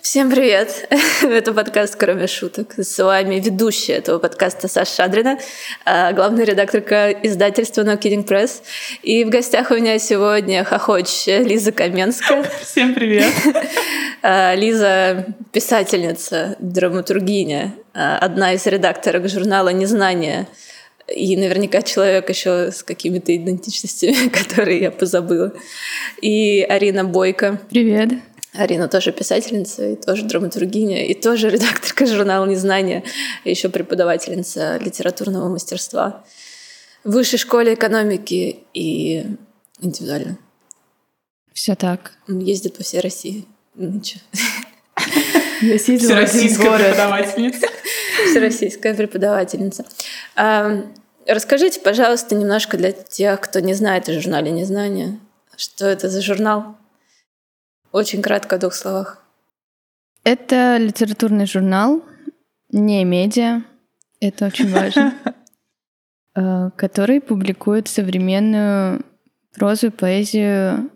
Всем привет! Это подкаст «Кроме шуток». С вами ведущая этого подкаста Саша Шадрина, главная редакторка издательства No Kidding Press. И в гостях у меня сегодня хохочущая Лиза Каменская. Всем привет! Лиза — писательница, драматургиня, одна из редакторок журнала «Незнание». И наверняка человек еще с какими-то идентичностями, которые я позабыла. И Арина Бойко. Привет. Арина тоже писательница, и тоже драматургиня, и тоже редакторка журнала «Незнание», и еще преподавательница литературного мастерства в Высшей школе экономики и индивидуально. Все так. Ездит по всей России. Ничего. Всероссийская преподавательница. Всероссийская преподавательница. Расскажите, пожалуйста, немножко для тех, кто не знает о журнале «Незнание». Что это за журнал? Очень кратко, в 2 словах. Это литературный журнал, не медиа, это очень важно, который публикует современную прозу, поэзию,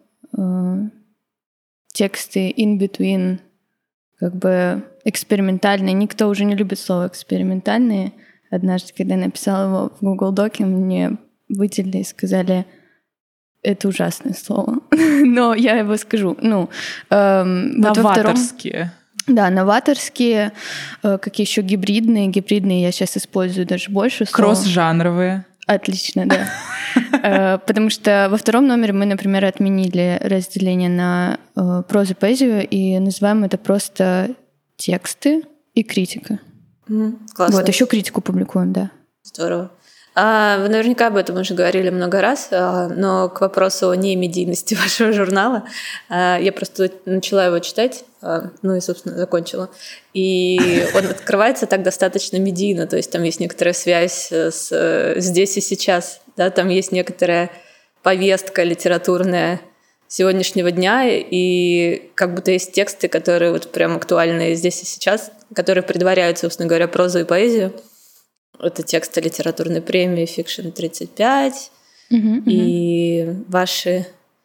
тексты in between, как бы экспериментальные. Никто уже не любит слово «экспериментальные». Однажды, когда я написала его в Google Доке, мне выделили и сказали: это ужасное слово, но я его скажу. Новаторские. Да, новаторские, какие еще гибридные. Гибридные я сейчас использую даже больше слова. Кросс-жанровые. Отлично, да. Потому что во 2 номере мы, например, отменили разделение на прозу и поэзию и называем это просто тексты и критика. Классно. Вот, еще критику публикуем, да. Здорово. Вы наверняка об этом уже говорили много раз, но к вопросу о немедийности вашего журнала я просто начала его читать, и, собственно, закончила. И он открывается так достаточно медийно, то есть там есть некоторая связь с здесь и сейчас, да, там есть некоторая повестка литературная сегодняшнего дня, и как будто есть тексты, которые вот прям актуальны здесь и сейчас, которые предваряют, собственно говоря, прозу и поэзию. Это тексты литературной премии Fiction 35 и ваши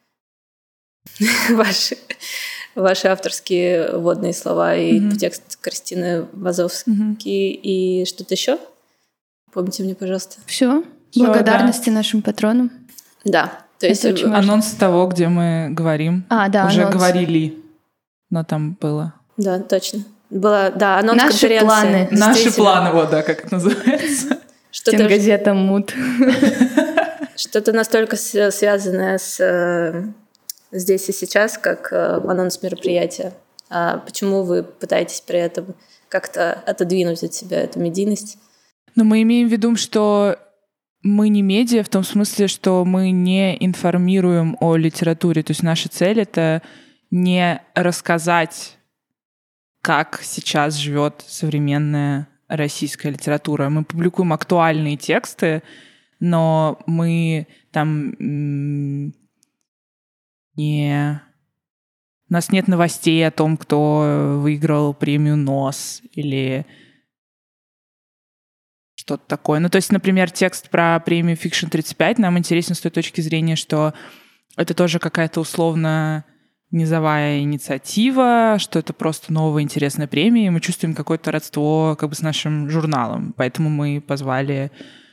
авторские вводные слова и текст Кристины Вазовски и что-то еще. Помните мне, пожалуйста. Все. Благодарности нашим патронам. Да. То есть анонс того, где мы говорим. Да, уже анонс. Говорили, но там было. Да, точно. Была, да, анонс наши конференции. Планы. Наши планы, вот, да, как это называется. Стенгазета МУД. Что-то настолько связанное с здесь и сейчас, как анонс мероприятия. А почему вы пытаетесь при этом как-то отодвинуть от себя эту медийность? Но мы имеем в виду, что мы не медиа в том смысле, что мы не информируем о литературе. То есть наша цель — это не рассказать, как сейчас живет современная российская литература. Мы публикуем актуальные тексты, но мы там не... У нас нет новостей о том, кто выиграл премию НОС или что-то такое. То есть, например, текст про премию Fiction 35 нам интересен с той точки зрения, что это тоже какая-то условно низовая инициатива, что это просто новая интересная премия, и мы чувствуем какое-то родство как бы с нашим журналом. Поэтому мы позвали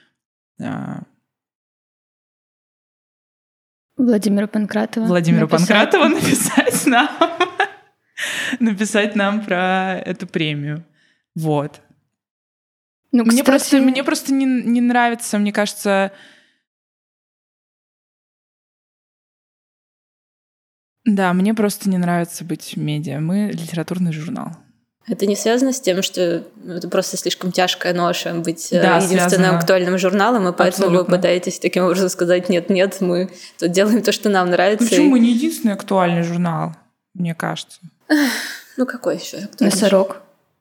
Владимира Панкратова написать нам про эту премию. Вот. Мне просто не нравится, мне кажется... Да, мне просто не нравится быть медиа. Мы литературный журнал. Это не связано с тем, что это просто слишком тяжкая ноша быть единственным актуальным журналом, и поэтому вы пытаетесь таким образом сказать: нет, мы тут делаем то, что нам нравится. Почему мы не единственный актуальный журнал, мне кажется? Какой еще актуальный? «Носорог».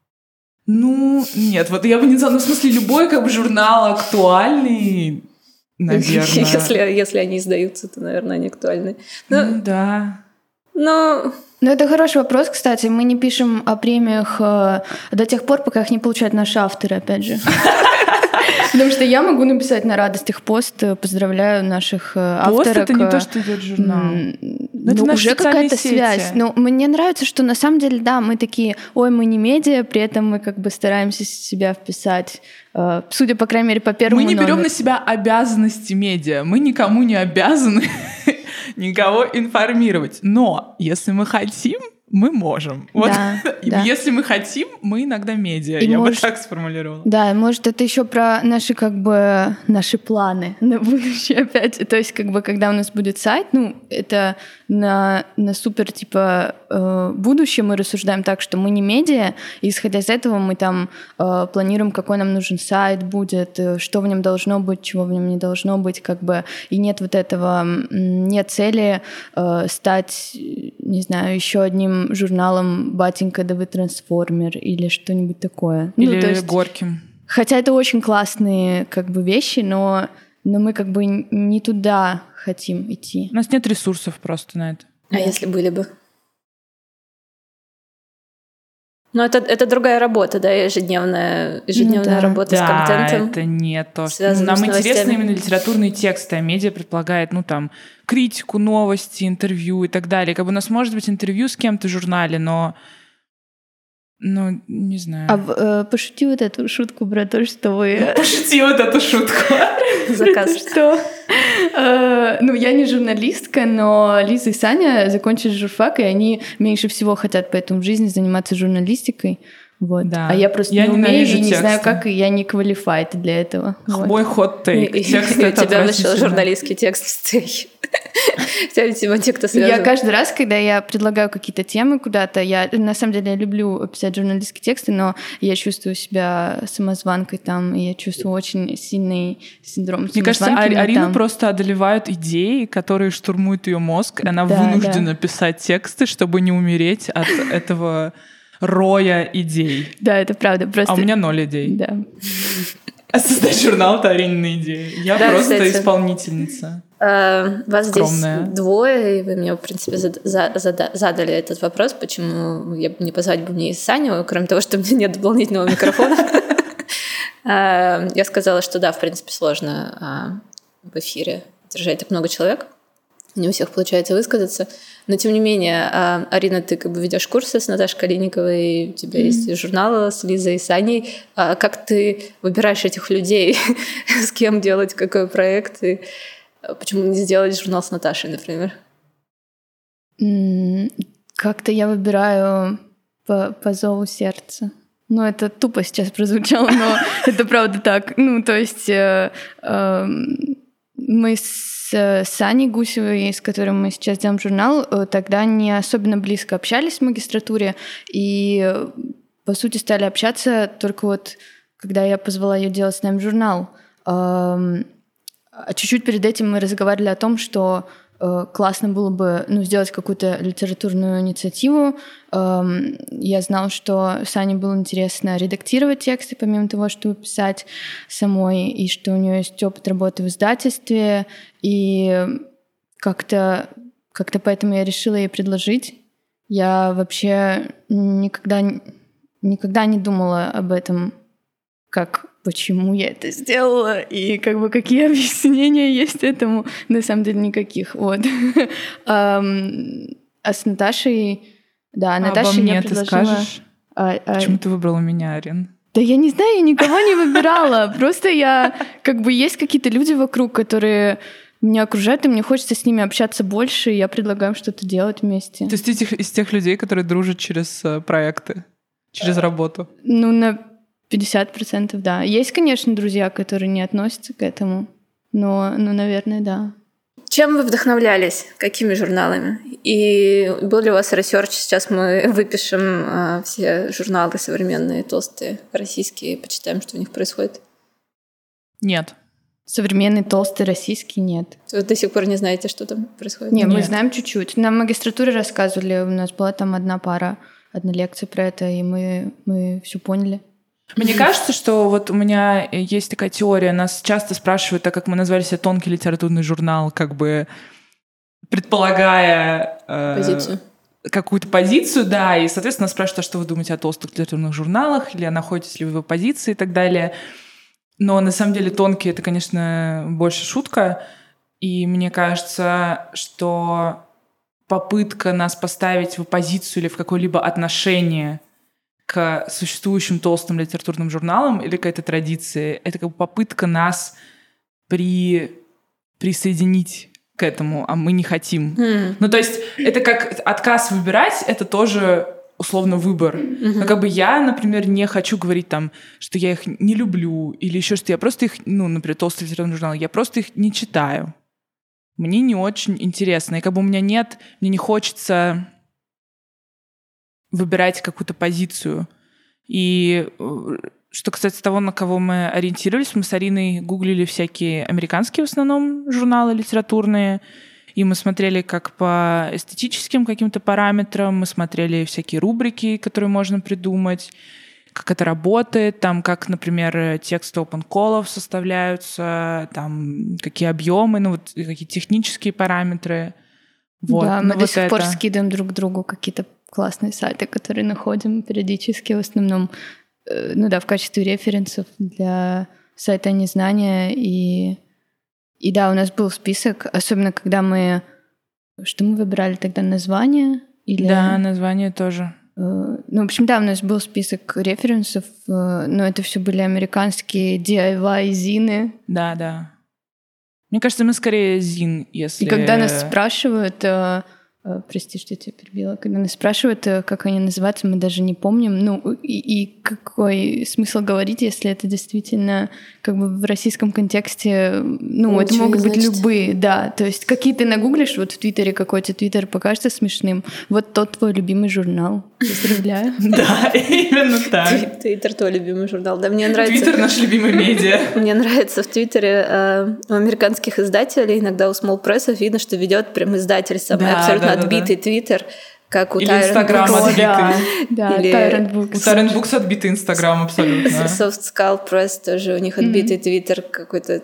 Нет, вот я бы не знала, в смысле, любой как бы журнал актуальный, наверное. Если они издаются, то, наверное, они актуальны. Да. Это хороший вопрос, кстати. Мы не пишем о премиях до тех пор, пока их не получают наши авторы, опять же. Потому что я могу написать на радостях пост, поздравляю наших авторок. Пост — это не то, что идет в журнал. Это уже какая-то связь. Но мне нравится, что на самом деле, да, мы такие, ой, мы не медиа, при этом мы как бы стараемся себя вписать, судя, по крайней мере, по первому Мы не берем номеру. на себя обязанности медиа. Мы никому не обязаны никого информировать. Но если мы хотим, мы можем. Вот. Да. Если мы хотим, мы иногда медиа. И Я может... бы так сформулировала. Да, может, это еще про наши как бы наши планы на будущее опять. То есть, как бы, когда у нас будет сайт, ну, это на супер типа будущее мы рассуждаем так, что мы не медиа, и исходя из этого мы там планируем, какой нам нужен сайт будет, что в нем должно быть, чего в нем не должно быть, как бы, и нет вот этого, нет цели стать, не знаю, еще одним журналом «Батенька, да вы трансформер» или что-нибудь такое. Или ну, то есть, Горьким. Хотя это очень классные как бы вещи, но мы как бы не туда хотим идти. У нас нет ресурсов просто на это. А если были бы? Ну, это другая работа, да, ежедневная работа с контентом. Да, это не то, что... связано с Нам интересны новостями. именно литературные тексты, а медиа предполагает, ну, там, критику, новости, интервью и так далее. Как бы у нас может быть интервью с кем-то в журнале, но... Ну, не знаю. А пошути вот эту шутку про то, что вы... Пошути вот эту шутку. Заказ. Что? Ну, я не журналистка, но Лиза и Саня закончили журфак, и они меньше всего хотят поэтому в жизни заниматься журналистикой. Вот. Да. А я просто Я не умею ненавижу и не тексты. знаю, как, и я не qualified для этого. Вот. Мой хот-тейк. И Текст у это тебя вышел отвратительно. журналистский текст в цехе. Хотя, те, кто связан. Я каждый раз, когда я предлагаю какие-то темы куда-то, я на самом деле люблю писать журналистские тексты, но я чувствую себя самозванкой там, и я чувствую очень сильный синдром Мне кажется, самозванки. Арину просто одолевают идеи, которые штурмуют ее мозг, и она вынуждена писать тексты, чтобы не умереть от этого роя идей. Да, это правда. Просто... А у меня 0 идей. Да. А создать журнал — это Аринины идеи. Я Да, просто кстати. Исполнительница. Вас Скромная. здесь двое, и вы мне, в принципе, задали этот вопрос, почему не позвать бы мне и Саню, кроме того, что у меня нет дополнительного микрофона. Я сказала, что да, в принципе, сложно в эфире держать так много человек. Не у всех получается высказаться. Но, тем не менее, Арина, ты как бы ведешь курсы с Наташей Калиниковой, у тебя есть журналы с Лизой и Саней. Как ты выбираешь этих людей, с кем делать какой проект, и почему не сделать журнал с Наташей, например? Как-то я выбираю по зову сердца. Ну, это тупо сейчас прозвучало, но это правда так. Ну, то есть мы с Саней Гусевой, с которой мы сейчас делаем журнал, тогда не особенно близко общались в магистратуре, и, по сути, стали общаться только вот, когда я позвала ее делать с нами журнал. А чуть-чуть перед этим мы разговаривали о том, что классно было бы сделать какую-то литературную инициативу. Я знала, что Сане было интересно редактировать тексты, помимо того, чтобы писать самой, и что у нее есть опыт работы в издательстве. И как-то поэтому я решила ей предложить. Я вообще никогда не думала об этом, почему я это сделала, и какие объяснения есть этому. На самом деле никаких. Вот. А с Наташей... Да, Наташа мне мне ты предложила... скажешь? Почему ты выбрала меня, Арин? Да я не знаю, я никого не выбирала. Просто есть какие-то люди вокруг, которые меня окружают, и мне хочется с ними общаться больше, и я предлагаю им что-то делать вместе. То есть из тех людей, которые дружат через проекты, через работу? Ну, на 50%, да. Есть, конечно, друзья, которые не относятся к этому, но наверное, да. Чем вы вдохновлялись? Какими журналами? И был ли у вас ресерч? Сейчас мы выпишем все журналы современные, толстые, российские, почитаем, что у них происходит. Нет. Современный, толстый, российский нет. Вы до сих пор не знаете, что там происходит? Нет, мы знаем чуть-чуть. Нам в магистратуре рассказывали, у нас была там одна лекция про это, и мы все поняли. Мне кажется, что вот у меня есть такая теория, нас часто спрашивают, так как мы назвали себя «Тонкий литературный журнал», предполагая Позицию. Какую-то позицию, да, и, соответственно, нас спрашивают, а что вы думаете о толстых литературных журналах, или находитесь ли вы в оппозиции и так далее. Но на самом деле тонкий — это, конечно, больше шутка. И мне кажется, что попытка нас поставить в оппозицию или в какое-либо отношение к существующим толстым литературным журналам или к этой традиции, это как бы попытка нас присоединить к этому, а мы не хотим. Ну, то есть это как отказ выбирать, это тоже условно выбор. Но как бы я, например, не хочу говорить там, что я их не люблю или еще что-то. Я просто их, например, толстый литературный журнал, я просто их не читаю. Мне не очень интересно. И как бы у меня мне не хочется выбирать какую-то позицию. И что касается того, на кого мы ориентировались, мы с Ариной гуглили всякие американские в основном журналы литературные, и мы смотрели как по эстетическим каким-то параметрам, мы смотрели всякие рубрики, которые можно придумать, как это работает, там, как, например, тексты open call'ов составляются, там, какие объемы, какие технические параметры. Вот. Да, мы до сих пор скидываем друг другу какие-то классные сайты, которые находим периодически, в основном, в качестве референсов для сайта незнания. И да, у нас был список, особенно когда Что мы выбирали тогда, название? Да, название тоже. В общем, да, у нас был список референсов, но это все были американские DIY-зины. Да. Мне кажется, мы скорее зин, если... И когда нас спрашивают... Прости, что я тебя перебила. Когда нас спрашивают, как они называются, мы даже не помним. И какой смысл говорить, если это действительно как бы в российском контексте... это могут быть любые, да. То есть какие ты нагуглишь, вот в Твиттере какой-то Твиттер покажется смешным. Вот тот твой любимый журнал. Поздравляю. Да, именно так. Твиттер твой любимый журнал. Да, мне нравится... Твиттер наш любимый медиа. Мне нравится в Твиттере у американских издателей, иногда у small press видно, что ведет прям издатель самый абсолютно отбитый Твиттер, как у Инстаграм отбитый. Да, или у Tyrant Books отбитый Инстаграм абсолютно. Soft Skull Press тоже у них отбитый Твиттер какой-то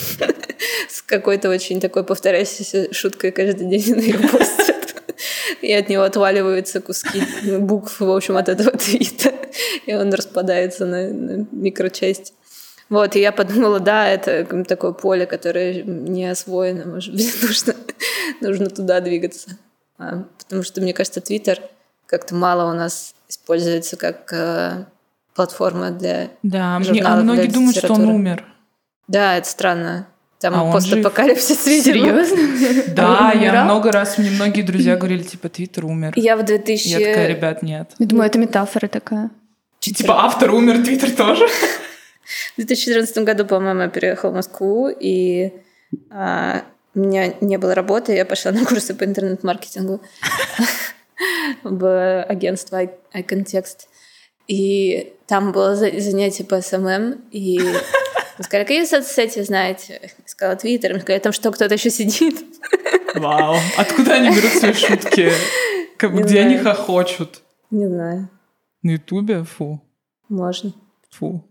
с какой-то очень такой повторяющейся шуткой каждый день на ее постят. И от него отваливаются куски букв, в общем, от этого твита. И он распадается на микрочасти. Вот, и я подумала, да, это такое поле, которое не освоено, может быть, нужно туда двигаться. Потому что, мне кажется, Твиттер как-то мало у нас используется как платформа для журналов. А многие думают, что он умер. Да, это странно. Там постапокалипсис, видимо. Серьезно? Да, мне многие друзья говорили, типа, Твиттер умер. Я в 2000... Я такая, ребят, нет. Я думаю, это метафора такая. Типа, автор умер, Твиттер тоже? В 2014 году, по-моему, я переехала в Москву, и у меня не было работы, я пошла на курсы по интернет-маркетингу в агентство iContext. И там было занятие по СММ, и сказали, какие соцсети знаете? Я сказала, Твиттер. Мне сказали, там что, кто-то еще сидит? Вау, откуда они берут свои шутки? Где они хохочут? Не знаю. На Ютубе? Фу. Можно. Фу.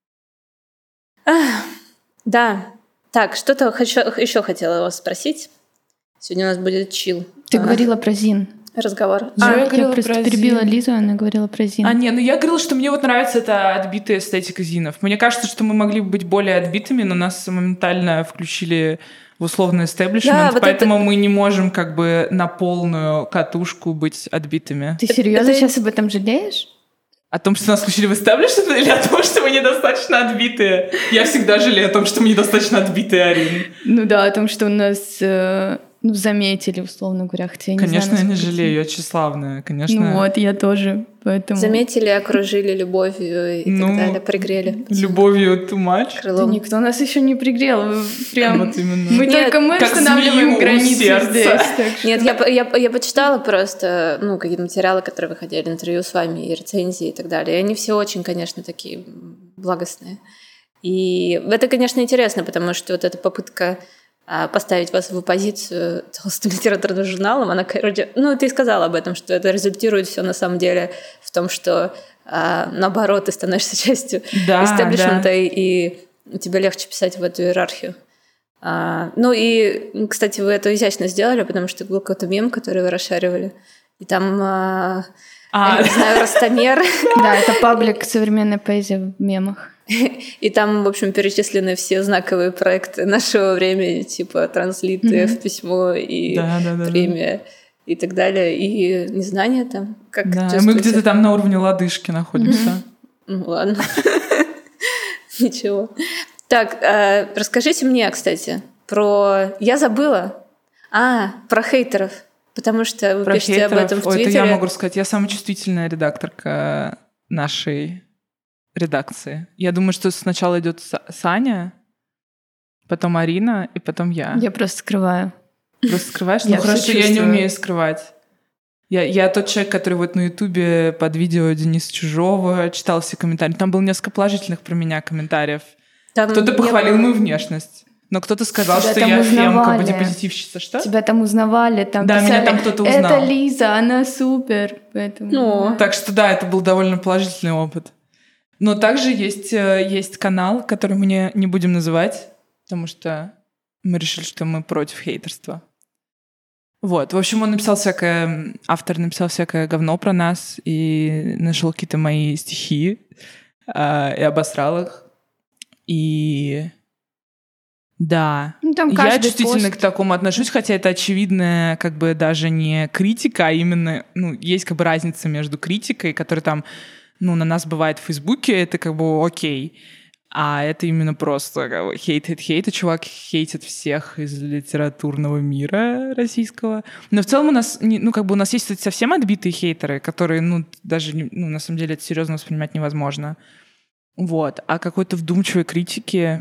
Да. Так, что-то еще хотела вас спросить. Сегодня у нас будет чил. Ты говорила про зин. Разговор. Я просто перебила Лизу, она говорила про зин. Я говорила, что мне нравится эта отбитая эстетика зинов. Мне кажется, что мы могли бы быть более отбитыми, но нас моментально включили в условный эстеблишмент, поэтому мы не можем как бы на полную катушку быть отбитыми. Ты серьезно сейчас об этом жалеешь? О том, что нас включили в эстеблишмент, или о том, что мы недостаточно отбитые? Я всегда жалею о том, что мы недостаточно отбитые, Арин. О том, что у нас заметили, условно говоря, хотя я не знаю. Конечно, я не жалею, я тщеславная, конечно. Я тоже, поэтому... Заметили, окружили любовью и так далее, пригрели. Любовью too much. Да никто нас еще не пригрел. Прям... Вот именно. Мы устанавливаем границы здесь. Нет, я почитала просто какие-то материалы, которые выходили, интервью с вами, и рецензии и так далее. И они все очень, конечно, такие благостные. И это, конечно, интересно, потому что вот эта попытка поставить вас в оппозицию толстым литературным журналом, она, ты сказала об этом, что это результирует все на самом деле в том, что наоборот, ты становишься частью эстеблишмента, и тебе легче писать в эту иерархию. И, кстати, вы это изящно сделали, потому что был какой-то мем, который вы расшаривали, и там я не знаю, Ростомер. Да, это паблик «Современная поэзия» в мемах. И там, в общем, перечислены все знаковые проекты нашего времени, типа «Транслит», в письмо и премия и так далее. И незнание там. Как мы где-то там на уровне лодыжки находимся. Ну ладно. Ничего. Так, расскажите мне, кстати, про... Я забыла. Про хейтеров. Потому что вы пишете об этом в Твиттере. Это я могу сказать. Я самая чувствительная редакторка нашей редакции. Я думаю, что сначала идет Саня, потом Арина и потом я. Я просто скрываю. Просто скрываешь? Ну хорошо, я не умею скрывать. Я тот человек, который вот на Ютубе под видео Дениса Чужого читал все комментарии. Там было несколько положительных про меня комментариев. Кто-то похвалил мою внешность. Но кто-то сказал, что я фемка, бодипозитивщица. Что? Тебя там узнавали, там да, писали, меня там кто-то узнал. Это Лиза, она супер. Поэтому... Так что да, это был довольно положительный опыт. Но также есть канал, который мы не будем называть, потому что мы решили, что мы против хейтерства. Вот. В общем, автор написал всякое говно про нас и нашел какие-то мои стихи и обосрал их. И да, я чувствительно к такому отношусь, хотя это очевидная как бы даже не критика, а именно, есть как бы разница между критикой, которая там, на нас бывает в Фейсбуке, это как бы окей, а это именно просто как бы хейт, и чувак хейтит всех из литературного мира российского. Но в целом у нас, у нас есть, кстати, совсем отбитые хейтеры, которые, даже, на самом деле это серьезно воспринимать невозможно. Вот. А какой-то вдумчивой критики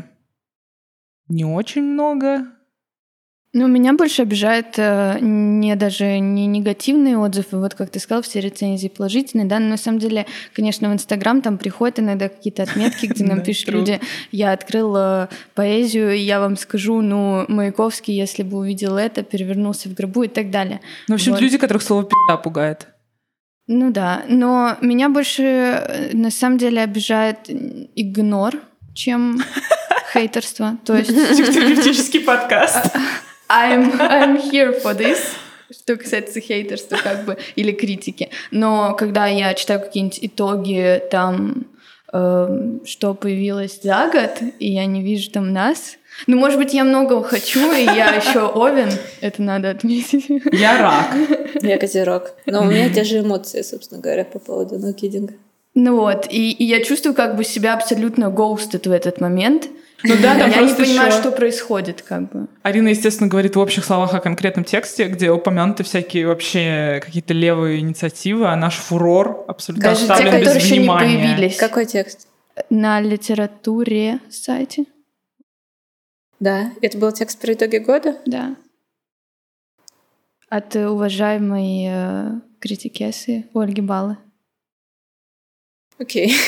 не очень много. Меня больше обижает даже не негативные отзывы, вот как ты сказал, все рецензии положительные, да, но на самом деле, конечно, в Инстаграм там приходят иногда какие-то отметки, где нам пишут люди, я открыла поэзию, и я вам скажу, Маяковский, если бы увидел это, перевернулся в гробу и так далее. В общем, люди, которых слово «пизда» пугает. Да, но меня больше на самом деле обижает игнор, чем хейтерство. То есть... Психотерапевтический подкаст. I'm here for this, что касается хейтерства как бы, или критики. Но когда я читаю какие-нибудь итоги, там, что появилось за год, и я не вижу там нас... может быть, я многого хочу, и я еще овен, это надо отметить. Я рак. Я козерог. Но у меня те же эмоции, собственно говоря, по поводу нокидинга. И я чувствую как бы себя абсолютно ghosted в этот момент. Там я не понимаю, что происходит, как бы. Арина, естественно, говорит в общих словах о конкретном тексте, где упомянуты всякие вообще какие-то левые инициативы, а наш фурор абсолютно даже оставлен те, без которые еще внимания. не появились. Какой текст? На литературе сайте. Да, это был текст про итоги года? Да. От уважаемой критикессы Ольги Баллы. Окей.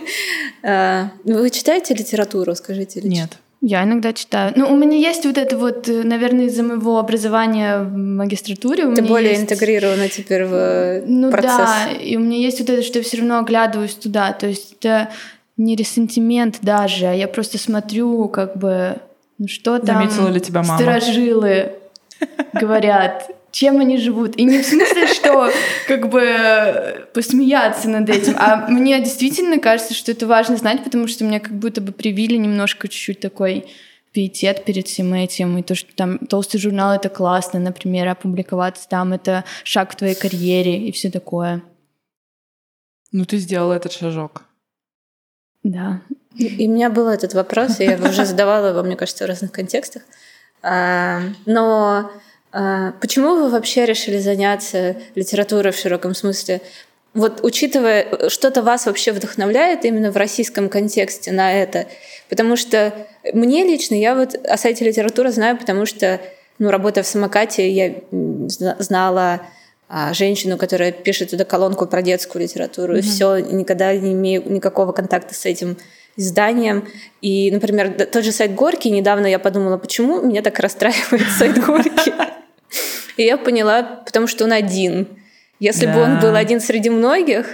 Вы читаете литературу, скажите? Нет. Я иногда читаю. У меня есть вот это вот, наверное, из-за моего образования в магистратуре. Ты более интегрирована теперь в процесс. Да, и у меня есть вот это, что я все равно оглядываюсь туда. То есть это не ресентимент даже, а я просто смотрю, как бы, что там заметила ли тебя мама? Старожилы говорят. Чем они живут. И не в смысле, что как бы посмеяться над этим, а мне действительно кажется, что это важно знать, потому что мне как будто бы привили немножко чуть-чуть такой пиетет перед всем этим, и то, что там толстый журнал — это классно, например, опубликоваться там — это шаг в твоей карьере и все такое. Ты сделала этот шажок. Да. И у меня был этот вопрос, и я уже задавала его, мне кажется, в разных контекстах. Но почему вы вообще решили заняться литературой в широком смысле? Вот учитывая, что-то вас вообще вдохновляет именно в российском контексте на это? Потому что мне лично, я вот о сайте литературы знаю, потому что, работая в самокате, я знала женщину, которая пишет туда колонку про детскую литературу, и все, никогда не имею никакого контакта с этим изданием. И, например, тот же сайт Горки, недавно я подумала, почему меня так расстраивает сайт Горки. И я поняла, потому что он один. Если бы он был один среди многих,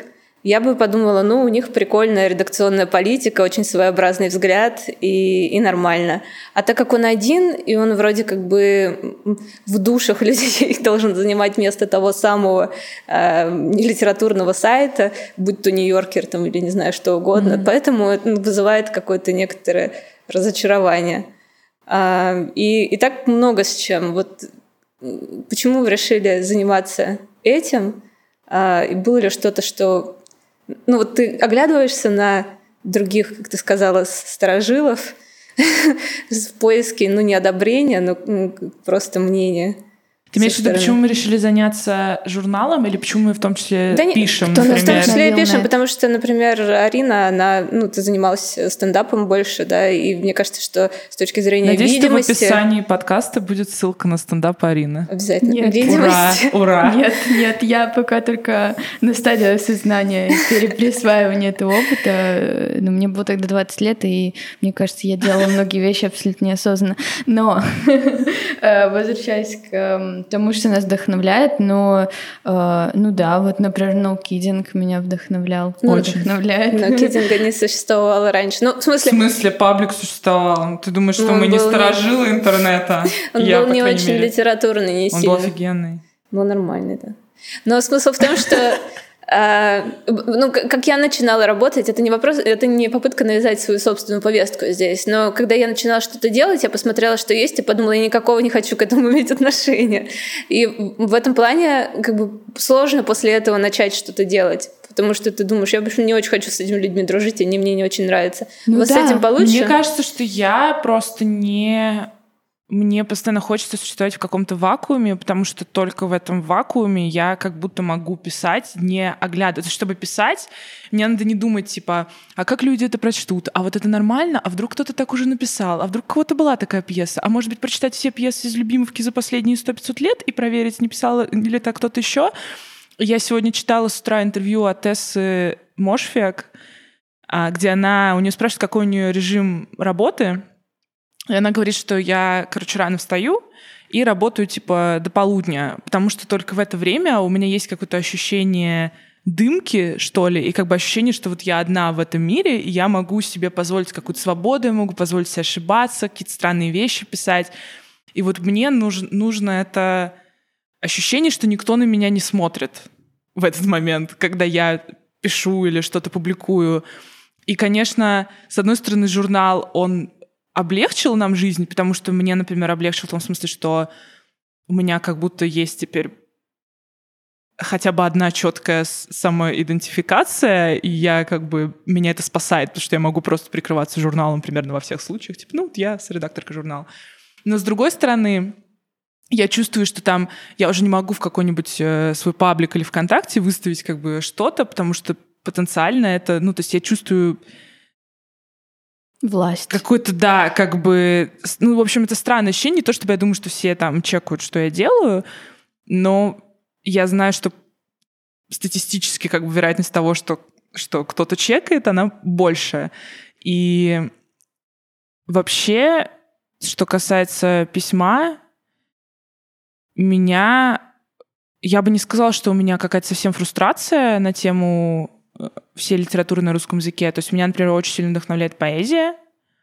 я бы подумала, ну, у них прикольная редакционная политика, очень своеобразный взгляд и нормально. А так как он один, и он вроде как бы в душах людей должен занимать место того самого литературного сайта, будь то Нью-Йоркер там, или не знаю, что угодно, поэтому это вызывает какое-то некоторое разочарование. И так много с чем. Вот почему вы решили заниматься этим? И было ли что-то, что... Ну вот ты оглядываешься на других, как ты сказала, старожилов в поиске, ну, не одобрения, но просто мнения. Ты имеешь в виду, почему мы решили заняться журналом, или почему мы в том числе пишем, например? В том числе пишем, потому что, например, Арина, она, ты занималась стендапом больше, да, и мне кажется, что с точки зрения видимости... Надеюсь, что в описании подкаста будет ссылка на стендап Арины. Обязательно. Нет. Видимость. Ура! Нет, я пока только на стадии осознания, переприсваивания этого опыта. Но мне было тогда 20 лет, и мне кажется, я делала многие вещи абсолютно неосознанно. Но, возвращаясь к тому, что нас вдохновляет, но, ну да, вот, например, ноукидинг меня вдохновлял. Очень вдохновляет. Ноукидинга не существовало раньше. Ну, в смысле паблик существовал? Ты думаешь, что мы не старожилы интернета? Он был не очень литературный, не сильно. Он был офигенный. Был нормальный, да. Но смысл в том, что как я начинала работать, это не вопрос, это не попытка навязать свою собственную повестку здесь. Но когда я начинала что-то делать, я посмотрела, что есть, и подумала, я никакого не хочу к этому иметь отношения. И в этом плане как бы сложно после этого начать что-то делать. Потому что ты думаешь, я больше не очень хочу с этими людьми дружить, они мне не очень нравятся. Вот с этим получше? Мне кажется, что я просто не... Мне постоянно хочется существовать в каком-то вакууме, потому что только в этом вакууме я как будто могу писать, не оглядываться. Чтобы писать, мне надо не думать, типа, а как люди это прочтут? А вот это нормально? А вдруг кто-то так уже написал? А вдруг у кого-то была такая пьеса? А может быть, прочитать все пьесы из «Любимовки» за последние 100-500 лет и проверить, не писала ли это кто-то еще? Я сегодня читала с утра интервью от Тессы Мошфиак, где у нее спрашивают, какой у нее режим работы. И она говорит, что я, рано встаю и работаю, до полудня, потому что только в это время у меня есть какое-то ощущение дымки, что ли, и ощущение, что вот я одна в этом мире, и я могу себе позволить какую-то свободу, я могу позволить себе ошибаться, какие-то странные вещи писать. И вот мне нужно это ощущение, что никто на меня не смотрит в этот момент, когда я пишу или что-то публикую. И, конечно, с одной стороны, журнал, он облегчил нам жизнь, потому что мне, например, облегчил в том смысле, что у меня как будто есть теперь хотя бы одна четкая самоидентификация, и меня это спасает, потому что я могу просто прикрываться журналом примерно во всех случаях. Я редакторка журнала. Но с другой стороны, я чувствую, что там я уже не могу в какой-нибудь свой паблик или ВКонтакте выставить что-то, потому что потенциально это... то есть я чувствую... Власть. Какой-то, да, в общем, это странное ощущение. Не то, чтобы я думаю, что все там чекают, что я делаю, но я знаю, что статистически вероятность того, что кто-то чекает, она больше. И вообще, что касается письма, я бы не сказала, что у меня какая-то совсем фрустрация на тему всей литературы на русском языке. То есть меня, например, очень сильно вдохновляет поэзия.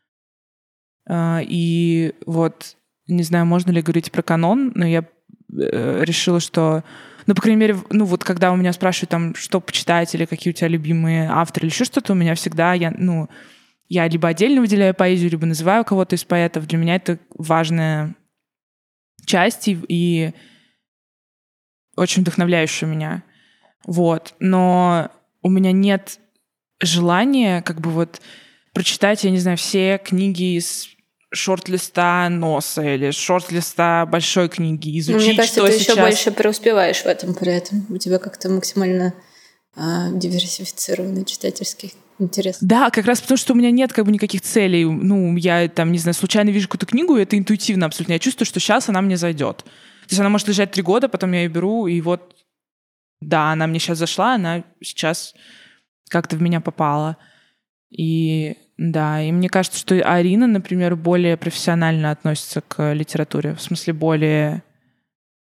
И вот, не знаю, можно ли говорить про канон, но я решила, что... по крайней мере, когда у меня спрашивают, там, что почитать, или какие у тебя любимые авторы, или еще что-то, у меня всегда... Я либо отдельно выделяю поэзию, либо называю кого-то из поэтов. Для меня это важная часть и очень вдохновляющая меня. Вот. Но у меня нет желания прочитать, я не знаю, все книги из шорт-листа носа или шорт-листа большой книги, изучить, мне кажется, что ты сейчас... еще больше преуспеваешь в этом при этом. У тебя как-то максимально диверсифицированный читательский интерес. Да, как раз потому, что у меня нет никаких целей. Я там, не знаю, случайно вижу какую-то книгу, и это интуитивно абсолютно. Я чувствую, что сейчас она мне зайдет. То есть она может лежать 3 года, потом я ее беру, и вот да, она мне сейчас зашла, она сейчас как-то в меня попала. И да, и мне кажется, что Арина, например, более профессионально относится к литературе. В смысле, более,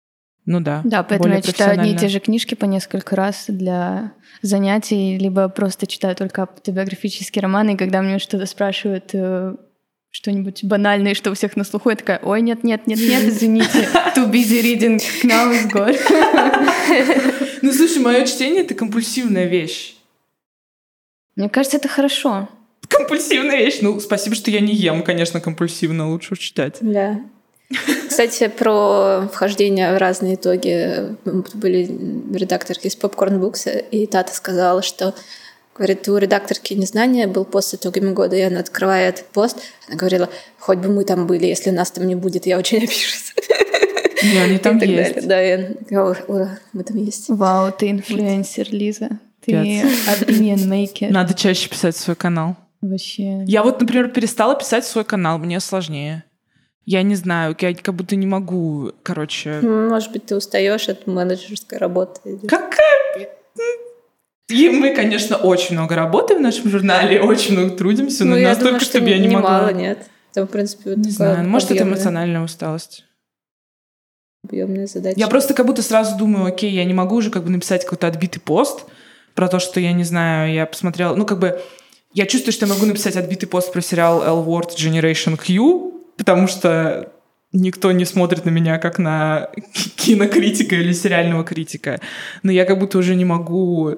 Ну да. Да, поэтому более я читаю одни и профессионально. те же книжки по несколько раз для занятий, либо просто читаю только автобиографические романы, и когда мне что-то спрашивают, что-нибудь банальное, что у всех на слуху, я такая: ой, нет, извините, too busy reading, now is good. Ну, слушай, мое чтение — это компульсивная вещь. Мне кажется, это хорошо. Компульсивная вещь. Ну, спасибо, что я не ем, конечно, компульсивно. Лучше читать. Да. Кстати, про вхождение в разные итоги. Были редакторки из Popcorn Books, и Тата сказала, что, говорит, у редакторки Незнания был пост с итогами года, и она, открывая этот пост, она говорила: хоть бы мы там были, если нас там не будет, я очень обижусь. Не, они там есть. Далее. Да, я говорю: ура, мы там есть. Вау, ты инфлюенсер, Лиза. Ты opinion maker. Надо чаще писать в свой канал. Вообще. Я вот, например, перестала писать в свой канал, мне сложнее. Я не знаю, я как будто не могу, короче... Может быть, ты устаешь от менеджерской работы. Какая... И мы, конечно, очень много работаем в нашем журнале, очень много трудимся, но я настолько, думаю, что чтобы я не могла. Мало, нет. Там, в принципе, Не знаю, может, это эмоциональная усталость. Объемная задача. Я просто как будто сразу думаю: окей, я не могу уже как бы написать какой-то отбитый пост про то, что, я не знаю, я посмотрела... Ну, как бы, я чувствую, что я могу написать отбитый пост про сериал L Word Generation Q, потому что никто не смотрит на меня как на кинокритика или сериального критика. Но я как будто уже не могу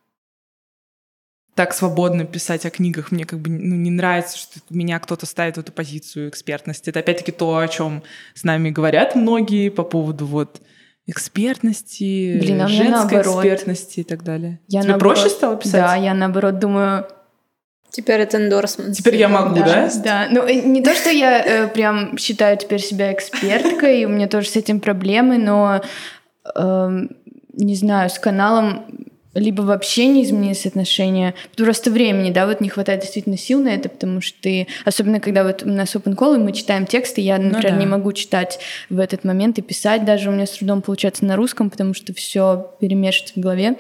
так свободно писать о книгах. Мне как бы не нравится, что меня кто-то ставит в эту позицию экспертности. Это опять-таки то, о чем с нами говорят многие по поводу вот экспертности, женской экспертности и так далее. Тебе проще стало писать? Да, я наоборот думаю... Теперь это эндорсмент. Теперь я могу, да? Да. Ну, не то, что я прям считаю теперь себя эксперткой, и у меня тоже с этим проблемы, но, не знаю, с каналом либо вообще не изменились отношения, просто времени, да, вот не хватает действительно сил на это, потому что ты, особенно когда вот у нас open call, и мы читаем тексты, я, например, не могу читать в этот момент и писать, даже у меня с трудом получается на русском, потому что все перемешивается в голове.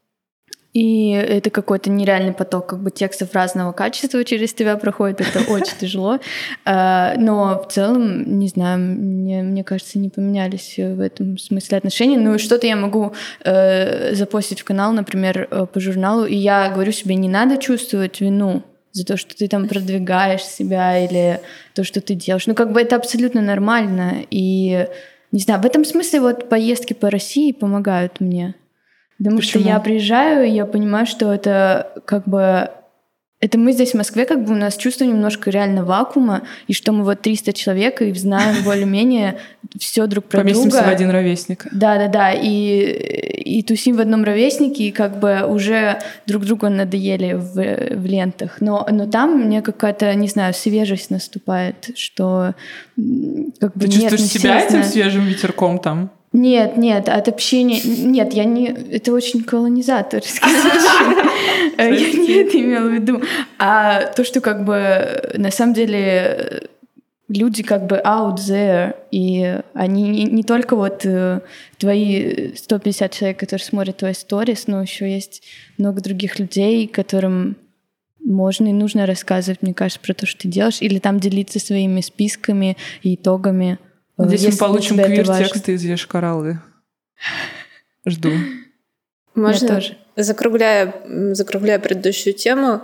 И это какой-то нереальный поток как бы текстов разного качества через тебя проходит, это очень тяжело. Но в целом, не знаю, мне кажется, не поменялись в этом смысле отношения. Ну и что-то я могу запостить в канал, например, по журналу, и я говорю себе: не надо чувствовать вину за то, что ты там продвигаешь себя или то, что ты делаешь. Ну как бы это абсолютно нормально. И, не знаю, в этом смысле вот поездки по России помогают мне. Потому что я приезжаю, и я понимаю, что это как бы... Это мы здесь в Москве, как бы у нас чувство немножко реально вакуума, и что мы вот 300 человек и знаем более-менее все друг про друга. Поместимся в один ровесник. Да, и тусим в одном ровеснике, и как бы уже друг другу надоели в лентах. Но там мне какая-то, не знаю, свежесть наступает, что как бы... Ты чувствуешь себя этим свежим ветерком там? Нет, от общения... Нет, я не... Это очень колонизаторски. Я не это имела в виду. А то, что как бы на самом деле люди как бы out there, и они не только вот твои 150 человек, которые смотрят твои сторис, но еще есть много других людей, которым можно и нужно рассказывать, мне кажется, про то, что ты делаешь, или там делиться своими списками и итогами. Здесь мы получим квир-тексты из Ешкаралы. Жду. Можно, тоже. Закругляя предыдущую тему,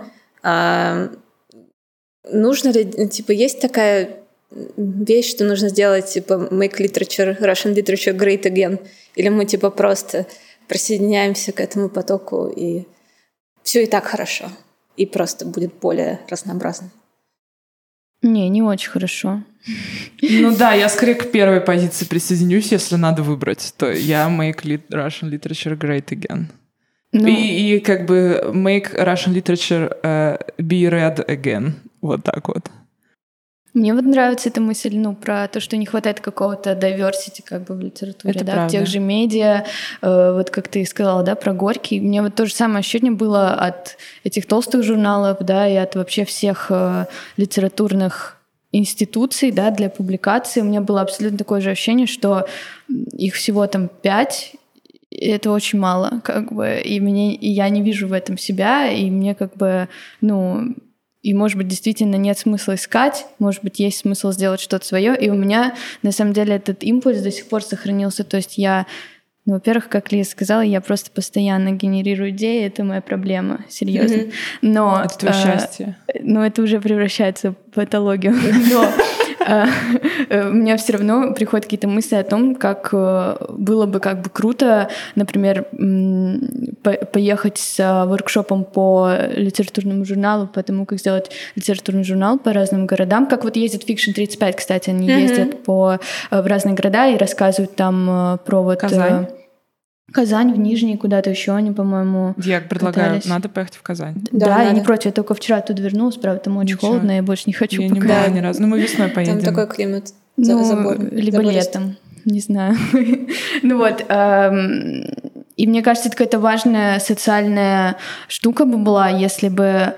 нужно ли, типа, есть такая вещь, что нужно сделать, типа, make literature, Russian literature great again? Или мы, типа, просто присоединяемся к этому потоку, и все и так хорошо, и просто будет более разнообразно? Не очень хорошо. Ну да, я скорее к первой позиции присоединюсь, если надо выбрать, то я make Russian literature great again. И как бы make Russian literature be read again. Вот так вот. Мне вот нравится эта мысль, про то, что не хватает какого-то diversity как бы в литературе, это да, правда. В тех же медиа, вот как ты сказала, да, про Горький. Мне вот то же самое ощущение было от этих толстых журналов, да, и от вообще всех литературных институций, да, для публикации. У меня было абсолютно такое же ощущение, что их всего там 5, и это очень мало, как бы, и я не вижу в этом себя, и мне как бы, И, может быть, действительно нет смысла искать, может быть, есть смысл сделать что-то свое. И у меня, на самом деле, этот импульс до сих пор сохранился. То есть я, ну, во-первых, как Лиза сказала, я просто постоянно генерирую идеи, это моя проблема, серьезно. Но это твое счастье. Но это уже превращается в патологию. Но у меня все равно приходят какие-то мысли о том, как было бы как бы круто, например, поехать с воркшопом по литературному журналу, по тому, как сделать литературный журнал по разным городам. Как вот ездит Fiction 35, кстати, они ездят в разные города и рассказывают там про вот... Казань, в Нижний, куда-то еще они, по-моему, я предлагаю, надо поехать в Казань. Да, я не против, я только вчера оттуда вернулась, правда, там очень холодно, я больше не хочу. Я не была ни разу, но мы весной поедем. Там такой климат. Либо летом, не знаю. Ну вот, и мне кажется, это какая-то важная социальная штука бы была, если бы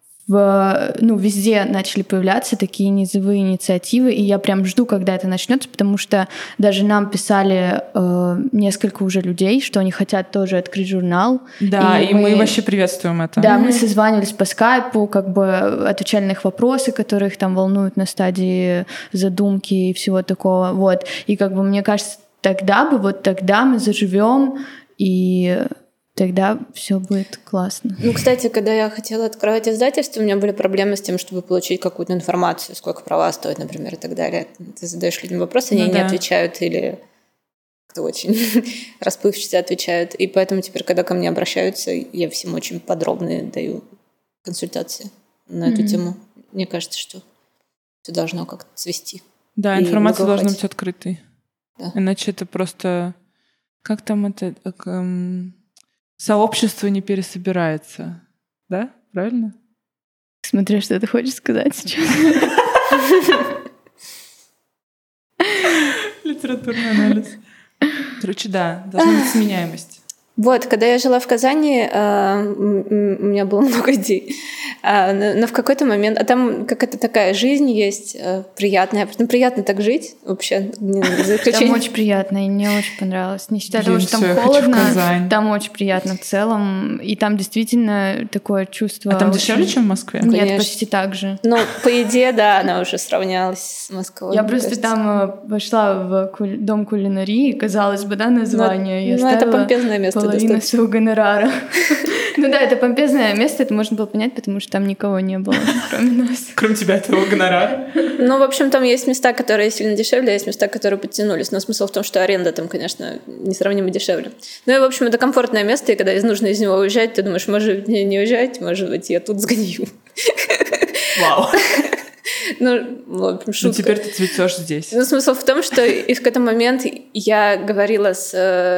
везде начали появляться такие низовые инициативы, и я прям жду, когда это начнется, потому что даже нам писали несколько уже людей, что они хотят тоже открыть журнал. Да, и мы вообще приветствуем это. Да, мы созванивались по скайпу, как бы отвечали на их вопросы, которые их там волнуют на стадии задумки и всего такого. Вот. И как бы мне кажется, тогда мы заживем и тогда все будет классно. Ну, кстати, когда я хотела открывать издательство, у меня были проблемы с тем, чтобы получить какую-то информацию, сколько права стоит, например, и так далее. Ты задаешь людям вопросы, они не отвечают или как-то очень расплывчато отвечают. И поэтому теперь, когда ко мне обращаются, я всем очень подробные даю консультации на эту тему. Мне кажется, что все должно как-то цвести. Да, информация должна быть открытой. Да. Иначе это просто... Как там это... Сообщество не пересобирается. Да? Правильно? Смотря, что ты хочешь сказать сейчас. Литературный анализ. Короче, да, должна быть сменяемость. Вот, когда я жила в Казани, у меня было много идей. Но в какой-то момент... А там какая-то такая жизнь есть приятная. Приятно так жить вообще. Там очень приятно, и мне очень понравилось. Не считая того, что там холодно, там очень приятно в целом. И там действительно такое чувство... А там дешевле, чем в Москве? Нет, конечно. почти так же. Ну, по еде, да, она уже сравнялась с Москвой. Я просто там пошла в дом кулинарии, казалось бы, да, название. Ну, это помпезное место. Половина своего гонорара. Ну да, это помпезное место, это можно было понять, потому что там никого не было, кроме нас. Кроме тебя, этого гонорара? Ну, в общем, там есть места, которые сильно дешевле, а есть места, которые подтянулись. Но смысл в том, что аренда там, конечно, несравнимо дешевле. Ну и, в общем, это комфортное место, и когда нужно из него уезжать, ты думаешь, может, мне не уезжать, может быть, я тут сгнию. Вау. Ну, в общем, шутка. Ну, теперь ты цветешь здесь. Ну, смысл в том, что и в какой-то момент я говорила с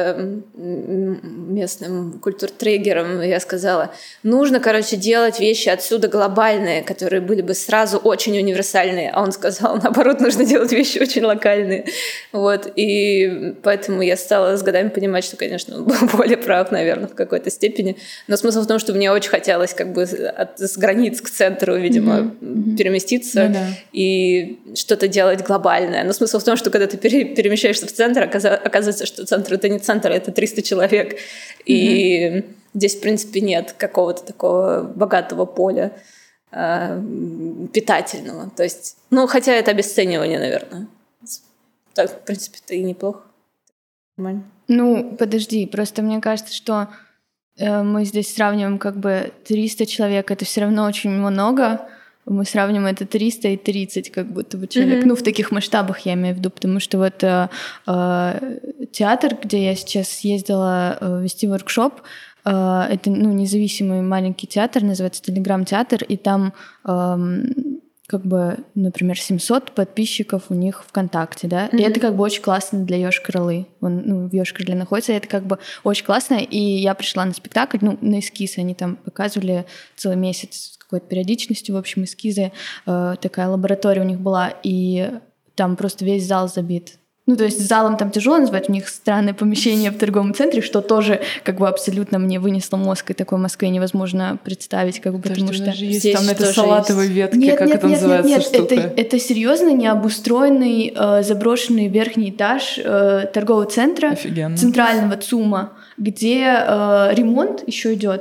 местным культуртрегером, и я сказала, нужно, короче, делать вещи отсюда глобальные, которые были бы сразу очень универсальные. А он сказал, наоборот, нужно делать вещи очень локальные. Вот. И поэтому я стала с годами понимать, что, конечно, он был более прав, наверное, в какой-то степени. Но смысл в том, что мне очень хотелось как бы с границ к центру, видимо, переместиться. Да. И что-то делать глобальное. Но смысл в том, что когда ты перемещаешься в центр, оказывается, что центр — это не центр, это 300 человек. И здесь, в принципе, нет какого-то такого богатого поля питательного. То есть, ну, хотя это обесценивание, наверное. Так, в принципе, это и неплохо. Нормально. Ну, подожди, просто мне кажется, что мы здесь сравниваем как бы 300 человек, это все равно очень много. Мы сравним это 300 и 30 как будто бы человек. Ну, в таких масштабах я имею в виду, потому что вот театр, где я сейчас ездила вести воркшоп, это независимый маленький театр, называется «Телеграм-театр», и там как бы, например, 700 подписчиков у них ВКонтакте, да, и это как бы очень классно для Йошкар-Олы. Он в Йошкар-Оле находится, и это как бы очень классно, и я пришла на спектакль, на эскиз, они там показывали целый месяц с какой-то периодичностью, в общем, эскизы, такая лаборатория у них была, и там просто весь зал забит. Ну, то есть залом там тяжело назвать, у них странное помещение в торговом центре, что тоже как бы абсолютно мне вынесло мозг, и такое в Москве невозможно представить, как бы, потому что... Есть там на этой салатовой ветке, как это называется штука? Это серьезно необустроенный, заброшенный верхний этаж торгового центра, офигенно. Центрального ЦУМа, где ремонт еще идет.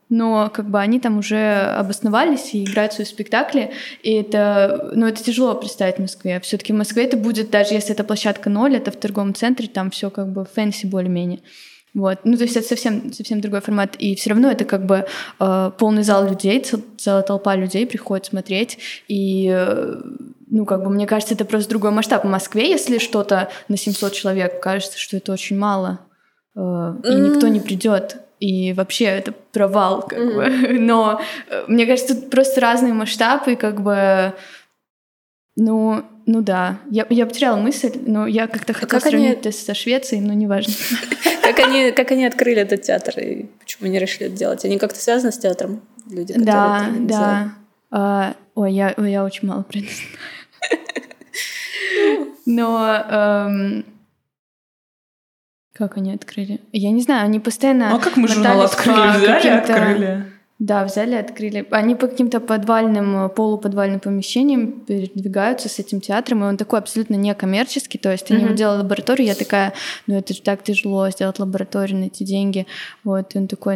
но как бы они там уже обосновались и играют свои спектакли, и это тяжело представить в Москве. Все-таки в Москве это будет, даже если это площадка 0, это в торговом центре, там все как бы фэнси более-менее. Вот. То есть это совсем другой формат. И все равно это как бы полный зал людей, целая толпа людей приходит смотреть. И, как бы, мне кажется, это просто другой масштаб. В Москве, если что-то на 700 человек, кажется, что это очень мало. И никто не придет. И вообще это провал, как бы. Но мне кажется, тут просто разные масштабы, как бы. Да. Я потеряла мысль, но я как-то хотела сравнить это со Швецией, но неважно. Как они открыли этот театр и почему они решили это делать? Они как-то связаны с театром? Люди, которые да. Я очень мало про это знаю. Но как они открыли? Я не знаю, они постоянно... А как мы журнал открыли? Взяли, открыли? Да, взяли, открыли. Они по каким-то полуподвальным помещениям передвигаются с этим театром, и он такой абсолютно некоммерческий, то есть они делали лабораторию, я такая, это же так тяжело сделать лабораторию на эти деньги. Вот, и он такой,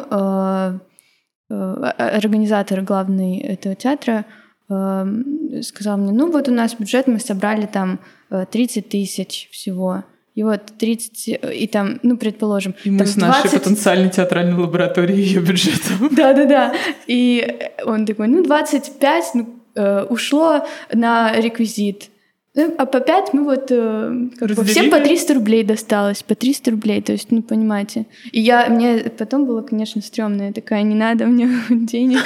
организатор главный этого театра сказал мне, вот у нас бюджет, мы собрали там 30 тысяч всего. И вот 30, и там, предположим... И мы с нашей потенциальной театральной лабораторией ее бюджетом. Да. И он такой, 25 ушло на реквизит. А по 5 мы всем по 300 рублей досталось. По 300 рублей, то есть, понимаете. И мне потом было, конечно, стрёмно. Я такая, не надо мне денег.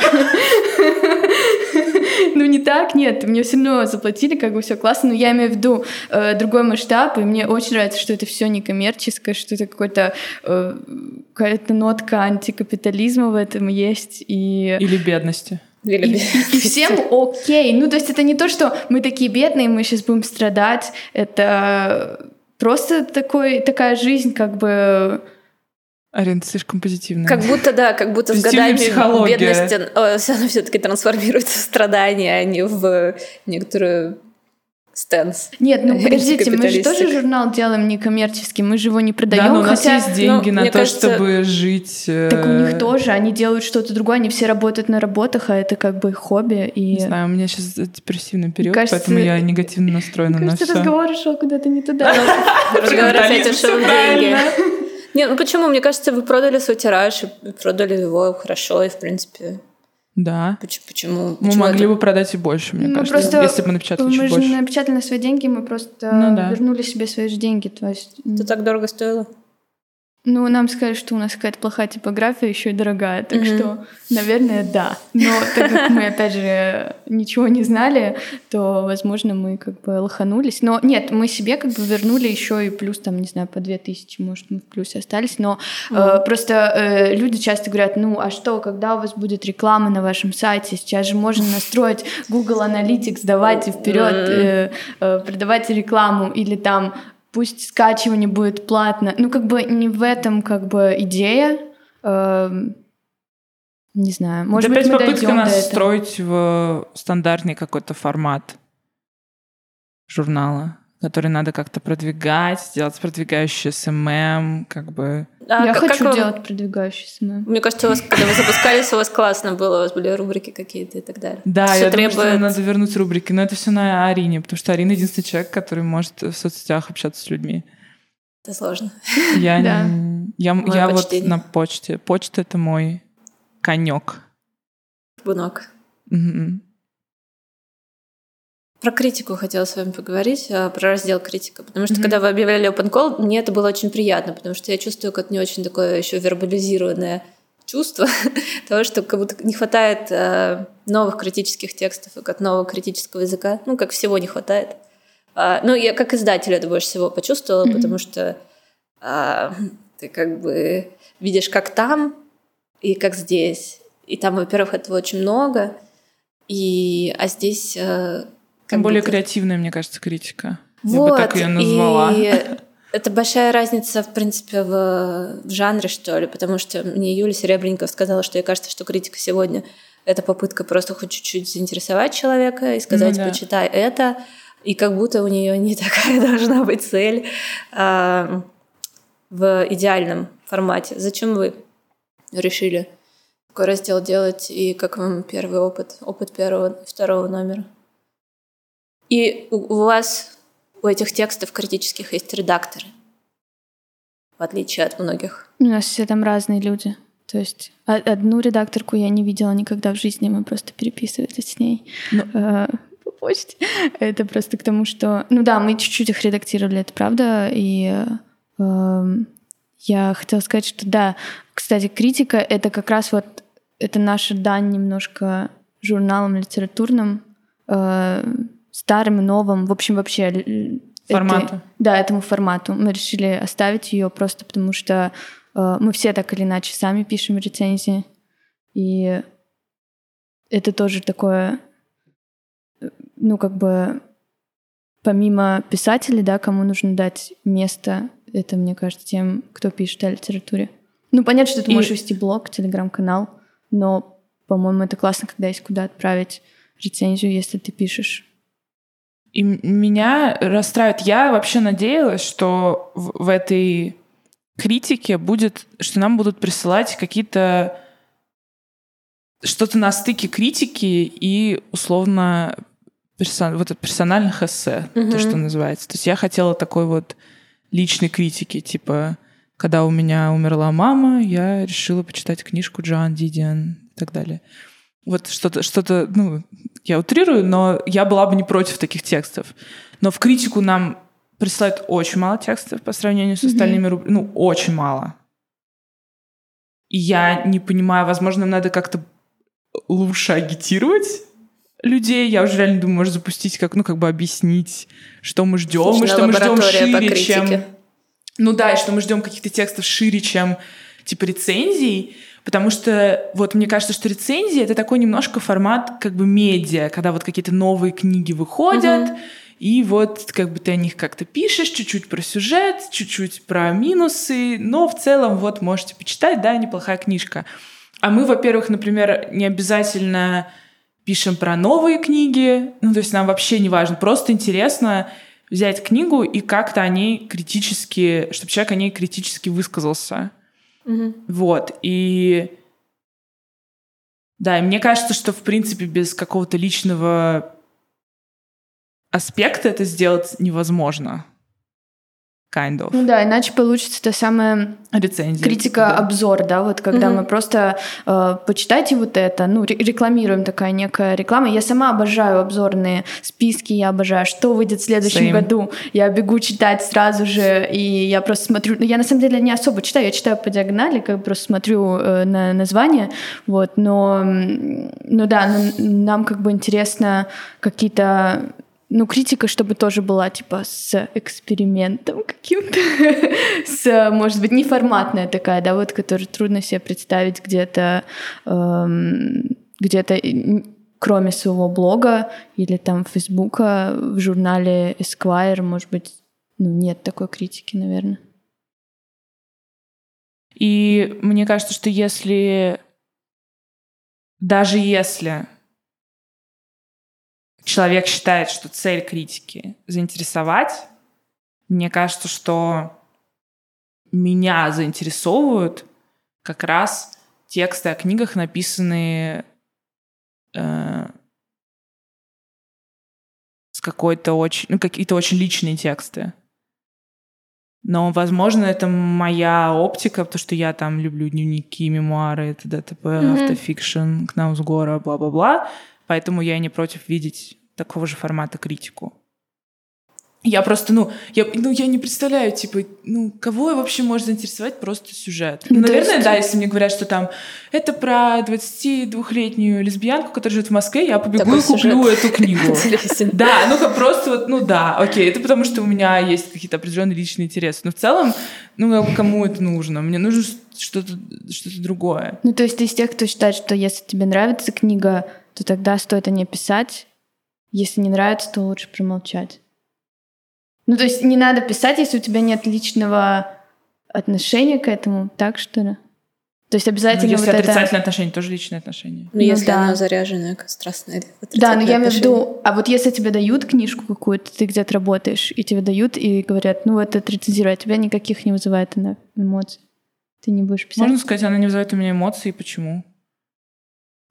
Не так, нет, мне все равно заплатили, как бы все классно, но я имею в виду другой масштаб, и мне очень нравится, что это все некоммерческое, что это какая-то нотка антикапитализма в этом есть. Или бедности. И всем окей. То есть это не то, что мы такие бедные, мы сейчас будем страдать, это просто такая жизнь, как бы... Аренда слишком позитивная. Как будто с годами бедность, она все-таки трансформируется в страдания, а не в некоторую стенс. Нет, подождите, мы же тоже журнал делаем некоммерческий, мы же его не продаем. Да, но у нас есть деньги на то, чтобы жить. Так у них тоже, они делают что-то другое, они все работают на работах, а это как бы хобби. Не знаю, у меня сейчас депрессивный период, поэтому я негативно настроена на все. Кажется, разговор шел куда-то не туда. Разговор опять ушел в деньги. Не, почему? Мне кажется, вы продали свой тираж, и продали его хорошо, и в принципе... Да. Почему? Мы могли бы продать и больше, мне кажется, если бы напечатали чуть больше. Мы же напечатали на свои деньги, мы просто вернули себе свои же деньги. То есть... Это так дорого стоило? Нам сказали, что у нас какая-то плохая типография, еще и дорогая, так что, наверное, да. Но так как мы, опять же, ничего не знали, то, возможно, мы как бы лоханулись. Но нет, мы себе как бы вернули еще и плюс, там, не знаю, по 2000, может, мы в плюсе остались. Но просто люди часто говорят, а что, когда у вас будет реклама на вашем сайте? Сейчас же можно настроить Google Analytics, давайте вперед, продавайте рекламу или там пусть скачивание будет платно. Как бы не в этом как бы идея. Не знаю. Может быть, мы попытка нас встроить в стандартный какой-то формат журнала, который надо как-то продвигать, сделать продвигающий СММ, как бы... Я хочу делать продвигающий СММ. Мне кажется, у вас, когда вы запускались, у вас классно было, у вас были рубрики какие-то и так далее. Да, я думаю, что надо вернуть рубрики, но это все на Арине, потому что Арина единственный человек, который может в соцсетях общаться с людьми. Это сложно. Я вот на почте. Почта — это мой конек. Бунок. Про критику хотела с вами поговорить, про раздел критика. Потому что когда вы объявляли open call, мне это было очень приятно, потому что я чувствую как не очень такое еще вербализированное чувство того, что как будто не хватает новых критических текстов и как нового критического языка. Как всего не хватает. Я как издатель это больше всего почувствовала, потому что ты как бы видишь, как там и как здесь. И там, во-первых, этого очень много, а здесь... Тем более креативная, мне кажется, критика. Я бы так ее назвала. И это большая разница, в принципе, в жанре, что ли, потому что мне Юля Серебренникова сказала, что ей кажется, что критика сегодня — это попытка просто хоть чуть-чуть заинтересовать человека и сказать, почитай это, и как будто у нее не такая должна быть цель в идеальном формате. Зачем вы решили какой раздел делать и как вам первый опыт первого и второго номера. И у вас, у этих текстов критических есть редакторы, в отличие от многих. У нас все там разные люди. То есть одну редакторку я не видела никогда в жизни, мы просто переписывались с ней по почте. Это просто к тому, что... Ну да, мы чуть-чуть их редактировали, это правда. И я хотела сказать, что да, кстати, критика — это как раз вот это наша дань немножко журналам литературным, старым и новым, в общем, вообще... Формату. Этому формату. Мы решили оставить ее просто потому, что мы все так или иначе сами пишем рецензии. И это тоже такое, ну, как бы, помимо писателей, да, кому нужно дать место, это, мне кажется, тем, кто пишет о литературе. Ну, понятно, что ты можешь вести блог, телеграм-канал, но, по-моему, это классно, когда есть куда отправить рецензию, если ты пишешь. И меня расстраивает. Я вообще надеялась, что в этой критике будет, что нам будут присылать какие-то что-то на стыке критики и условно персональных эссе, то, что называется. То есть я хотела такой вот личной критики, типа, когда у меня умерла мама, я решила почитать книжку Джоан Дидиан и так далее. Вот что-то, ну, я утрирую, но я была бы не против таких текстов. Но в критику нам присылают очень мало текстов по сравнению с остальными рубриками. Ну, очень мало. И я не понимаю, возможно, нам надо как-то лучше агитировать людей. Я уже реально думаю, может запустить, как бы объяснить, что мы ждем, и что мы ждем шире, чем... Ну да, и что мы ждем каких-то текстов шире, чем типа рецензий. Потому что вот мне кажется, что рецензии — это такой немножко формат как бы медиа, когда вот какие-то новые книги выходят, и вот как бы ты о них как-то пишешь, чуть-чуть про сюжет, чуть-чуть про минусы, но в целом вот можете почитать, да, неплохая книжка. А мы, во-первых, например, не обязательно пишем про новые книги, ну то есть нам вообще не важно, просто интересно взять книгу и как-то о ней критически, чтобы человек о ней критически высказался. Вот, и да, и мне кажется, что, в принципе, без какого-то личного аспекта это сделать невозможно. Kind of. Ну да, иначе получится та самая рецензия, критика-обзор, да, вот когда мы просто почитайте вот это, ну, рекламируем, такая некая реклама. Я сама обожаю обзорные списки, я обожаю, что выйдет в следующем году. Я бегу читать сразу же, и я просто смотрю... Я на самом деле не особо читаю, я читаю по диагонали, как бы просто смотрю на названия, вот, но да, нам как бы интересно какие-то... Ну, критика, чтобы тоже была, типа, с экспериментом каким-то, с, может быть, неформатная такая, да, вот, которую трудно себе представить где-то, кроме своего блога или там Фейсбука, в журнале Esquire, может быть, ну, нет такой критики, наверное. И мне кажется, что даже если человек считает, что цель критики — заинтересовать, мне кажется, что меня заинтересовывают как раз тексты о книгах, написанные с какой-то какие-то очень личные тексты. Но, возможно, это моя оптика, потому что я там люблю дневники, мемуары, т.д. т.п., автофикшн, Кнаусгора, бла-бла-бла. Поэтому я не против видеть такого же формата критику. Я просто, я не представляю, типа, кого вообще может заинтересовать просто сюжет. Наверное, да, если мне говорят, что там это про 22-летнюю лесбиянку, которая живет в Москве, я побегу и куплю эту книгу. Да, просто да, окей, это потому что у меня есть какие-то определенные личные интересы. Но в целом, кому это нужно? Мне нужно что-то другое. Ну, то есть ты из тех, кто считает, что если тебе нравится книга, то тогда стоит о ней писать. Если не нравится, то лучше промолчать. Ну, то есть не надо писать, если у тебя нет личного отношения к этому, так что ли? То есть обязательно если отрицательные отношения, тоже личные отношения. Если она заряженная, страстная. Да, но я имею в виду, а вот если тебе дают книжку какую-то, ты где-то работаешь, и тебе дают, и говорят, это рецензируй, а тебя никаких не вызывает она эмоций. Ты не будешь писать? Можно сказать, она не вызывает у меня эмоций, почему?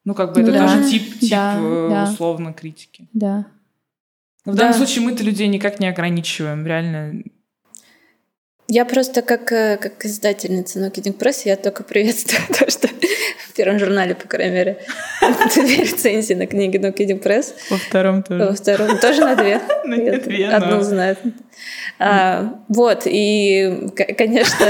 Ну, как бы это да. тоже тип Да. условно критики. Да. Но в данном случае мы-то людей никак не ограничиваем, реально. Я просто как издательница No Kidding Press, я только приветствую то, что в первом журнале, по крайней мере, 2 рецензии на книги No Kidding Press. Во втором тоже. Во втором тоже на 2. На 2, одну знает. Вот, и, конечно,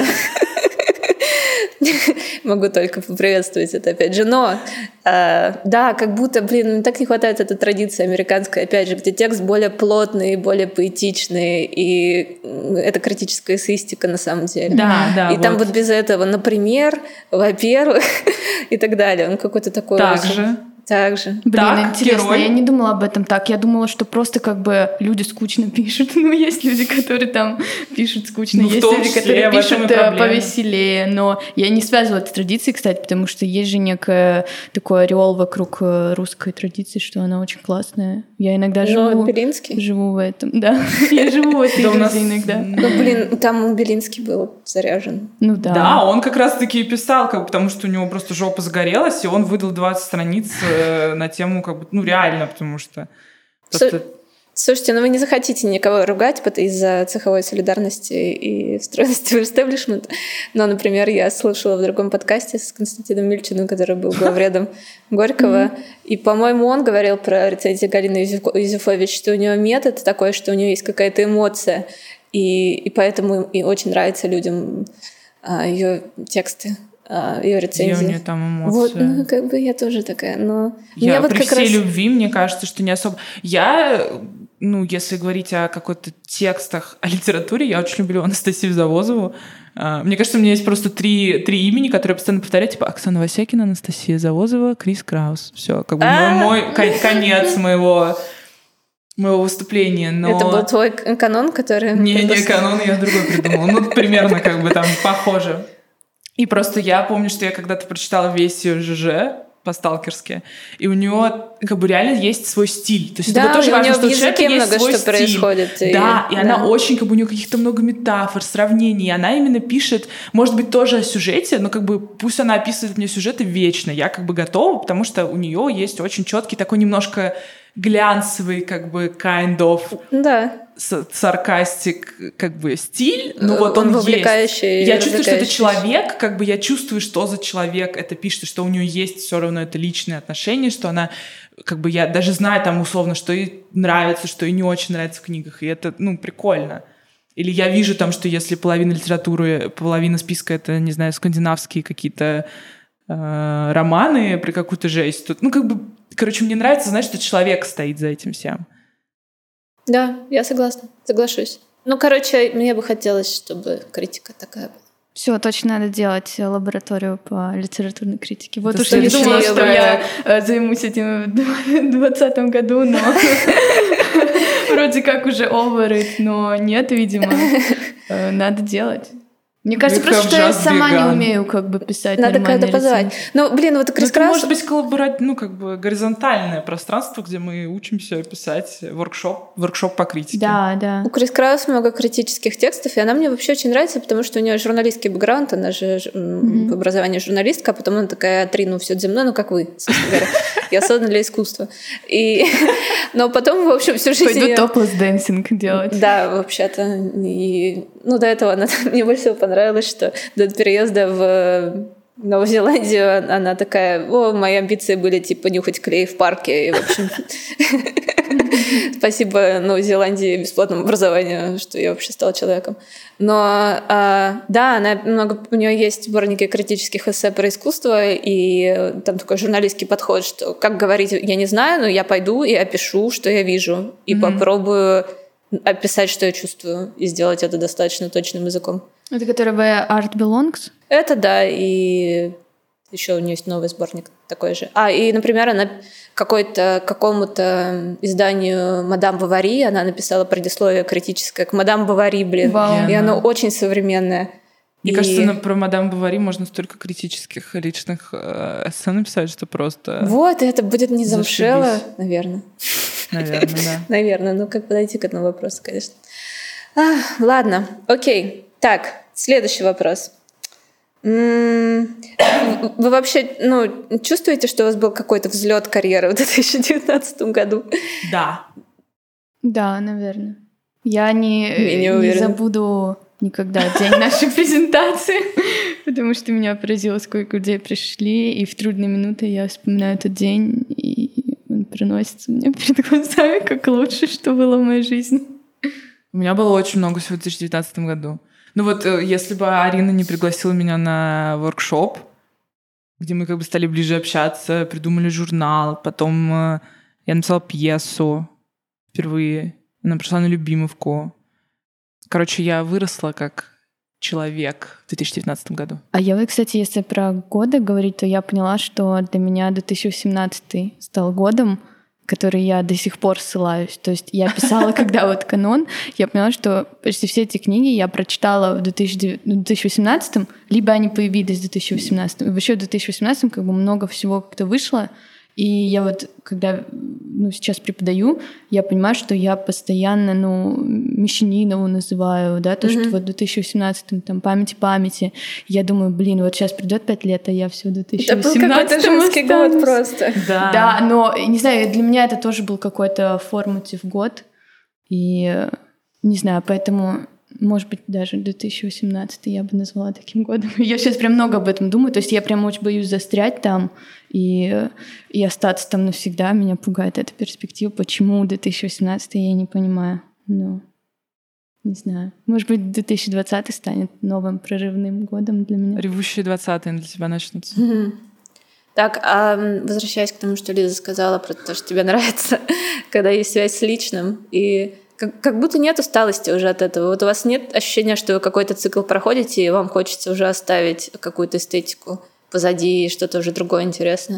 могу только поприветствовать это, опять же. Но, да, как будто, мне так не хватает этой традиции американской, опять же, где текст более плотный, более поэтичный, и это критическая эссеистика на самом деле. Да, и там вот без этого, например, во-первых, и так далее. Он какой-то такой... Также. Интересно, герой. Я не думала об этом так. Я думала, что просто как бы люди скучно пишут. Ну, есть люди, которые там пишут скучно, есть люди, которые пишут повеселее. Но я не связывала это с традицией, кстати, потому что есть же некое такой ореол вокруг русской традиции, что она очень классная. Я иногда живу в этом. Да, я живу в этой иллюзии иногда. Ну, там Белинский был заряжен. Ну да. Да, он как раз-таки и писал, потому что у него просто жопа загорелась, и он выдал 20 страниц на тему, реально, потому что... Слушайте, вы не захотите никого ругать из-за цеховой солидарности и встроенности в истеблишмент. Но, например, я слушала в другом подкасте с Константином Мильчиным, который был главредом Горького, и, по-моему, он говорил про рецензию Галины Юзефович, что у нее метод такой, что у нее есть какая-то эмоция, и поэтому и очень нравятся людям ее тексты. Ее рецензии. У нее там эмоции. Вот, я тоже такая, но... Я при всей любви, мне кажется, что не особо... если говорить о каких-то текстах, о литературе, я очень люблю Анастасию Завозову. Мне кажется, у меня есть просто три имени, которые я постоянно повторяю, типа Оксана Васякина, Анастасия Завозова, Крис Краус. Все, мой конец моего выступления. Но... Это был твой канон, который... Не канон, я другой придумала. Примерно там похоже. И просто я помню, что я когда-то прочитала весь ее ЖЖ по-сталкерски, и у нее реально есть свой стиль. То есть это тоже важно, что у человека есть свой стиль. Происходит. Да, и она очень, у нее каких-то много метафор, сравнений, и она именно пишет, может быть, тоже о сюжете, но пусть она описывает мне сюжеты вечно. Я готова, потому что у нее есть очень четкий такой немножко глянцевый, kind of саркастик, стиль. Ну вот он вовлекающий. Есть. Я чувствую, что это человек, я чувствую, что за человек это пишет, что у нее есть все равно это личные отношения, что она, я даже знаю там условно, что ей нравится, что ей не очень нравится в книгах, и это, прикольно. Или я вижу там, что если половина литературы, половина списка это, не знаю, скандинавские какие-то романы про какую-то жесть, то, мне нравится знать, что человек стоит за этим всем. Да, я соглашусь. Мне бы хотелось, чтобы критика такая была. Все, точно надо делать лабораторию по литературной критике. Вот уж я не думала, что я займусь этим в 2020 году, но вроде как уже over it, но нет, видимо, надо делать. Мне кажется, просто что я сама не умею писать надо нормальные кого-то позвать. Крис Краус... может быть, горизонтальное пространство, где мы учимся писать воркшоп по критике. Да. У Крис Краус много критических текстов, и она мне вообще очень нравится, потому что у нее журналистский бэкграунд, она же по образованию журналистка, а потом она такая все земное, как вы, собственно говоря. Я создана для искусства. Но потом, в общем, всю жизнь... Пойду топлесс-дэнсинг делать. Да, вообще-то. До этого она мне больше всего понравилось, что до переезда в Новую Зеландию она такая: мои амбиции были нюхать клей в парке. И, в общем, спасибо Новой Зеландии, бесплатному образованию, что я вообще стала человеком. Но да, у нее есть сборники критических эссе про искусство, и там такой журналистский подход, что как говорить я не знаю, но я пойду и опишу, что я вижу, и попробую описать, что я чувствую, и сделать это достаточно точным языком. Это который Where Art Belongs? Это да, и еще у нее есть новый сборник такой же. И, например, она какому-то изданию «Мадам Бовари» она написала предисловие критическое к «Мадам Бовари», Вау. И оно очень современное. Мне кажется, про «Мадам Бовари» можно столько критических личных эссе написать, что просто... Вот, и это будет не замшело, наверное. Наверное, да. Наверное, как подойти к этому вопросу, конечно. Ладно, окей. Так, следующий вопрос. Вы вообще, чувствуете, что у вас был какой-то взлет карьеры в 2019 году? Да. Да, наверное. Я не забуду никогда день нашей презентации, потому что меня поразило, сколько людей пришли, и в трудные минуты я вспоминаю этот день, и он проносится у меня перед глазами как лучшее, что было в моей жизни. У меня было очень много всего в 2019 году. Если бы Арина не пригласила меня на воркшоп, где мы стали ближе общаться, придумали журнал, потом я написала пьесу впервые, она пришла на Любимовку. Короче, я выросла как человек в 2019 году. А я, кстати, если про годы говорить, то я поняла, что для меня 2018 стал годом, который я до сих пор ссылаюсь. То есть я писала, когда канон, я поняла, что почти все эти книги я прочитала в 2018, либо они появились в 2018. И вообще в 2018 много всего как-то вышло. И я когда сейчас преподаю, я понимаю, что я постоянно, Мещанинову называю, да, то, что в 2018-м там памяти. Я думаю, сейчас придет 5 лет, а я все в 2018-м. Это был какой-то женский год просто. Да, но, не знаю, для меня это тоже был какой-то форматив год. И, не знаю, поэтому... Может быть, даже 2018 я бы назвала таким годом. Я сейчас прям много об этом думаю. То есть я прям очень боюсь застрять там и остаться там навсегда. Меня пугает эта перспектива. Почему 2018 я не понимаю. Не знаю. Может быть, 2020 станет новым прорывным годом для меня. Ревущие 20-е для тебя начнутся. Так, а возвращаясь к тому, что Лиза сказала про то, что тебе нравится, когда есть связь с личным, и как будто нет усталости уже от этого. У вас нет ощущения, что вы какой-то цикл проходите, и вам хочется уже оставить какую-то эстетику позади и что-то уже другое интересное?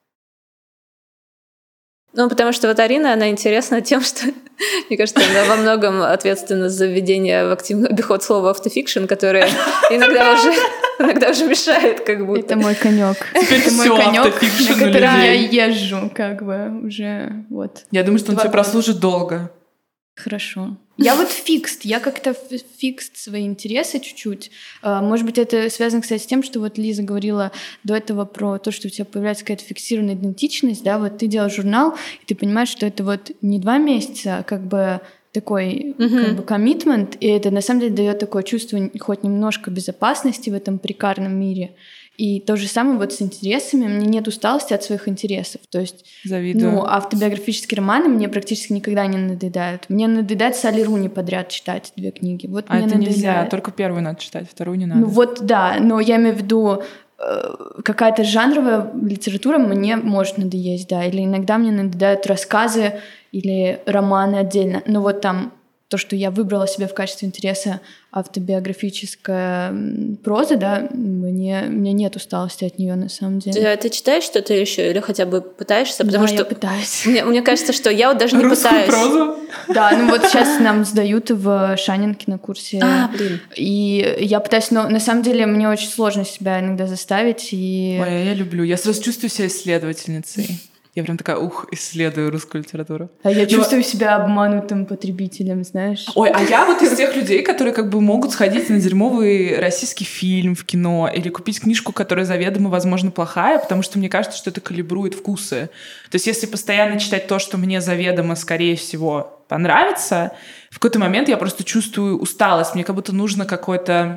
Потому что Арина, она интересна тем, что, мне кажется, она во многом ответственна за введение в активный обиход слова автофикшн, которое иногда уже мешает как будто. Это мой конек. Это мой конек, на который я езжу уже Я думаю, что он тебя прослужит долго. Хорошо. Я фикст. Я как-то фикст свои интересы чуть-чуть. Может быть, это связано, кстати, с тем, что Лиза говорила до этого про то, что у тебя появляется какая-то фиксированная идентичность, да, ты делаешь журнал, и ты понимаешь, что это не 2 месяца, а такой коммитмент, и это на самом деле дает такое чувство хоть немножко безопасности в этом прикарном мире. И то же самое с интересами. Мне нет усталости от своих интересов. То есть, завидую. Автобиографические романы мне практически никогда не надоедают. Мне надоедает Салли Руни подряд читать 2 книги. Мне это надоедает. Нельзя, только первую надо читать, вторую не надо. Да, но я имею в виду, какая-то жанровая литература мне может надоесть, да, или иногда мне надоедают рассказы или романы отдельно. Но там то, что я выбрала себе в качестве интереса автобиографическая проза, да, у меня нет усталости от нее на самом деле. Ты читаешь что-то еще или хотя бы пытаешься? Потому что я пытаюсь. Мне кажется, что я даже не Русскую пытаюсь. Прозу? Да, сейчас нам сдают в Шанинке на курсе. И я пытаюсь, но на самом деле мне очень сложно себя иногда заставить. Ой, я люблю. Я сразу чувствую себя исследовательницей. Я прям такая, исследую русскую литературу. А я чувствую себя обманутым потребителем, знаешь. Ой, а я из тех людей, которые могут сходить на дерьмовый российский фильм в кино или купить книжку, которая заведомо, возможно, плохая, потому что мне кажется, что это калибрует вкусы. То есть если постоянно читать то, что мне заведомо, скорее всего, понравится, в какой-то момент я просто чувствую усталость. Мне как будто нужно какое-то...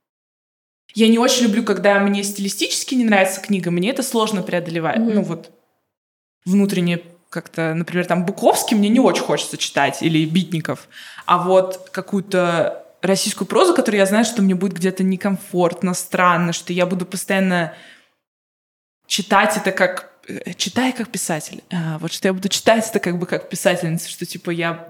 Я не очень люблю, когда мне стилистически не нравится книга, мне это сложно преодолевать. Внутренне как-то, например, Буковский мне не очень хочется читать, или Битников, а какую-то российскую прозу, которую я знаю, что мне будет где-то некомфортно, странно, что я буду постоянно читать это читая как писатель. Что я буду читать это как писательница, что я,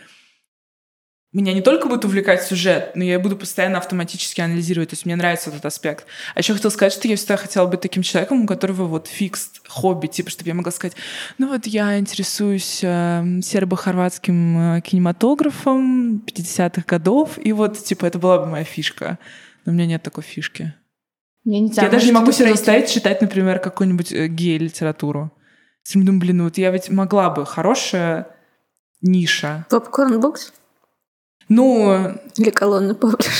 меня не только будет увлекать сюжет, но я буду постоянно автоматически анализировать. То есть мне нравится этот аспект. А еще хотела сказать, что я всегда хотела быть таким человеком, у которого фикс хобби, чтобы я могла сказать, я интересуюсь сербо-хорватским кинематографом 50-х годов, и это была бы моя фишка. Но у меня нет такой фишки. Я даже не могу себе заставить читать, например, какую-нибудь гей-литературу. Я думаю, я ведь могла бы. Хорошая ниша. Попкорн-букс? Или колонна паблишинг.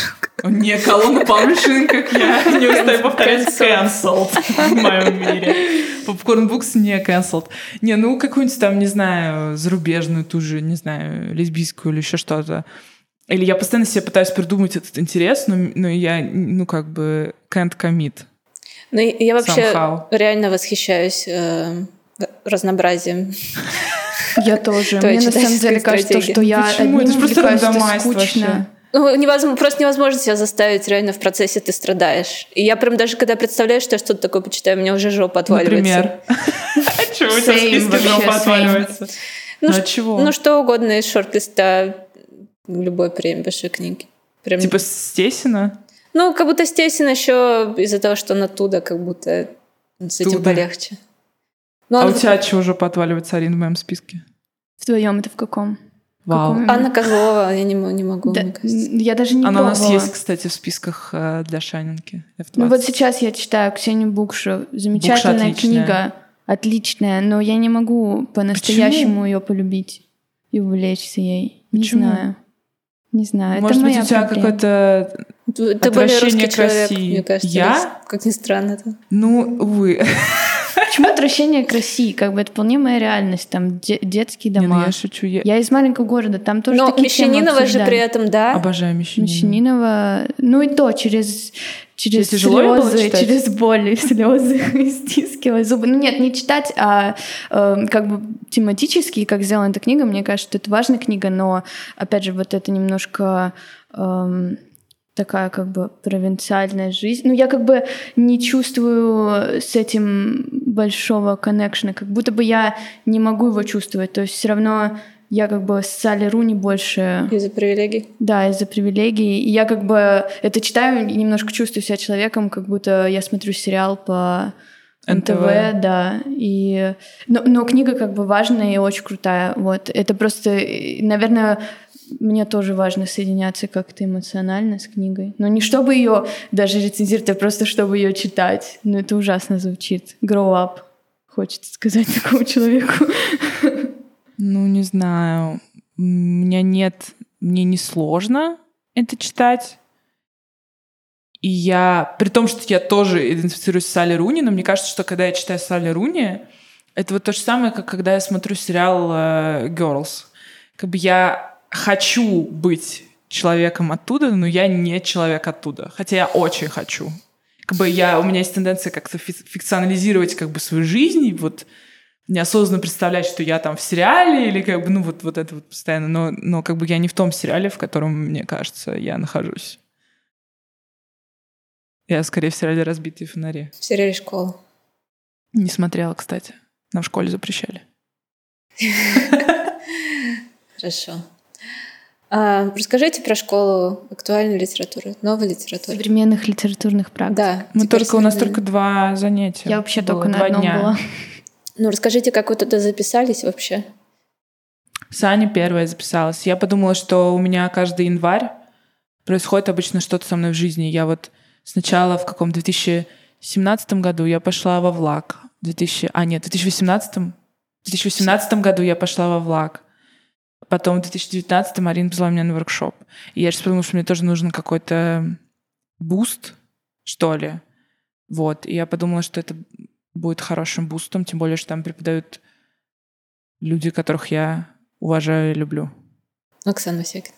Не, колонна Publishing, как я не устаю повторять, cancelled в моем мире. Popcorn Books не cancelled. Не, ну какую-нибудь там, не знаю, зарубежную, ту же, не знаю, лесбийскую или еще что-то. Или я постоянно себе пытаюсь придумать этот интерес, но я, как бы can't commit. Ну, я вообще somehow. Реально восхищаюсь разнообразием. Я тоже. Мне на самом деле кажется, что я одним увлекаюсь, это скучно. Ну, просто невозможно себя заставить, реально в процессе ты страдаешь. И я прям даже когда представляю, что я что-то такое почитаю, у меня уже жопа отваливается. Например? Чего у тебя в списке жопа отваливается? Ну, что угодно из шорт-листа любой премии большой книги. Типа Стесина? Ну, как будто Стесин еще из-за того, что он оттуда, как будто с этим полегче. А у тебя чего жопа отваливается, Арин, в моем списке? В твоем это в каком? Вау. Анна Козлова, я не могу, да, мне кажется. Я даже не Она пробовала. у нас есть, кстати, в списках для Шанинки. Ну вот сейчас я читаю Ксению Букшу. Замечательная книга, отличная, но я не могу по-настоящему ее полюбить и увлечься ей. Почему? Не знаю. Может это быть, моя у тебя проблема. какое-то Ты более русский человек, России. мне кажется. Я? Как ни странно это. Ну, увы. Почему отвращение к России? Как бы это вполне моя реальность. Там детские дома. Не, ну я шучу. Я из маленького города, там тоже но такие темы Мещанинова же обсуждали. при этом, да? Обожаю Мещанинова. Мещанинова, ну и то, через слезы, через боль, слезы, стискивая зубы. Ну нет, не читать, а как бы тематически, как сделана эта книга, мне кажется, что это важная книга, но, опять же, вот это немножко такая как бы провинциальная жизнь. Ну я как бы не чувствую с этим большого коннекшена, как будто бы я не могу его чувствовать, то есть все равно я как бы с Салли Руни больше... Из-за привилегий? Да, из-за привилегий. И я как бы это читаю и немножко чувствую себя человеком, как будто я смотрю сериал по НТВ, да. И... Но книга как бы важная и очень крутая. Вот. Это просто, наверное, мне тоже важно соединяться как-то эмоционально с книгой. Но не чтобы ее даже рецензировать, а просто чтобы ее читать. Ну, это ужасно звучит. Grow up, хочется сказать такому человеку. Ну, не знаю. Мне не сложно это читать. И при том, что я тоже идентифицируюсь с Салли Руни, но мне кажется, что когда я читаю Салли Руни, это вот то же самое, как когда я смотрю сериал Girls. Как бы я хочу быть человеком оттуда, но я не человек оттуда. Хотя я очень хочу. Как бы у меня есть тенденция как-то фикционализировать как бы свою жизнь, и вот неосознанно представлять, что я там в сериале, или как бы, ну, вот это вот постоянно. Но как бы я не в том сериале, в котором, мне кажется, я нахожусь. Я скорее в сериале «Разбитые фонари». В сериале «Школа». Не смотрела, кстати. Нам в школе запрещали. Хорошо. Расскажите про школу актуальной литературы, новой литературы. Современных литературных практик. Да. У нас только 2 занятия. Я вообще только на одном была. Ну, расскажите, как вы туда записались вообще? Саня первая записалась. Я подумала, что у меня каждый январь происходит обычно что-то со мной в жизни. Я вот сначала в 2017 году я пошла во ВЛАГ. В 2018 году я пошла во ВЛАГ. Потом в 2019 Марина позвала меня на воркшоп. И я сейчас подумала, что мне тоже нужен какой-то буст, что ли. Вот. И я подумала, что это будет хорошим бустом, тем более, что там преподают люди, которых я уважаю и люблю. Оксана Васякина.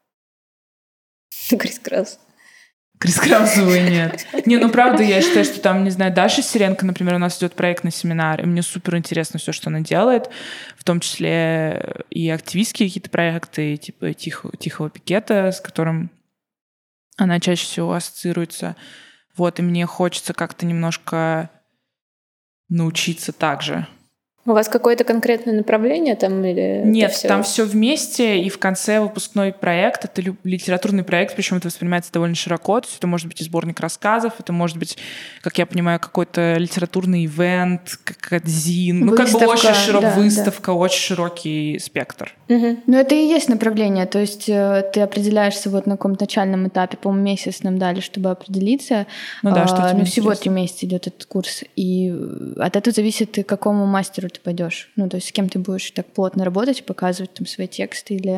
Крис Краус. Крис Краусовой нет. Не, ну правда, я считаю, что там, не знаю, Даша Сиренко, например, у нас идет проектный семинар, и мне супер интересно все, что она делает, в том числе и активистские какие-то проекты, типа Тихого пикета, с которым она чаще всего ассоциируется. Вот, и мне хочется как-то немножко научиться так же. У вас какое-то конкретное направление там или? Нет, там все вместе, и в конце выпускной проект, это литературный проект, причем это воспринимается довольно широко, то есть это может быть и сборник рассказов, это может быть, как я понимаю, какой-то литературный ивент, как дзин, ну как бы очень широкая выставка, очень широкий спектр. Ну это и есть направление, то есть ты определяешься вот на каком-то начальном этапе, по-моему, месяц нам дали, чтобы определиться. Ну да, что тебе всего 3 месяца идет этот курс, и от этого зависит, к какому мастеру ты пойдешь. Ну, то есть с кем ты будешь так плотно работать, показывать там свои тексты или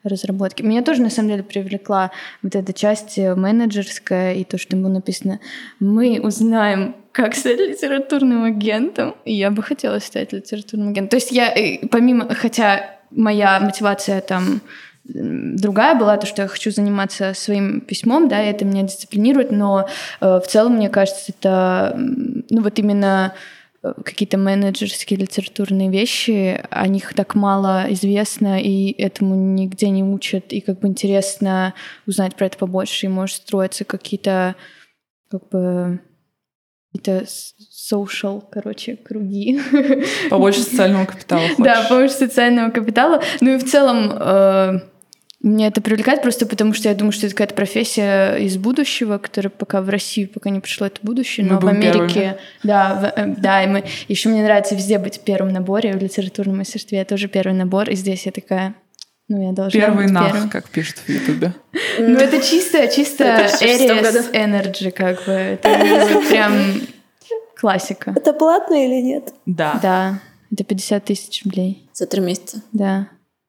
разработки. Меня тоже, на самом деле, привлекла вот эта часть менеджерская и то, что было написано. Мы узнаем, как стать литературным агентом. И я бы хотела стать литературным агентом. То есть я, помимо... Хотя моя мотивация там другая была, то, что я хочу заниматься своим письмом, да, и это меня дисциплинирует, но в целом, мне кажется, это, ну, вот именно какие-то менеджерские литературные вещи, о них так мало известно, и этому нигде не учат, и как бы интересно узнать про это побольше, и может строиться какие-то, как бы, какие-то social, короче, круги. Побольше социального капитала хочешь? Да, побольше социального капитала. Ну и в целом меня это привлекает просто потому, что я думаю, что это какая-то профессия из будущего, которая пока в России пока не пришло это будущее, но в Америке... Да, и мы... Еще мне нравится везде быть в первом наборе, в литературном мастерстве я тоже первый набор, и здесь я такая... Ну, я должна первый быть нах, первым. как пишут в Ютубе. Ну, это чисто Aries Energy, как бы. Это прям классика. Это платно или нет? Да. Да, это 50 000 рублей. За 3 месяца. Да.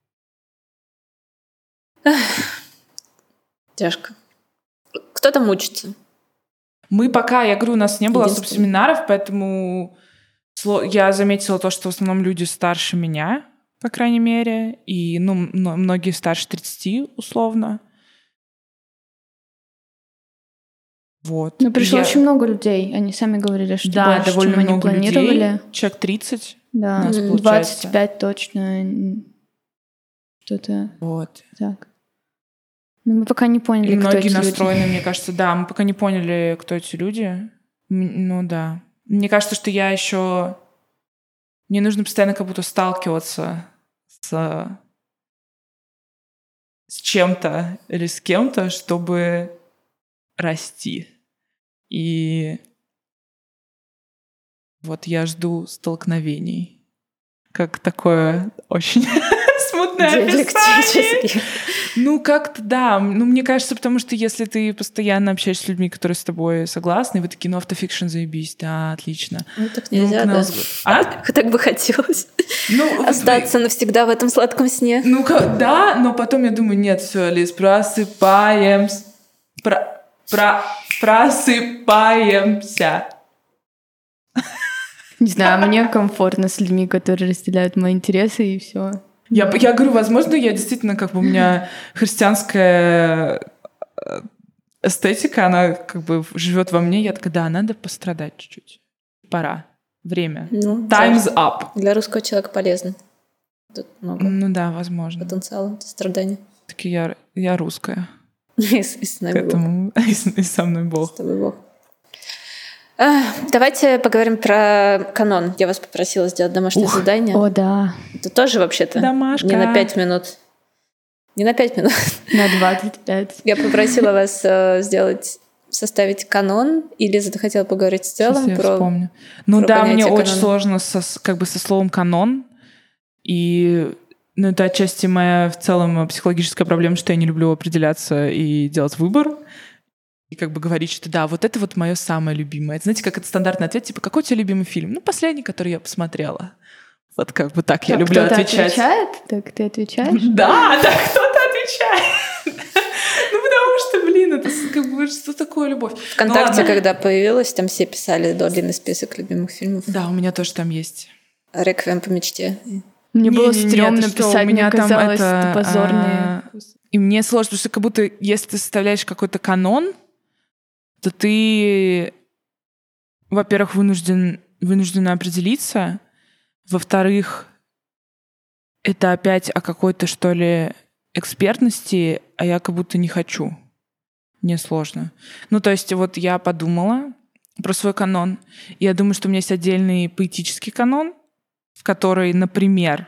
Тяжко. Кто там учится? Мы пока, я говорю, у нас не было особо семинаров, поэтому я заметила то, что в основном люди старше меня, по крайней мере, и многие старше 30 условно. Вот. Ну, пришло очень много людей. Они сами говорили, что да, больше, довольно чем они много планировали. Людей. Человек 30 да. у нас получается. 25 точно. Что-то вот. Так. Но мы пока не поняли, и кто эти люди. многие настроены, мне кажется, да, мы пока не поняли, кто эти люди. Ну да. Мне кажется, что я еще... Мне нужно постоянно как будто сталкиваться с чем-то или с кем-то, чтобы расти. И вот я жду столкновений. Как такое очень смутное описание. Ну, как-то да. Ну, мне кажется, потому что если ты постоянно общаешься с людьми, которые с тобой согласны, и вы такие, ну, автофикшн заебись, да, отлично. Ну, так нельзя, да? Так бы хотелось остаться навсегда в этом сладком сне. Ну, да, но потом я думаю, нет, все, Лиз, просыпаемся. Просыпаемся. Не знаю, мне комфортно с людьми, которые разделяют мои интересы, и все. Я говорю, возможно, я действительно, как бы у меня христианская эстетика, она как бы живет во мне. Я такая, да, надо пострадать чуть-чуть. Пора. Время. Ну, Time's up. Для русского человека полезно. Тут много. Ну да, возможно. Потенциала, страдания. Таки я русская. И с нами Бог. И со мной Бог. С тобой Бог. Давайте поговорим про канон. Я вас попросила сделать домашнее задание. О, да. Это тоже вообще-то домашка. Не на 5 минут. Не на 5 минут. На 25. Я попросила вас составить канон, или захотела поговорить в целом Сейчас я вспомню. Ну да, мне очень сложно со словом канон. И это отчасти моя в целом психологическая проблема, что я не люблю определяться и делать выбор. И как бы говорить, что да, вот это вот мое самое любимое. Это, знаете, как это стандартный ответ, типа, какой у тебя любимый фильм? Ну, последний, который я посмотрела. Вот как бы так я люблю отвечать. Отвечает? Так ты отвечаешь? Да, кто-то отвечает. Ну, потому что, блин, это как бы, что такое любовь? ВКонтакте, когда появилась, там все писали длинный список любимых фильмов. Да, у меня тоже там есть. «Реквием по мечте». Мне было стрёмно писать, мне казалось, это позорные. И мне сложно, потому что как будто, если ты составляешь какой-то канон, то ты, во-первых, вынуждена определиться, во-вторых, это опять о какой-то, что ли, экспертности, а я как будто не хочу. Мне сложно. Ну, то есть вот я подумала про свой канон, и я думаю, что у меня есть отдельный поэтический канон, в который, например,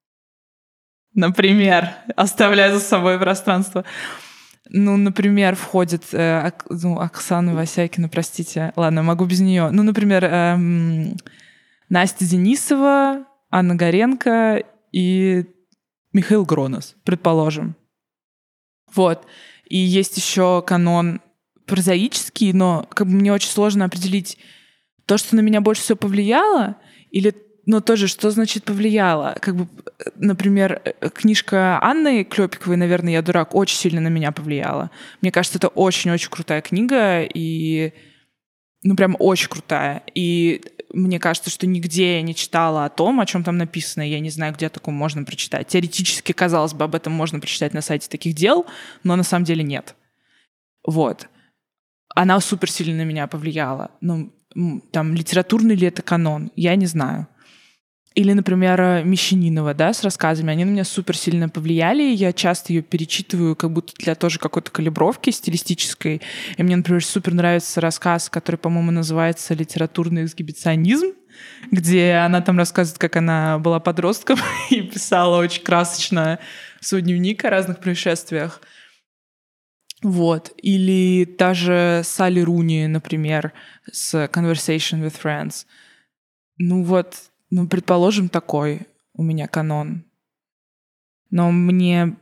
оставляя за собой пространство, ну, например, входит Оксана Васякина, простите, ладно, могу без нее. Ну, например, Настя Денисова, Анна Горенко и Михаил Гронос, предположим. Вот. И есть еще канон прозаический, но как бы мне очень сложно определить то, что на меня больше всего повлияло, или, но тоже, что значит повлияло? Как бы например, книжка Анны Клёпиковой «Наверное, я дурак» очень сильно на меня повлияла. Мне кажется, это очень-очень крутая книга, и прям очень крутая. И мне кажется, что нигде я не читала о том, о чем там написано. Я не знаю, где такое можно прочитать. Теоретически, казалось бы, об этом можно прочитать на сайте таких дел, но на самом деле нет. Вот. Она супер сильно на меня повлияла. Там, литературный ли это канон? Я не знаю. Или, например, Мещанинова, да, с рассказами. Они на меня супер сильно повлияли. Я часто ее перечитываю как будто для тоже какой-то калибровки стилистической. И мне, например, супер нравится рассказ, который, по-моему, называется «Литературный эксгибиционизм», где она там рассказывает, как она была подростком и писала очень красочно свой дневник о разных происшествиях. Вот. Или та же Салли Руни, например, с «Conversation with Friends». Предположим, такой у меня канон. Но мне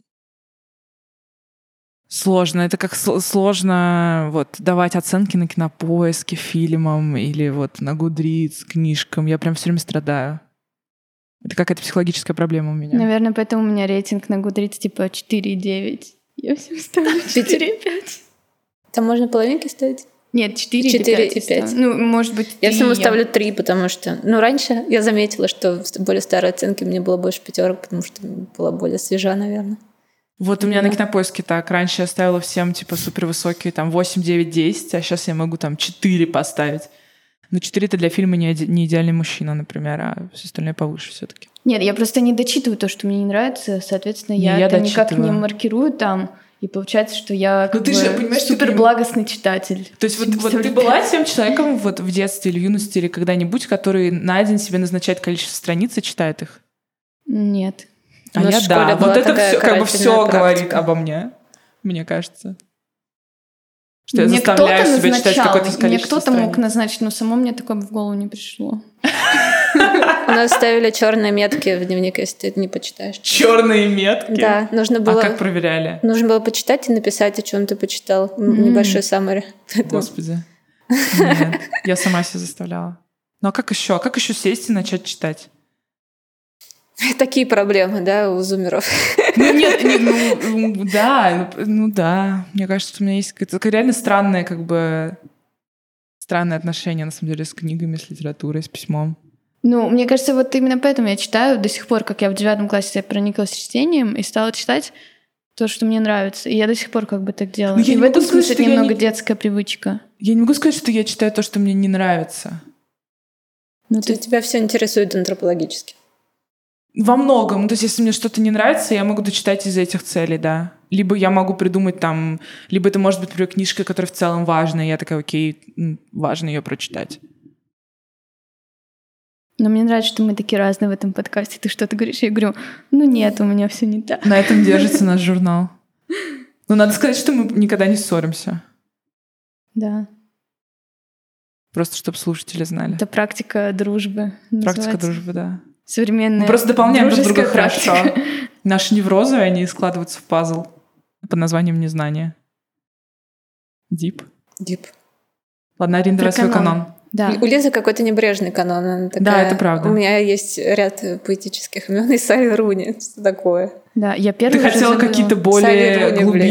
сложно. Это как сложно давать оценки на Кинопоиске фильмам или на Goodreads книжкам. Я прям все время страдаю. Это какая-то психологическая проблема у меня. Наверное, поэтому у меня рейтинг на Goodreads типа 4,9. Я всем ставлю 4,5. Там можно половинки ставить? Нет, 4,5. Может быть, 3. Я всему ставлю 3, потому что... раньше я заметила, что в более старой оценке мне было больше 5, потому что была более свежа, наверное. У меня на Кинопоиске так. Раньше я ставила всем супер высокие, 8, 9, 10, а сейчас я могу 4 поставить. Но 4 — это для фильма не идеальный мужчина, например, а все остальное повыше все-таки. Нет, я просто не дочитываю то, что мне не нравится, соответственно, я это никак не маркирую там. И получается, что я суперблагостный читатель. То есть ты была тем человеком в детстве или в юности или когда-нибудь, который на день себе назначает количество страниц и читает их? Нет. А я да. Это все говорит обо мне кажется. Что я заставляю себя читать какое-то количество Мне кто-то мог назначить, но само мне такое в голову не пришло. У нас ставили черные метки в дневник, если ты не почитаешь. Черные метки? Да, нужно было... А как проверяли? Нужно было почитать и написать, о чем ты почитал. Небольшой summary. Господи. Нет, я сама себя заставляла. А как еще? Как еще сесть и начать читать? Такие проблемы, да, у зумеров. Да. Мне кажется, у меня есть какое-то реально странное отношение, на самом деле, с книгами, с литературой, с письмом. Мне кажется, именно поэтому я читаю до сих пор, как я в 9 классе прониклась чтением и стала читать то, что мне нравится. И я до сих пор так делаю. И в этом смысле это немного детская привычка. Я не могу сказать, что я читаю то, что мне не нравится. Тебя все интересует антропологически. Во многом. То есть, если мне что-то не нравится, я могу дочитать из этих целей, да. Либо я могу придумать либо это может быть, например, книжка, которая в целом важная, и я такая, окей, важно ее прочитать. Но мне нравится, что мы такие разные в этом подкасте. Ты что-то говоришь, я говорю, нет, у меня все не так. На этом держится наш журнал. Надо сказать, что мы никогда не ссоримся. Да. Просто чтобы слушатели знали. Это практика дружбы. Практика дружбы, да. Современная. Мы просто дополняем друг друга хорошо. Наши неврозы, они складываются в пазл под названием «Незнание». Дип. Ладно, Арина, давай свой канон. Да. У Лизы какой-то небрежный канон. Она такая, да, это правда. У меня есть ряд поэтических имен и Салли Руни. Что такое? Да, я первый. Ты хотела какие-то более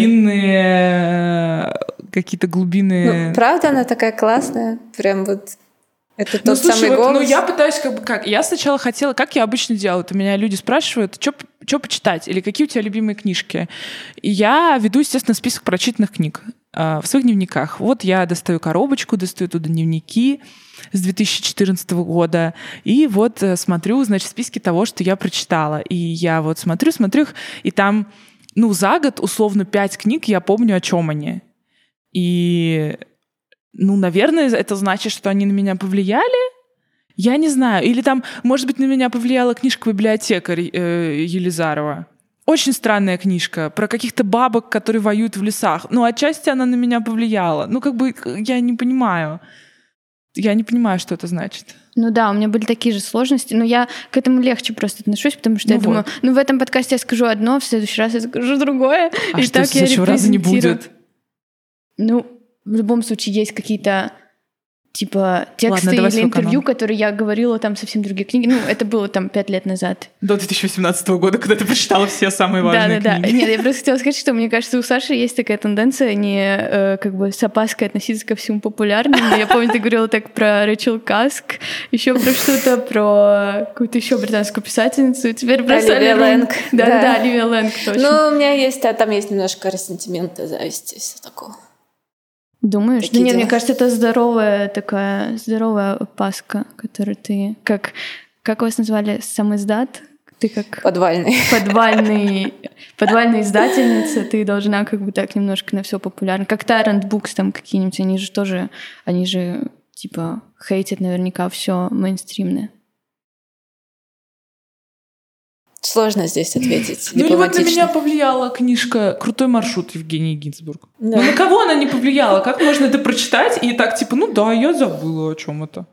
глубинные... правда, она такая классная. Прям это тот самый голос. Я пытаюсь Я сначала хотела, как я обычно делаю. У меня люди спрашивают, что почитать или какие у тебя любимые книжки. И я веду, естественно, список прочитанных книг в своих дневниках. Я достаю коробочку, достаю туда дневники с 2014 года и смотрю, списки того, что я прочитала. И я смотрю их, и там, за год условно 5 книг я помню, о чем они. И... наверное, это значит, что они на меня повлияли. Я не знаю. Или может быть, на меня повлияла книжка «Библиотекарь» Елизарова. Очень странная книжка про каких-то бабок, которые воюют в лесах. Отчасти она на меня повлияла. Я не понимаю. Я не понимаю, что это значит. Да, у меня были такие же сложности, но я к этому легче просто отношусь, потому что я думаю, в этом подкасте я скажу одно, в следующий раз я скажу другое. А и что, так в следующего раза не будет? В любом случае есть какие-то типа тексты Ладно, или интервью, канал. которые я говорила там совсем другие книги. Ну, это было там 5 лет назад. До 2018 года, когда ты прочитала все самые важные книги. Да. Нет, я просто хотела сказать, что мне кажется, у Саши есть такая тенденция не как бы с опаской относиться ко всему популярному. Я помню, ты говорила так про Рэйчел Каск, еще про что-то, про какую-то еще британскую писательницу, теперь про Оливия Лэнг. Да, Оливия Лэнг, точно. Ну, у меня есть, там есть немножко ресентимента, зависти, все такого. Думаешь? Такие Да нет, дела. мне кажется, это здоровая опаска, которую ты... Как вас назвали? Самоиздат? Ты как Подвальный. подвальная издательница, ты должна как бы так немножко на все популярно. Как Tyrant Books там какие-нибудь, они же типа хейтят наверняка все мейнстримное. Сложно здесь ответить Ну или вот на дипломатично. меня повлияла книжка «Крутой маршрут» Евгении Гинзбург. Да. Ну на кого она не повлияла? Как можно это прочитать и так типа, ну да, я забыла о чем это.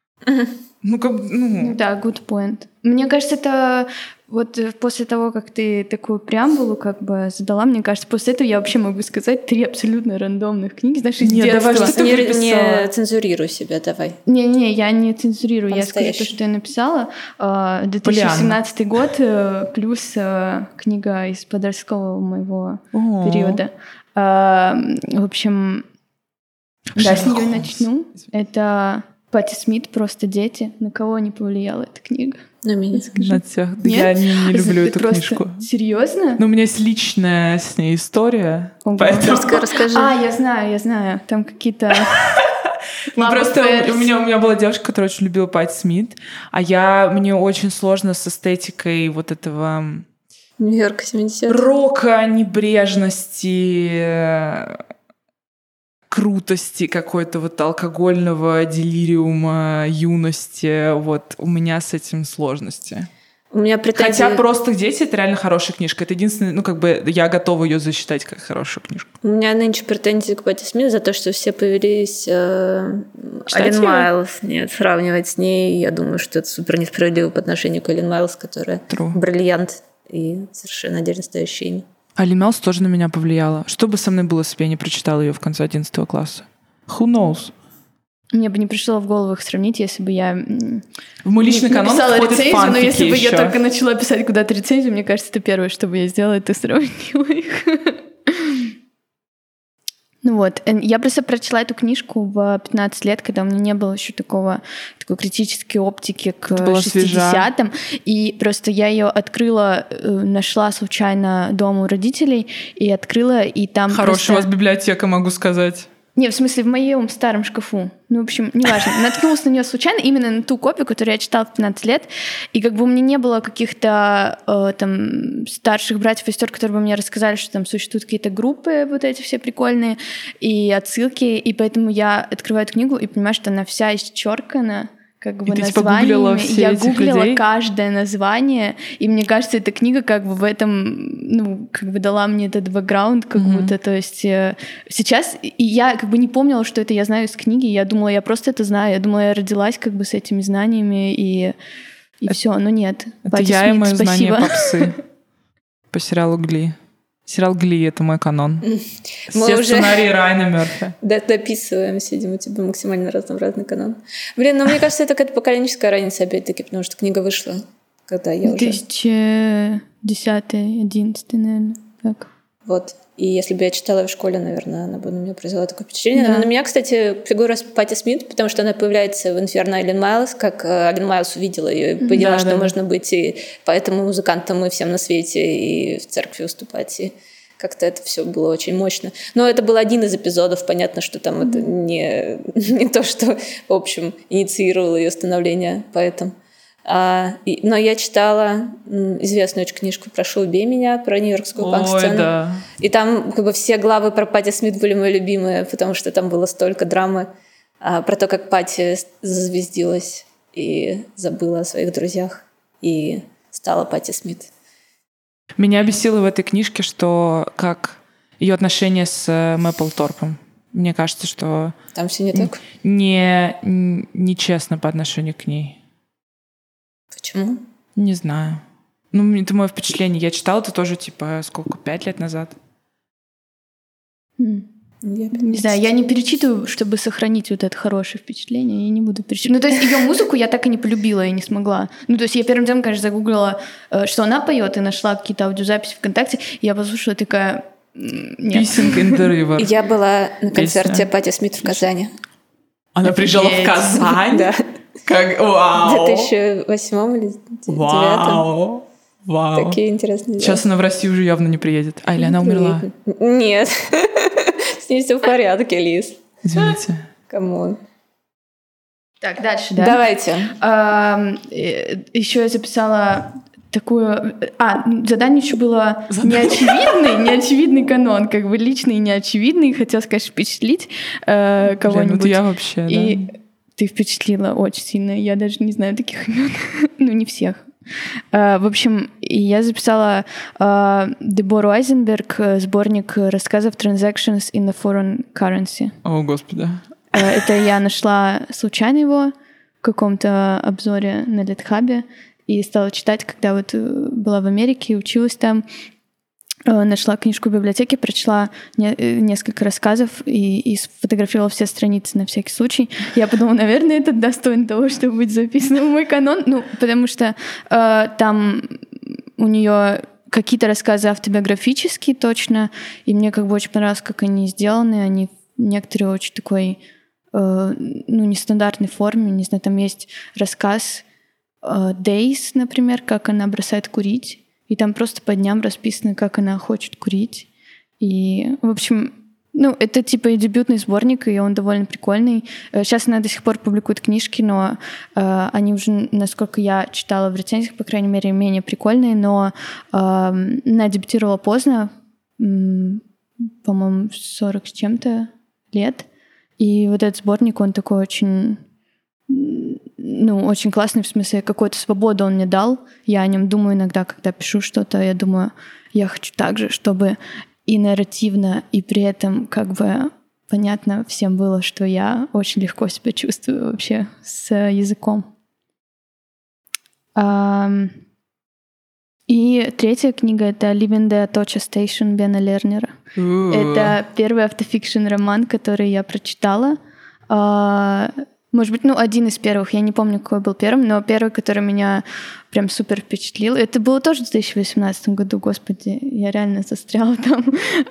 Да, good point. Мне кажется, это вот после того, как ты такую преамбулу как бы задала, мне кажется, после этого я вообще могу сказать 3 абсолютно рандомных книги, знаешь, из Нет, детства. давай, что ты выписала? Не цензурируй себя, давай. Не, я не цензурирую, я скажу то, По-настоящему. что я написала. 2017 год плюс книга из подросткового моего периода. В общем, да, с нее начну. Это Патти Смит «Просто дети». На кого не повлияла эта книга? На меня. На тех. Нет? Я не люблю Ты эту просто... книжку. Серьезно? Но у меня есть личная с ней история. Ого. Поэтому... Расскажи. Я знаю. Там какие-то... Просто у меня была девушка, которая очень любила Патти Смит, а мне очень сложно с эстетикой вот этого Нью-Йорк 70. рока, небрежности, крутости какой-то вот алкогольного делириума, юности. Вот у меня с этим сложности. У меня претензии... Хотя «Просто дети» — это реально хорошая книжка. Это единственное, я готова ее засчитать как хорошую книжку. У меня нынче претензии к Патти Смит за то, что все повелись Ален её? Майлз. Нет, сравнивать с ней. Я думаю, что это супер несправедливо по отношению к Ален Майлз, которая бриллиант и совершенно отдельно стоящее имя. Али Мелс тоже на меня повлияла. Что бы со мной было, если бы я не прочитала ее в конце 11 класса? Who knows? Мне бы не пришло в голову их сравнить, если бы я В мой личный канон писала входят рецензию, но фанфики если бы я ещё. только начала писать куда-то рецензию, мне кажется, это первое, что бы я сделала, это сравнила их. Ну вот, я просто прочла эту книжку в 15 лет, когда у меня не было еще такой критической оптики к 60-м. И просто я ее открыла, нашла случайно дома у родителей, и открыла, и там Хорошая у вас библиотека, могу сказать. Не, в смысле, в моем старом шкафу. Ну, в общем, неважно. Наткнулась на нее случайно, именно на ту копию, которую я читала в 15 лет. И как бы у меня не было каких-то там старших братьев и сестер, которые бы мне рассказали, что там существуют какие-то группы вот эти все прикольные, и отсылки. И поэтому я открываю эту книгу и понимаю, что она вся исчеркана как бы названиями. Я гуглила каждое название, и мне кажется, эта книга как бы в этом, как бы дала мне этот бэкграунд, как будто, то есть сейчас, и я как бы не помнила, что это я знаю из книги, я думала, я просто это знаю, я думала, я родилась как бы с этими знаниями, и все, но нет. Это Патти я и Смит, мои спасибо. знания попсы по сериалу «Гли». Сериал «Гли» — это мой канон. Все сценарии Райана Мёрфи. Дописываем, сидим, у тебя максимально разнообразный канон. Блин, но мне кажется, это какая-то поколенческая разница, опять-таки, потому что книга вышла, когда я уже... 2010-11, наверное, так. Вот. И если бы я читала в школе, наверное, она бы на меня произвела такое впечатление. Да. Но на меня, кстати, фигура Патти Смит, потому что она появляется в «Инферно» Ален Майлз, как Ален Майлз увидела ее и поняла, что можно быть и поэтому музыкантом и всем на свете, и в церкви выступать, и как-то это все было очень мощно. Но это был один из эпизодов, понятно, что там это не то, что, в общем, инициировало ее становление поэтом. Но я читала известную очень книжку «Прошу, убей меня», про нью-йоркскую панк-сцену. Да. И там как бы все главы про Патти Смит были мои любимые, потому что там было столько драмы про то, как Патти зазвездилась и забыла о своих друзьях и стала Патти Смит. Меня бесило в этой книжке, что как ее отношения с Мэпплторпом. Мне кажется, что... Там все не так? Нечестно по отношению к ней. Почему? Не знаю. Это мое впечатление. Я читала это тоже, 5 лет назад. Не знаю, я не перечитываю, чтобы сохранить вот это хорошее впечатление, я не буду перечитывать. Ну, то есть ее музыку я так и не полюбила и не смогла. Ну, то есть я первым делом, конечно, загуглила, что она поет, и нашла какие-то аудиозаписи ВКонтакте, и я послушала, такая... Нет. Pissing in the river. Я была на концерте Пати Смит в Казани. Она приезжала в Казань? Да. Как? Вау! В 2008 или 2009. Вау. Такие интересные. Сейчас она в Россию уже явно не приедет. Или она умерла? Нет. С ней все в порядке, Лиз. Извините. Камон. Так, дальше, да? Давайте. Еще я записала такую... задание еще было неочевидный канон, как бы личный и неочевидный. Хотела, конечно, впечатлить кого-нибудь. Вот я вообще, и ты впечатлила очень сильно. Я даже не знаю таких имен. Ну, не всех. В общем, я записала Дебору Айзенберг, сборник рассказов «Transactions in a Foreign Currency». О, Господи. Это я нашла случайно его в каком-то обзоре на Литхабе и стала читать, когда вот была в Америке, училась там. Нашла книжку в библиотеке, прочла несколько рассказов и сфотографировала все страницы на всякий случай. Я подумала, наверное, это достоин того, чтобы быть записано в мой канон. Ну, потому что там у нее какие-то рассказы автобиографические точно, и мне как бы очень понравилось, как они сделаны. Они некоторые очень такой, нестандартной форме. Не знаю, там есть рассказ Days, например, как она бросает курить. И там просто по дням расписано, как она хочет курить. И, в общем, это типа и дебютный сборник, и он довольно прикольный. Сейчас она до сих пор публикует книжки, но они уже, насколько я читала в рецензиях, по крайней мере, менее прикольные, но она дебютировала поздно, по-моему, 40 с чем-то лет. И вот этот сборник, он такой очень... очень классный, в смысле, какую-то свободу он мне дал. Я о нем думаю иногда, когда пишу что-то, я думаю, я хочу так же, чтобы и нарративно, и при этом как бы понятно всем было, что я очень легко себя чувствую вообще с языком. И третья книга — это «Living the Atocha Station» Бена Лернера. Это первый автофикшн-роман, который я прочитала. Может быть, один из первых, я не помню, какой был первым, но первый, который меня прям супер впечатлил. Это было тоже в 2018 году, господи, я реально застряла там.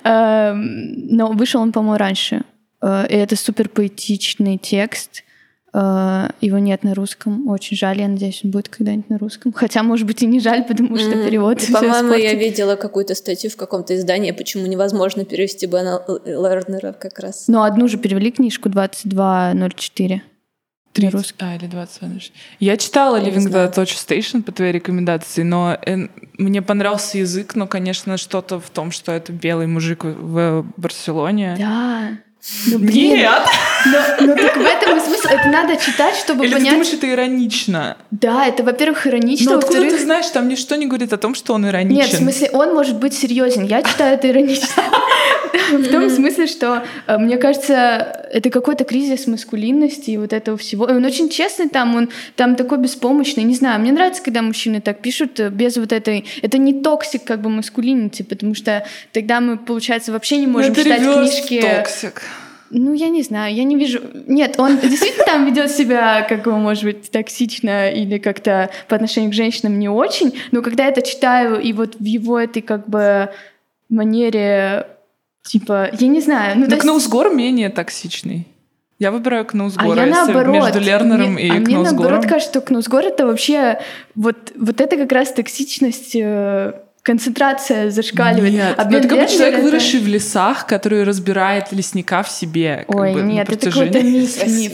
Но вышел он, по-моему, раньше. И это супер поэтичный текст. Его нет на русском. Очень жаль, я надеюсь, он будет когда-нибудь на русском. Хотя, может быть, и не жаль, потому что перевод всё По-моему, испортит. я видела какую-то статью в каком-то издании, почему невозможно перевести Бена Лернера как раз. Но одну же перевели книжку 2204. 30, или 20. Я читала «Living the Atocha Station» по твоей рекомендации, но мне понравился язык, но, конечно, что-то в том, что это белый мужик в Барселоне. Да. Нет! Но так в этом и смысл. Это надо читать, чтобы Или понять... ты думаешь, это иронично? Да, это, во-первых, иронично, но откуда во-вторых... ты знаешь, там ничто не говорит о том, что он ироничен? Нет, в смысле, он может быть серьезен. Я читаю это иронично. В том смысле, что, мне кажется, это какой-то кризис маскулинности и вот этого всего. И он очень честный там, он там такой беспомощный. Не знаю, мне нравится, когда мужчины так пишут без вот этой... Это не токсик как бы маскулинити, потому что тогда мы, получается, вообще не можем читать книжки... токсик. Я не знаю, я не вижу... Нет, он действительно там ведет себя, как бы, может быть, токсично или как-то по отношению к женщинам не очень, но когда я это читаю, и вот в его этой, как бы, манере, типа, я не знаю... Но Кнаусгор менее токсичный. Я выбираю Кнаусгора наоборот, между Лернером и Кнаусгором. Мне наоборот кажется, что Кнаусгор — это вообще... Вот это как раз токсичность... концентрация зашкаливает. Нет, это как бы человек, выросший в лесах, который разбирает лесника в себе. Ой, нет, это какой-то миф.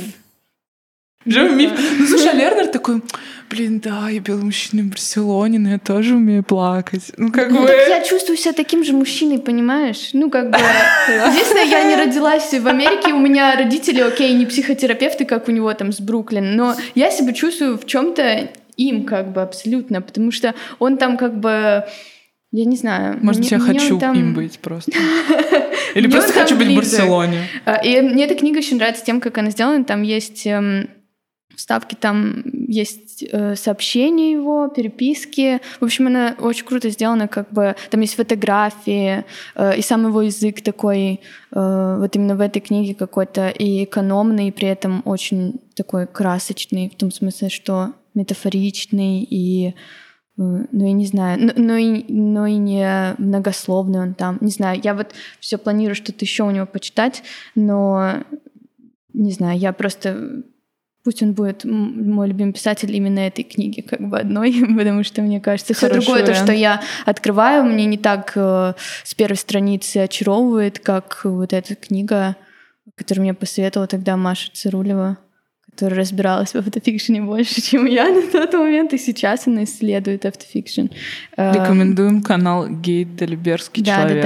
Миф. Слушай, а Лернер такой, да, я белый мужчина в Барселоне, но я тоже умею плакать. Так я чувствую себя таким же мужчиной, понимаешь? Единственное, я не родилась в Америке, у меня родители, не психотерапевты, как у него там с Бруклина, но я себя чувствую в чем-то им как бы абсолютно, потому что он там как бы... Я не знаю. Может, я хочу им быть просто. Или просто хочу быть в Барселоне. И мне эта книга еще нравится тем, как она сделана. Там есть Вставки там есть сообщения его, переписки. В общем, она очень круто сделана, как бы там есть фотографии, и сам его язык такой, вот именно в этой книге какой-то и экономный, и при этом очень такой красочный, в том смысле, что метафоричный и, ну, я не знаю, но и не многословный он там. Не знаю, я вот все планирую что-то еще у него почитать, но не знаю, я просто... Пусть он будет мой любимый писатель именно этой книги, как бы одной, потому что, мне кажется, все другое, то, что я открываю, мне не так с первой страницы очаровывает, как вот эта книга, которую мне посоветовала тогда Маша Цирулева, которая разбиралась в автофикшене больше, чем я на тот момент, и сейчас она исследует автофикшн. Рекомендуем канал Гейт Делиберский человек.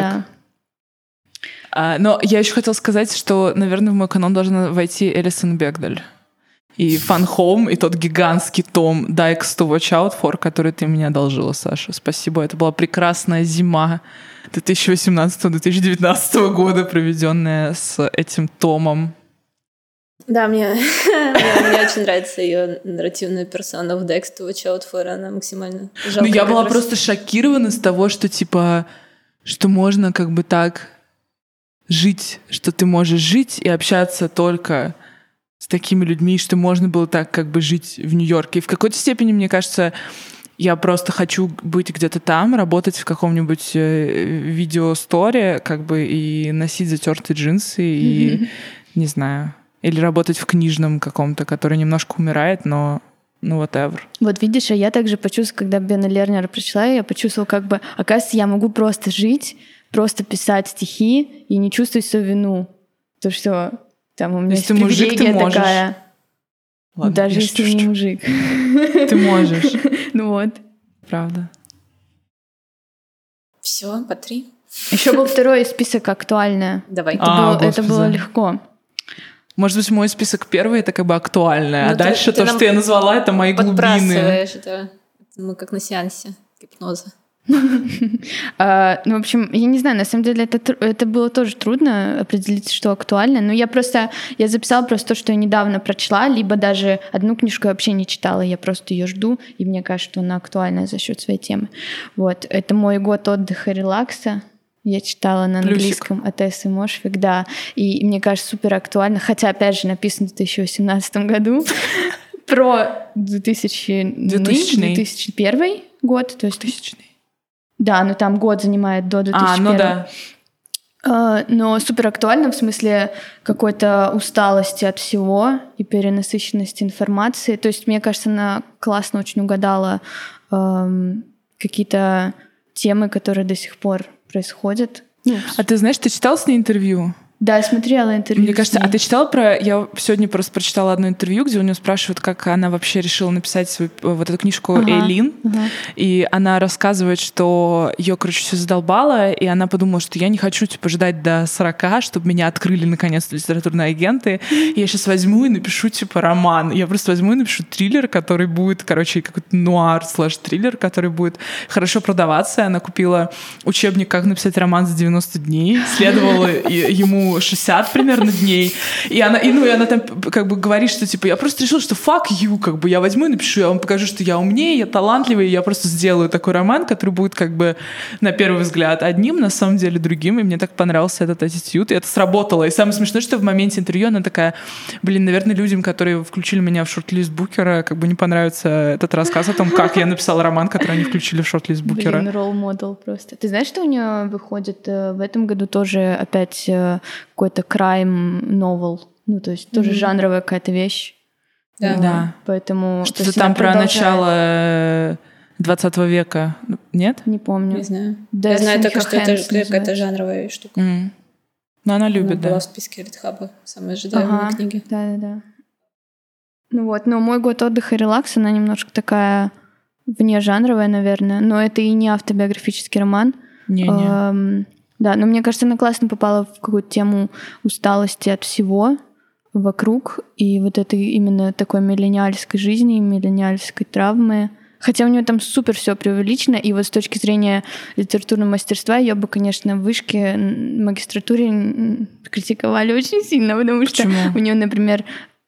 Да. Но я еще хотела сказать, что, наверное, в мой канал должна войти Элисон Бегдаль. И Fun Home, и тот гигантский том Dykes to Watch Out For, который ты мне одолжила, Саша. Спасибо. Это была прекрасная зима 2018-2019 года, проведенная с этим томом. Да, мне очень нравится ее нарративная персона в Dykes to Watch Out For. Она максимально жалкая. Ну, я была просто шокирована с того, что, типа, что можно как бы так жить, что ты можешь жить и общаться только с такими людьми, что можно было так как бы жить в Нью-Йорке. И в какой-то степени, мне кажется, я просто хочу быть где-то там, работать в каком-нибудь видеосторе, как бы, и носить затертые джинсы, и, не знаю, или работать в книжном каком-то, который немножко умирает, но ну, whatever. Вот видишь, а я также почувствовала, когда Бена Лернера прочла, я почувствовала, как бы, оказывается, я могу просто жить, просто писать стихи и не чувствовать свою вину. То, что там у меня есть привилегия такая. Ладно, даже если не мужик. Ты можешь. Ну вот. Правда. Все, по 3. Еще был второй список актуальное. Давай. Это было легко. Может быть, мой список первый — это как бы актуальное, а дальше то, что я назвала, это мои глубины. Это мы как на сеансе гипноза. Ну, в общем, я не знаю, на самом деле это было тоже трудно определить, что актуально, но я записала просто то, что я недавно прочла, либо даже одну книжку я вообще не читала, я просто ее жду, и мне кажется, что она актуальна за счет своей темы. Вот, это мой год отдыха и релакса. Я читала на английском от Эссы Мошвик, да, и мне кажется, супер актуально, хотя, опять же, написано в 2018 году, про 2001 год, то есть 2000. Да, но там год занимает до 2001. Ну да. Но супер актуально в смысле какой-то усталости от всего и перенасыщенности информации. То есть, мне кажется, она классно очень угадала какие-то темы, которые до сих пор происходят. А ты знаешь, ты читал с ней интервью? Да, я смотрела интервью. Мне кажется, а ты читала про... Я сегодня просто прочитала одно интервью, где у нее спрашивают, как она вообще решила написать свою, вот эту книжку «Эйлин». И она рассказывает, что ее, короче, все задолбало, и она подумала, что я не хочу, типа, ждать до 40, чтобы меня открыли, наконец-то, литературные агенты. И я сейчас возьму и напишу, типа, роман. Я просто возьму и напишу триллер, который будет, короче, какой-то нуар/триллер, который будет хорошо продаваться. Она купила учебник «Как написать роман за 90 дней», следовала ему 60 примерно дней. И она там как бы говорит, что типа я просто решила, что fuck you, как бы я возьму и напишу, я вам покажу, что я умнее, я талантливый, и я просто сделаю такой роман, который будет как бы на первый взгляд одним, на самом деле другим, и мне так понравился этот аттитюд, и это сработало. И самое смешное, что в моменте интервью она такая, наверное, людям, которые включили меня в шорт-лист Букера, как бы не понравится этот рассказ о том, как я написала роман, который они включили в шорт-лист Букера. Ролл-модел просто. Ты знаешь, что у нее выходит в этом году тоже опять какой-то crime novel, ну, то есть тоже жанровая какая-то вещь. Да. Поэтому... Что-то там про начало 20 века, нет? Не помню. Не знаю. Я знаю только, что это какая-то жанровая штука. Но она любит, она была в списке Ритхаба, самые ожидаемые книги. Да. Ну вот, но мой год отдыха и релакса, она немножко такая внежанровая, наверное, но это и не автобиографический роман. Не. Да, но мне кажется, она классно попала в какую-то тему усталости от всего вокруг и вот этой именно такой миллениальской жизни, миллениальской травмы. Хотя у нее там супер все преувеличено, и вот с точки зрения литературного мастерства ее бы, конечно, в вышке, магистратуре критиковали очень сильно, потому что у нее, например,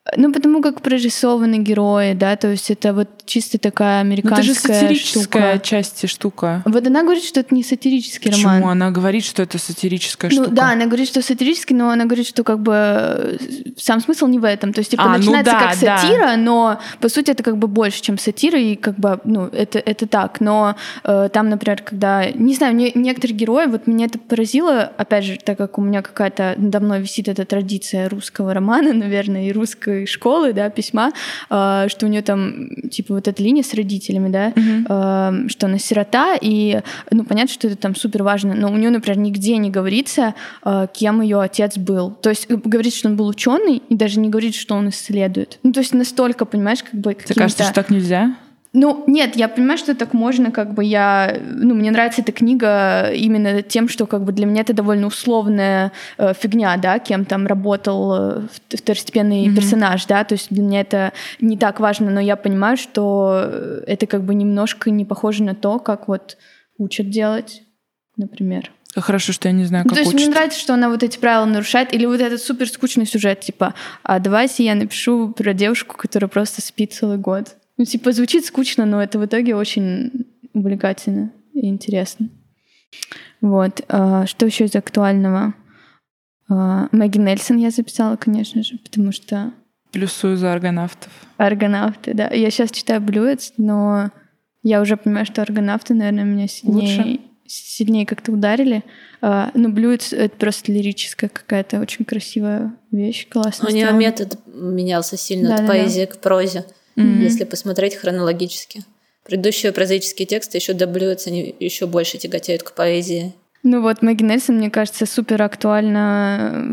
Ну, потому как прорисованы герои, да, то есть это вот чисто такая американская это же сатирическая штука. часть штука. Вот она говорит, что это не сатирический роман. Почему? Она говорит, что это сатирическая штука. Ну да, она говорит, что сатирический, но она говорит, что как бы сам смысл не в этом. То есть типа начинается как сатира, но по сути это как бы больше, чем сатира, и как бы, ну, это так. Но там, например, когда, не знаю, некоторые герои, вот меня это поразило, опять же, так как у меня какая-то надо мной висит эта традиция русского романа, наверное, и русской школы, да, письма, что у нее там, типа, вот эта линия с родителями, да, что она сирота, и, ну, понятно, что это там супер важно, но у нее, например, нигде не говорится, кем ее отец был. То есть говорит, что он был ученый, и даже не говорит, что он исследует. Ну, то есть настолько, понимаешь, как бы... Тебе кажется, что так нельзя? Ну, нет, я понимаю, что так можно, как бы мне нравится эта книга именно тем, что как бы для меня это довольно условная фигня, да, кем там работал второстепенный персонаж, да, то есть для меня это не так важно, но я понимаю, что это как бы немножко не похоже на то, как вот учат делать, например. Хорошо, что я не знаю, как учат. То есть учат. мне нравится, что она вот эти правила нарушает, или вот этот супер скучный сюжет, типа, а давайте я напишу про девушку, которая просто спит целый год. Ну, типа, звучит скучно, но это в итоге очень увлекательно и интересно. Вот. Что еще из актуального? Мэгги Нельсон я записала, конечно же, потому что... Плюсую за «Аргонавтов». «Аргонавты», да. Я сейчас читаю «Блюец», но я уже понимаю, что «Аргонавты», наверное, меня сильнее как-то ударили. Но «Блюец» — это просто лирическая какая-то очень красивая вещь, классная. У нее метод менялся сильно от поэзии к прозе. Если посмотреть хронологически. Предыдущие прозаические тексты еще доблюются, они еще больше тяготеют к поэзии. Ну вот Мэгги Нельсон, мне кажется, супер актуально.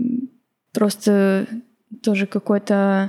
Просто тоже какой-то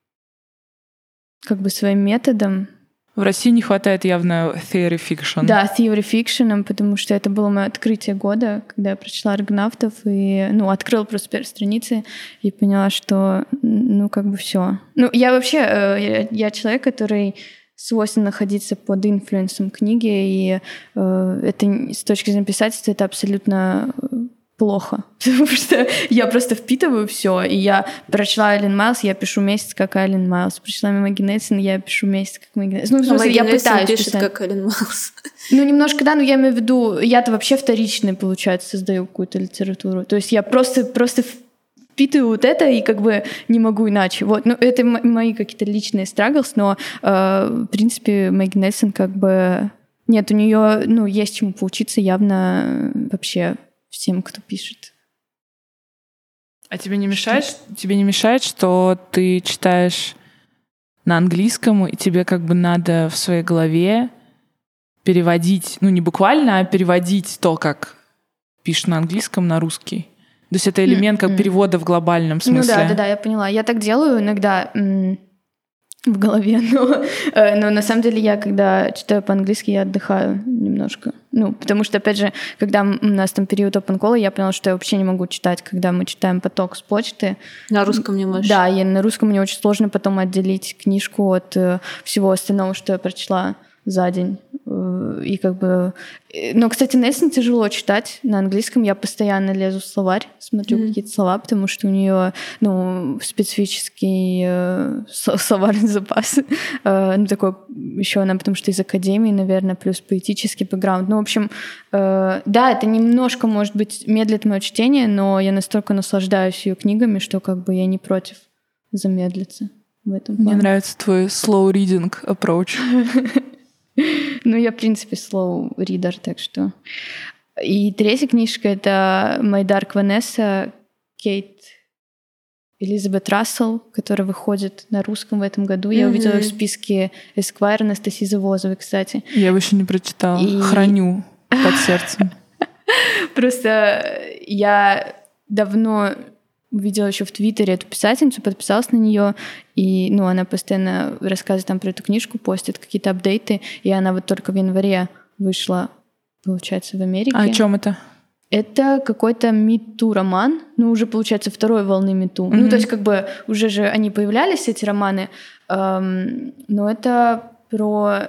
как бы своим методом. В России не хватает явно theory fiction. Да, theory fiction, потому что это было мое открытие года, когда я прочла «Аргонавтов» и, ну, открыла просто первые страницы и поняла, что, ну, как бы все. Ну, я вообще, я человек, который свойственно находиться под инфлюенсом книги, и это с точки зрения писательства это абсолютно плохо, потому что я просто впитываю все, и я прочла Айлен Майлз, я пишу месяц как Айлен Майлз, прочла Мэгги Нельсон, я пишу месяц как Мэгги Нельсон. Ну, в смысле, я пытаюсь пишет писать. как Айлен Майлз. Ну, немножко, да, но я имею в виду, я-то вообще вторичный, получается, создаю какую-то литературу. То есть я просто впитываю вот это и как бы не могу иначе. Вот, ну, это мои какие-то личные struggles, но, в принципе, Мэгги Нельсон как бы... Нет, у нее, ну, есть чему поучиться явно вообще всем, кто пишет. А тебе не мешает, что ты читаешь на английском, и тебе как бы надо в своей голове переводить, ну не буквально, а переводить то, как пишешь на английском, на русский? То есть это элемент как перевода в глобальном смысле. Ну да, я поняла. Я так делаю иногда в голове, но на самом деле я, когда читаю по-английски, я отдыхаю немножко. Ну, потому что, опять же, когда у нас там период open call, я поняла, что я вообще не могу читать, когда мы читаем поток с почты. На русском не можешь? Да, и на русском мне очень сложно потом отделить книжку от всего остального, что я прочла за день. И как бы... Но, кстати, Нельсон тяжело читать на английском. Я постоянно лезу в словарь, смотрю какие-то слова, потому что у нее, ну, специфический словарный запас. Ну, такой еще она, потому что из академии, наверное, плюс поэтический бэкграунд. Ну, в общем, да, это немножко, может быть, медлит мое чтение, но я настолько наслаждаюсь ее книгами, что как бы я не против замедлиться в этом плане. Мне нравится твой slow reading approach. Ну, я, в принципе, slow reader, так что... И третья книжка — это «My Dark Vanessa» Кейт Элизабет Рассел, которая выходит на русском в этом году. Я увидела в списке Esquire Анастасии Завозовой, кстати. Я его еще не прочитала. Храню под сердцем. Просто я давно увидела еще в Твиттере эту писательницу, подписалась на нее, и, ну, она постоянно рассказывает там про эту книжку, постит какие-то апдейты, и она вот только в январе вышла, получается, в Америке. А о чем это? Это какой-то MeToo роман, ну, уже, получается, второй волны MeToo. Ну, то есть, как бы, уже же они появлялись, эти романы, но это про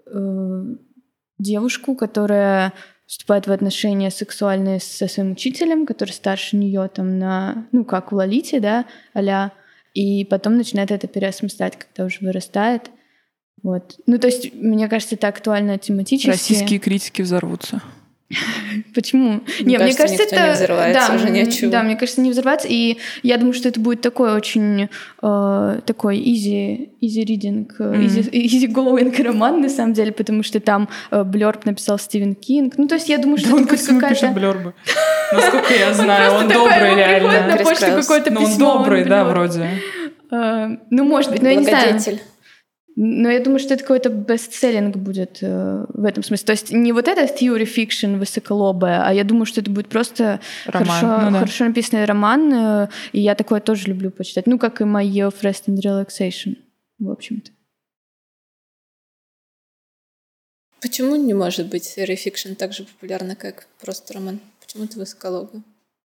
девушку, которая вступает в отношения сексуальные со своим учителем, который старше нее там на, ну, как в Лолите, да, а-ля. и потом начинает это переосмыслять, когда уже вырастает. Вот. Ну, то есть, мне кажется, это актуально тематически. Российские критики взорвутся. Мне Почему? Мне кажется, никто не взрывается уже ни от чего. Да, мне кажется, не взорваться. И я думаю, что это будет такой очень такой easy reading, easy going роман, на самом деле, потому что там блёрб написал Стивен Кинг. Ну, то есть я думаю, что Да, он это будет ко всему какая-то... пишет блёрбы. Насколько я знаю, он добрый реально. На почту какое-то Ну, он письмо. добрый, да, вроде. Ну, может быть, но я не знаю. Благодетель. Но я думаю, что это какой-то бестселлинг будет в этом смысле. То есть не вот это theory fiction высоколобая, а я думаю, что это будет просто хорошо написанный роман, и я такое тоже люблю почитать. Ну, как и My Year of Rest and Relaxation, в общем-то. Почему не может быть theory fiction так же популярна, как просто роман? Почему это высоколобая?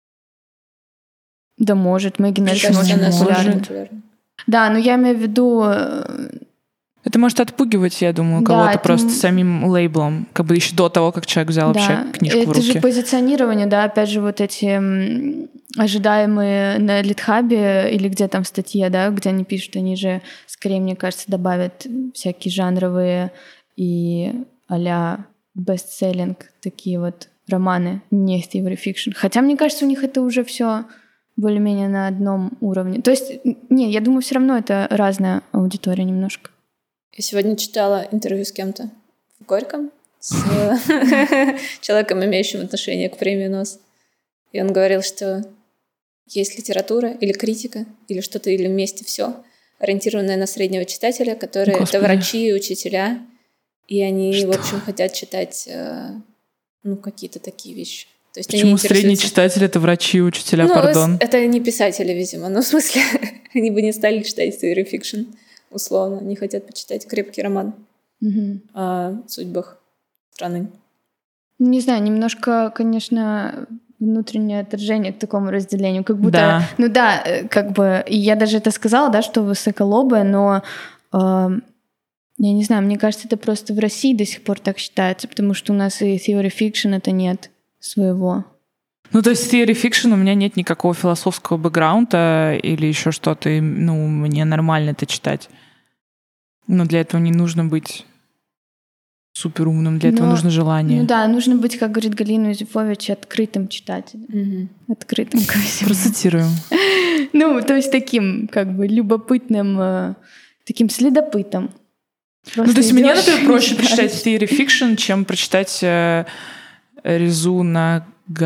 Да может, Мэгги Мне Нельсон кажется, очень она популярна. популярна. Да, но я имею в виду... Это может отпугивать, я думаю, Да, кого-то это просто самим лейблом, как бы еще до того, как человек взял вообще книжку в это руки. же позиционирование, да, опять же, вот эти ожидаемые на Литхабе или где там в статье, да, где они пишут, они же скорее, мне кажется, добавят всякие жанровые и а-ля бестселлинг такие вот романы, не theory fiction. Хотя, мне кажется, у них это уже все более-менее на одном уровне. То есть, не, я думаю, все равно это разная аудитория немножко. Я сегодня читала интервью с кем-то в Горьком, с человеком, имеющим отношение к премии НОС. И он говорил, что есть литература или критика, или что-то, или вместе все, ориентированное на среднего читателя, которые это врачи и учителя, и они, в общем, хотят читать какие-то такие вещи. То есть почему средний читатель — это врачи и учителя, пардон? Это не писатели, видимо. Ну, в смысле, они бы не стали читать theory fiction. Условно, не хотят почитать крепкий роман о судьбах страны. Не знаю, немножко, конечно, внутреннее отторжение к такому разделению, как будто... как бы... И я даже это сказала, да, что высоколобое, но... я не знаю, мне кажется, это просто в России до сих пор так считается, потому что у нас и theory fiction это нет своего. Ну, то есть theory fiction у меня нет никакого философского бэкграунда или еще что-то, и, мне нормально это читать. Но для этого не нужно быть суперумным, для этого нужно желание. Ну да, нужно быть, как говорит Галина Юзефович, открытым читателем. Открытым ко всему. Процитируем. То есть таким, как бы, любопытным, таким следопытом. То есть мне, например, проще прочитать theory fiction, чем прочитать Резу на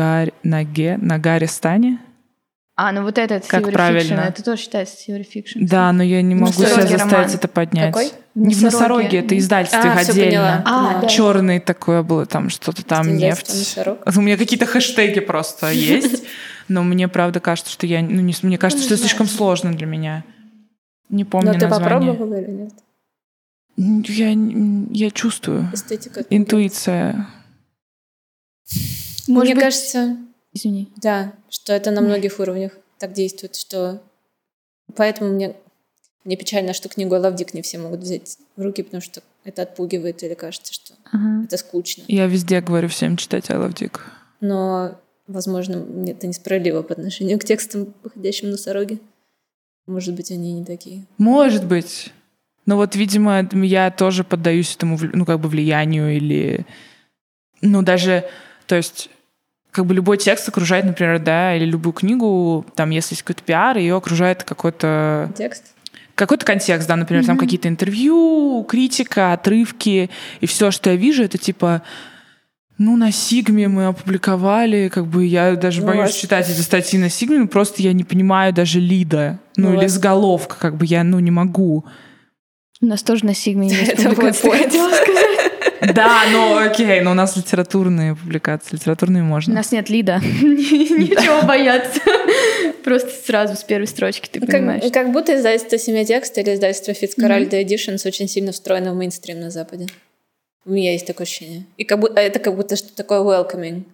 Гарри Стане. Вот этот как theory правильно? fiction, это тоже считается theory fiction. Да, но я не могу себя заставить роман. Это поднять. Какой? Не в «Носороге», это издательство их отдельно. Да. Черный такое было, там что-то там, нефть. У меня какие-то хэштеги просто есть, но мне правда кажется, что мне кажется, что это слишком сложно для меня. Не помню название. Но ты попробовала или нет? Я чувствую. Эстетика. Интуиция. Мне кажется... Извини. Да, что это на многих уровнях так действует, что... Поэтому мне печально, что книгу «I Love Dick» не все могут взять в руки, потому что это отпугивает или кажется, что это скучно. Я везде говорю всем читать «I Love Dick». Но, возможно, это несправедливо по отношению к текстам, выходящим в «Носороге». Может быть, они не такие. Может быть. Но видимо, я тоже поддаюсь этому, влиянию или... даже... То есть... любой текст окружает, например, или любую книгу, там, если есть какой-то пиар, ее окружает какой-то... Текст? Какой-то контекст, да, например, там какие-то интервью, критика, отрывки, и все, что я вижу, это типа, на Сигме мы опубликовали, я даже боюсь читать эти статьи на Сигме, просто я не понимаю даже лида, или заголовка, я, не могу. У нас тоже на Сигме есть публикация, хотела сказать. Да, окей, но у нас литературные публикации, литературные можно. У нас нет лида, ничего бояться. Просто сразу с первой строчки ты понимаешь. Как будто издательство «Семиотекст» или издательство Fitzcarraldo Editions очень сильно встроено в мейнстрим на Западе. У меня есть такое ощущение. И это как будто что-то такое welcoming.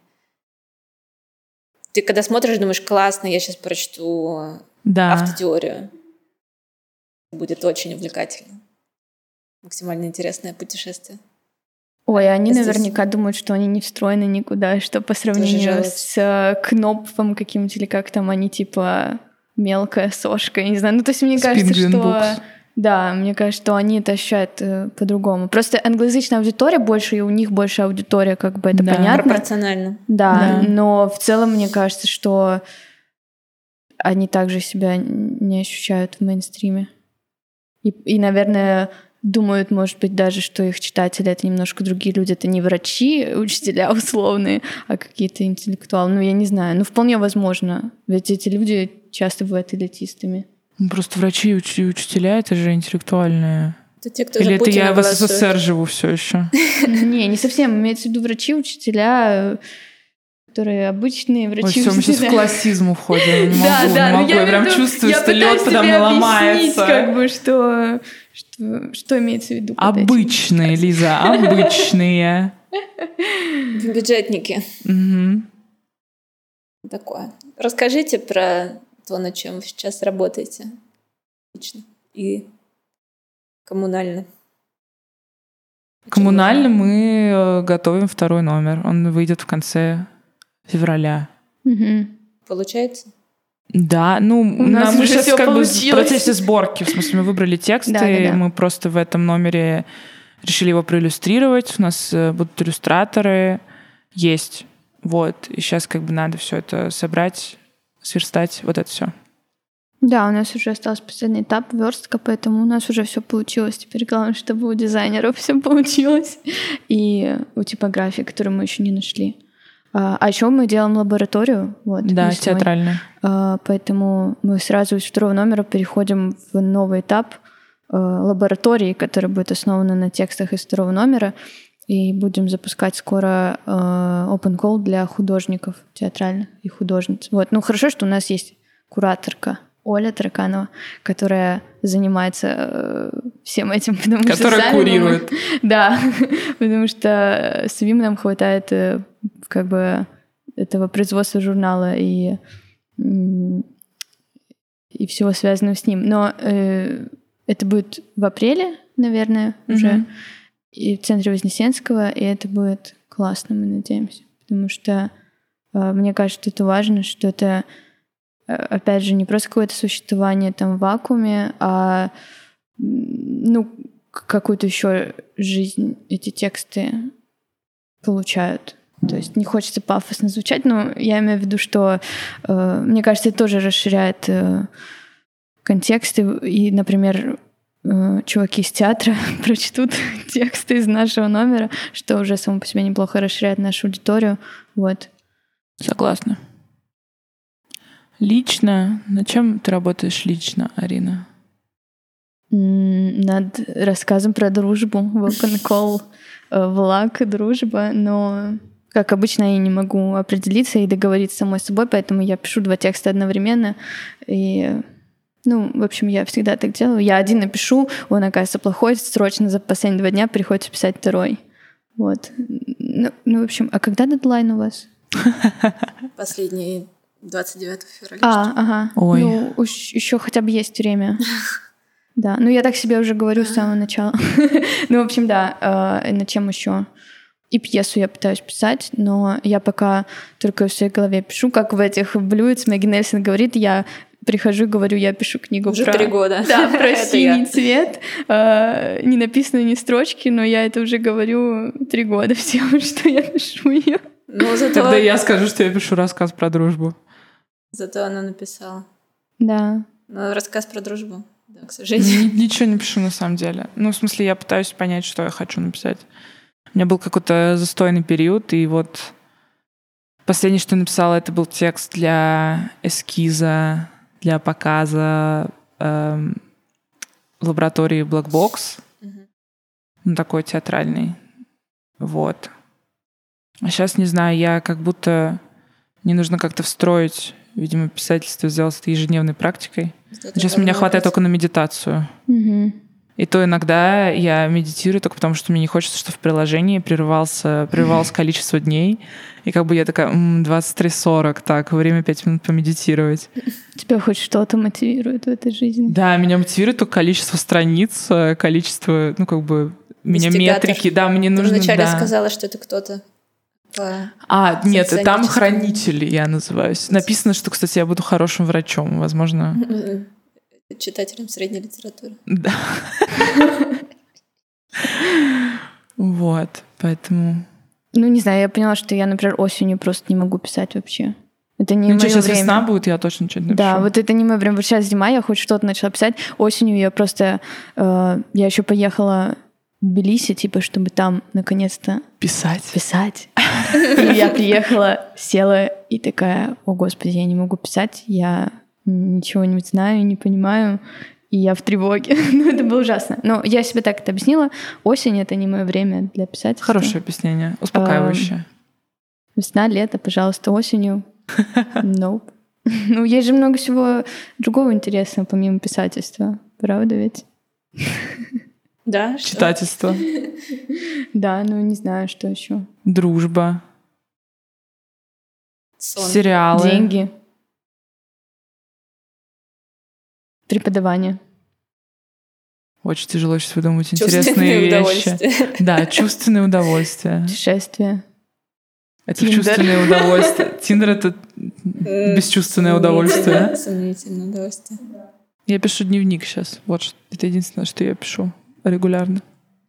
Ты когда смотришь, думаешь, классно, я сейчас прочту автотеорию. Будет очень увлекательно. Максимально интересное путешествие. Ой, они наверняка думают, что они не встроены никуда, что по сравнению с Кнопфом каким-нибудь, или как там они типа мелкая сошка, я не знаю. Ну, то есть мне кажется, что... Да, мне кажется, что они это ощущают по-другому. Просто англоязычная аудитория больше, и у них больше аудитория, как бы это понятно. Пропорционально. Да, но в целом мне кажется, что они также себя не ощущают в мейнстриме. И, наверное, думают, может быть, даже, что их читатели — это немножко другие люди, это не врачи, учителя условные, а какие-то интеллектуалы. Ну, я не знаю. Ну, вполне возможно. Ведь эти люди часто бывают элитистами. Просто врачи и учителя — это же интеллектуальные. Это те, кто или за Путина это я голосует. в СССР живу все еще? Не совсем. Имеется в виду врачи, учителя, которые обычные врачи. Ой, все, мы сейчас в классизм уходим. Не могу. Я прям чувствую, что лед подо мной ломается. Как бы, что имеется в виду? Обычные, Лиза, обычные. Бюджетники. Такое. Расскажите про то, над чем вы сейчас работаете лично и коммунально. Коммунально мы готовим 2 номер. Он выйдет в конце февраля. Получается? Да, ну, мы сейчас как бы в процессе сборки. В смысле, мы выбрали тексты, да. Мы просто в этом номере решили его проиллюстрировать. У нас будут иллюстраторы. Есть. Вот. И сейчас как бы надо все это собрать, сверстать, вот это все. Да, у нас уже остался последний этап верстка, поэтому у нас уже все получилось. Теперь главное, чтобы у дизайнеров все получилось. И у типографии, которую мы еще не нашли. А еще мы делаем лабораторию. Вот, да, театральную. Поэтому мы сразу из 2 номера переходим в новый этап лаборатории, которая будет основана на текстах из 2 номера. И будем запускать скоро open call для художников театральных и художниц. Вот. Ну, хорошо, что у нас есть кураторка Оля Тараканова, которая занимается всем этим. Которая курирует. Да, потому что самим нам хватает как бы этого производства журнала и всего связанного с ним. Но это будет в апреле, наверное, уже. И в центре Вознесенского, и это будет классно, мы надеемся. Потому что мне кажется, что это важно, что это, опять же, не просто какое-то существование там в вакууме, а ну, какую-то еще жизнь эти тексты получают. То есть не хочется пафосно звучать, но я имею в виду, что, мне кажется, это тоже расширяет контексты. И, например, чуваки из театра прочтут тексты из нашего номера, что уже само по себе неплохо расширяет нашу аудиторию. Вот. Согласна. Лично? Над чем ты работаешь лично, Арина? Над рассказом про дружбу. Open call, влаг, дружба. Но, как обычно, я не могу определиться и договориться с самой собой, поэтому я пишу 2 текста одновременно. И... Ну, в общем, я всегда так делаю. Я один напишу, он оказывается плохой, срочно за последние 2 дня приходится писать 2. Вот. Ну, в общем, а когда дедлайн у вас? Последний 29 февраля. Ага. Ой. Ну, еще хотя бы есть время. Да, ну я так себе уже говорю с самого начала. Ну, в общем, да, над чем еще? И пьесу я пытаюсь писать, но я пока только в своей голове пишу, как в этих Блюдс Мэгги Нельсон говорит, я прихожу и говорю, я пишу книгу уже про... 3 года. Да, про синий цвет. Не написаны ни строчки, но я это уже говорю 3 года всем, что я пишу ее. Ну, зато... Тогда я скажу, что я пишу рассказ про дружбу. Зато она написала. Да. Но рассказ про дружбу, да, к сожалению. Ничего не пишу на самом деле. Ну, в смысле, я пытаюсь понять, что я хочу написать. У меня был какой-то застойный период, и вот последнее, что я написала, это был текст для эскиза, для показа в лаборатории Black Box. Он такой театральный. Вот. А сейчас, не знаю, я как будто... Мне нужно как-то встроить, видимо, писательство, сделать это ежедневной практикой. Сейчас меня хватает только на медитацию. И то иногда я медитирую только потому, что мне не хочется, чтобы в приложении прерывалось количество дней. И как бы я такая, 23:40, так, время 5 минут помедитировать. Тебя хоть что-то мотивирует в этой жизни? Да, меня мотивирует только количество страниц, количество, ну, как бы, меня метрики. Да, мне нужно... Ты вначале сказала, что это кто-то Нет, и там хранители я называюсь. Написано, что, кстати, я буду хорошим врачом, возможно. Читателем средней литературы. Да. Вот, поэтому... Ну, не знаю, я поняла, что я, например, осенью просто не могу писать вообще. Это не моё сейчас время. Весна будет, я точно что-то напишу. Да, вот это не мое время. Вот сейчас зима, я хоть что-то начала писать. Осенью я просто... я еще поехала в Тбилиси, типа, чтобы там наконец-то... Писать. И я приехала, села и такая: о, Господи, я не могу писать, я ничего не знаю, не понимаю, и я в тревоге. Ну, это было ужасно. Но я себе так это объяснила. Осень — это не мое время для писательства. Хорошее объяснение, успокаивающее. Весна, лето, пожалуйста, осенью. Nope. Ну, есть же много всего другого интересного, помимо писательства. Правда ведь? Да, читательство. Да, ну не знаю, что еще. Дружба. Сон. Сериалы. Деньги. Преподавание. Очень тяжело сейчас выдумывать интересные вещи. Да, чувственные удовольствия. Путешествия. Это чувственное удовольствие. Тиндер — это бесчувственное удовольствие. Сомнительное удовольствие. Я пишу дневник сейчас. Вот это единственное, что я пишу регулярно.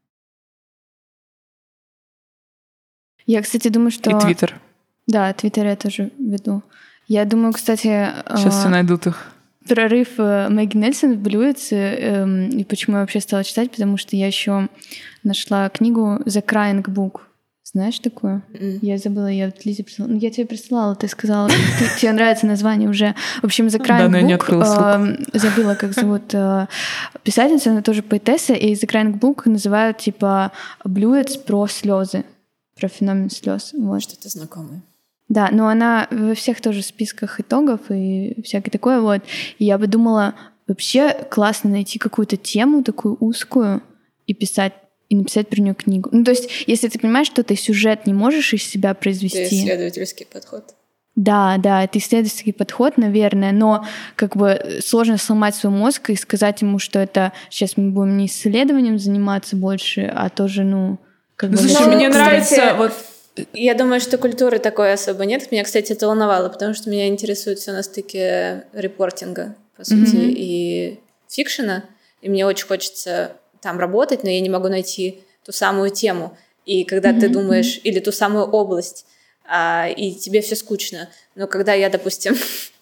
Я, кстати, думаю, что... И Твиттер. Да, Твиттер я тоже веду. Я думаю, кстати... Сейчас все найдут их. Прорыв Мэгги Нельсон в Блюице, и почему я вообще стала читать, потому что я еще нашла книгу «The Crying Book». Знаешь такое? Я забыла, я вот Лизе присылала. Ну, я тебе присылала, ты сказала, тебе нравится название уже. В общем, «The Crying Book», забыла, как зовут писательница, она тоже поэтесса, и «The Crying Book» называют типа Блюиц про слезы, про феномен слез. Вот. Что-то знакомое. Да, но она во всех тоже списках итогов и всякое такое вот. И я бы думала, вообще классно найти какую-то тему такую узкую и писать, и написать про нее книгу. Ну, то есть, если ты понимаешь, что ты сюжет не можешь из себя произвести... Это исследовательский подход. Да, это исследовательский подход, наверное, но как бы сложно сломать свой мозг и сказать ему, что это сейчас мы будем не исследованием заниматься больше, а тоже, как бы... Слушай, мне нравится... Вот... Я думаю, что культуры такой особо нет. Меня, кстати, это волновало, потому что меня интересует все на стыке репортинга, по сути, и фикшена, и мне очень хочется там работать, но я не могу найти ту самую тему. И когда ты думаешь, или ту самую область, и тебе все скучно. Но когда я, допустим,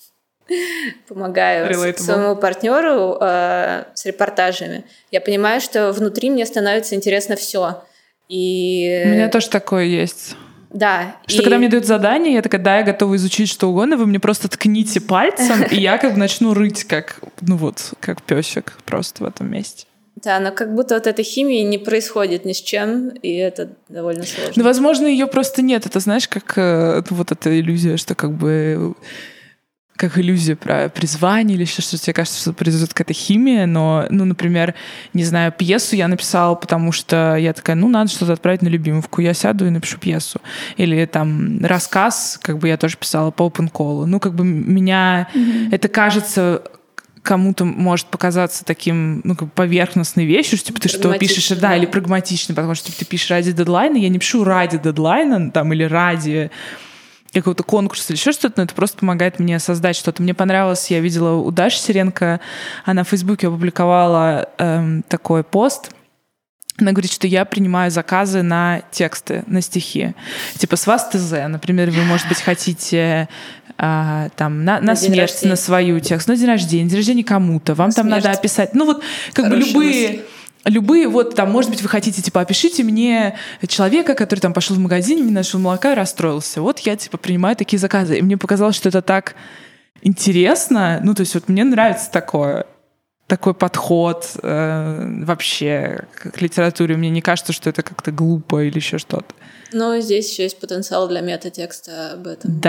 помогаю своему партнеру с репортажами, я понимаю, что внутри мне становится интересно все. И... У меня тоже такое есть. Да. Что когда мне дают задание, я такая: да, я готова изучить что угодно, вы мне просто ткните пальцем, и я как бы начну рыть, как пёсик просто в этом месте. Да, но как будто вот этой химии не происходит ни с чем, и это довольно сложно. Ну, возможно, ее просто нет. Это, знаешь, как вот эта иллюзия, что как бы... как иллюзия про призвание или еще что-то. Тебе кажется, что произойдет какая-то химия, но, например, не знаю, пьесу я написала, потому что я такая, надо что-то отправить на любимовку. Я сяду и напишу пьесу. Или там рассказ, как бы я тоже писала по open call. Как бы меня это кажется... кому-то может показаться таким, как бы поверхностной вещью, что типа ты что пишешь, да, или прагматично, потому что ты пишешь ради дедлайна. Я не пишу ради дедлайна там, или ради какого-то конкурса или еще что-то, но это просто помогает мне создать что-то. Мне понравилось, я видела у Даши Сиренко, она в Фейсбуке опубликовала такой пост. Она говорит, что я принимаю заказы на тексты, на стихи. Типа с вас ТЗ, например, вы, может быть, хотите там на смерть, рождения. На свою текст, на день рождения кому-то, вам на там смерть. Надо описать. Как бы любые, вот там, может быть, вы хотите, типа, опишите мне человека, который там пошел в магазин, не нашел молока и расстроился. Вот я, типа, принимаю такие заказы. И мне показалось, что это так интересно. То есть вот мне нравится такой подход вообще к литературе. Мне не кажется, что это как-то глупо или еще что-то. Но здесь еще есть потенциал для метатекста об этом.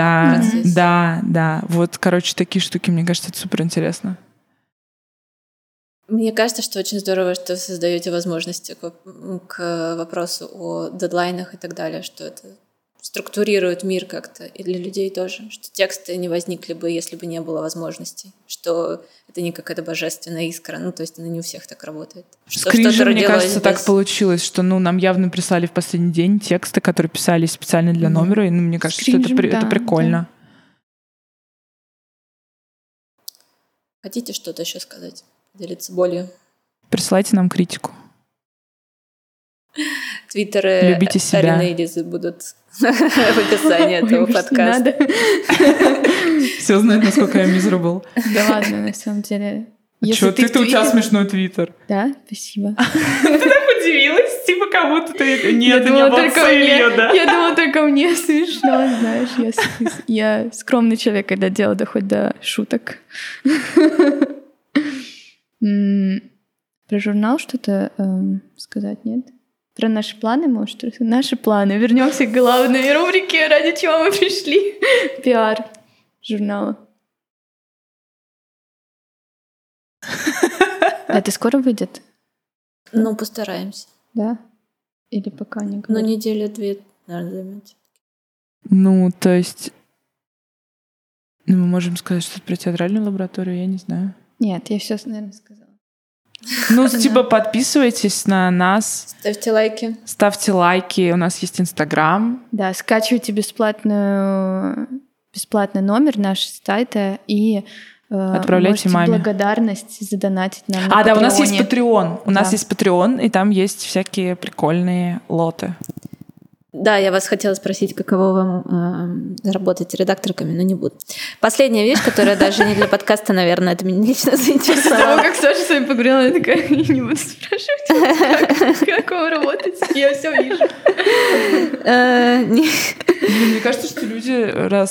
Да. Вот, такие штуки, мне кажется, это суперинтересно. Мне кажется, что очень здорово, что вы создаете возможности к вопросу о дедлайнах и так далее, что это структурирует мир как-то, и для людей тоже, что тексты не возникли бы, если бы не было возможностей, что это не какая-то божественная искра, ну, то есть она не у всех так работает. Скрижи, мне кажется, так получилось, что, ну, нам явно прислали в последний день тексты, которые писали специально для номера, и, ну, мне кажется, что это прикольно. Да. Хотите что-то еще сказать? Делиться болью? Присылайте нам критику. Твиттеры Любите себя. Арины и Лизы будут в описании этого подкаста. Все знают, насколько я miserable. Да ладно, на самом деле. Чё, ты у тебя смешной твиттер. Да, спасибо. Ты так удивилась, типа как будто ты... Нет, не было целью, да? Я думала, только мне смешно, знаешь. Я скромный человек, когда дело доходит до шуток. Про журнал что-то сказать, нет? Про наши планы, может? Наши планы. Вернемся к главной рубрике, ради чего мы пришли. Пиар журнала. Это скоро выйдет? Ну, постараемся. Да? Или пока не говорю? Ну, неделю-две, наверное, займёте. Ну, то есть... Ну, мы можем сказать что-то про театральную лабораторию, я не знаю. Нет, я все, наверное, сказала. Ну, типа, подписывайтесь на нас. Ставьте лайки. Ставьте лайки. У нас есть Инстаграм. Да, скачивайте бесплатный номер нашего сайта и отправляйте маме благодарность задонатить нам на да, Патреоне. у нас есть Patreon. У нас есть Patreon, и там есть всякие прикольные лоты. Да, я вас хотела спросить, каково вам работать редакторками, но не буду. Последняя вещь, которая даже не для подкаста, наверное, это меня лично заинтересовало. После того, как Саша с вами поговорила, я такая, я не буду спрашивать, как вам работать, я все вижу. Мне кажется, что люди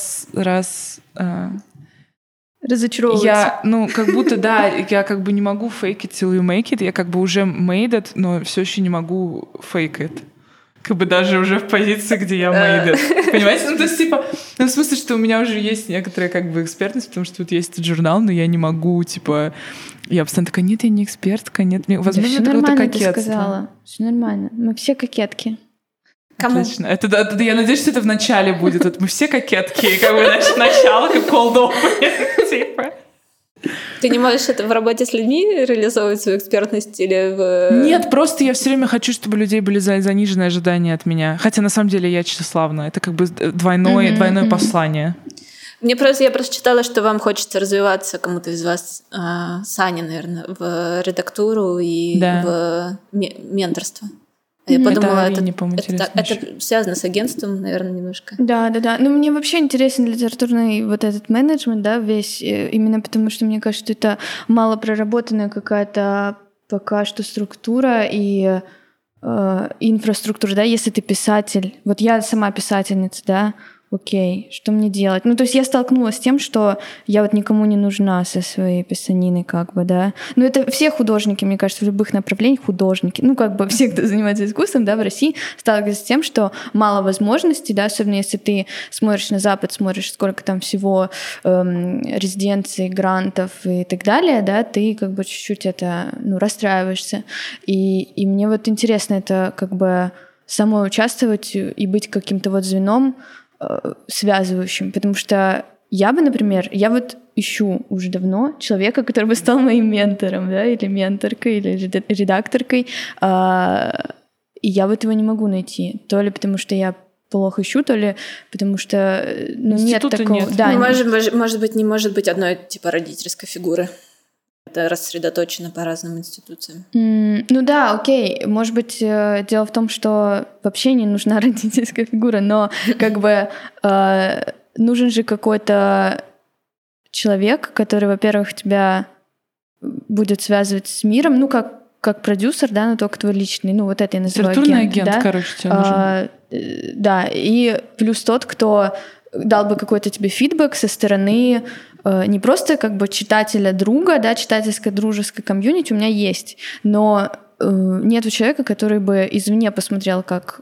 разочаровываются. Как будто, да, я как бы не могу fake it till you make it, я как бы уже made it, но все еще не могу fake it. Как бы даже уже в позиции, где я made it. Понимаете? Ну, то есть, типа, в смысле, что у меня уже есть некоторая как бы экспертность, потому что тут есть этот журнал, но я не могу, типа... Я постоянно такая, нет, я не экспертка, нет. Возможно, это какое-то кокетство. Ты сказала. Все нормально. Мы все кокетки. Кому? Отлично. Я надеюсь, что это в начале будет. Вот мы все кокетки, как бы, значит, начало, как cold open, типа. Ты не можешь это в работе с людьми реализовывать свою экспертность или в... Нет, просто я все время хочу, чтобы у людей были заниженные ожидания от меня. Хотя на самом деле я тщеславна. Это как бы двойное послание. Я просто читала, что вам хочется развиваться, кому-то из вас, Саня, наверное, в редактуру и в менторство. Я подумала, это связано с агентством, наверное, немножко. Да. Ну, мне вообще интересен литературный вот этот менеджмент, да, весь, именно потому что мне кажется, что это мало проработанная какая-то пока что структура и инфраструктура, да, если ты писатель. Вот я сама писательница, да, окей, что мне делать? Ну, то есть я столкнулась с тем, что я вот никому не нужна со своей писаниной, как бы, да. Ну, это все художники, мне кажется, в любых направлениях художники. Ну, как бы все, кто занимается искусством, да, в России, сталкиваются с тем, что мало возможностей, да, особенно если ты смотришь на Запад, смотришь, сколько там всего резиденций, грантов и так далее, да, ты как бы чуть-чуть расстраиваешься. И мне вот интересно это как бы самой участвовать и быть каким-то вот звеном, связывающим, потому что я бы, например, я вот ищу уже давно человека, который бы стал моим ментором, да, или менторкой, или редакторкой, и я вот его не могу найти, то ли потому что я плохо ищу, то ли потому что нет такого... Нет. Да, может быть одной типа родительской фигуры. Это рассредоточено по разным институциям. Ну да, окей. Может быть, дело в том, что вообще не нужна родительская фигура, но как бы нужен же какой-то человек, который, во-первых, тебя будет связывать с миром, ну как продюсер, да, но только твой личный, ну вот это я называю агент, да? Короче, тебе нужен. Да, и плюс тот, кто дал бы какой-то тебе фидбэк со стороны не просто как бы читателя друга, да, читательское дружеское комьюнити у меня есть, но нет человека, который бы извне посмотрел, как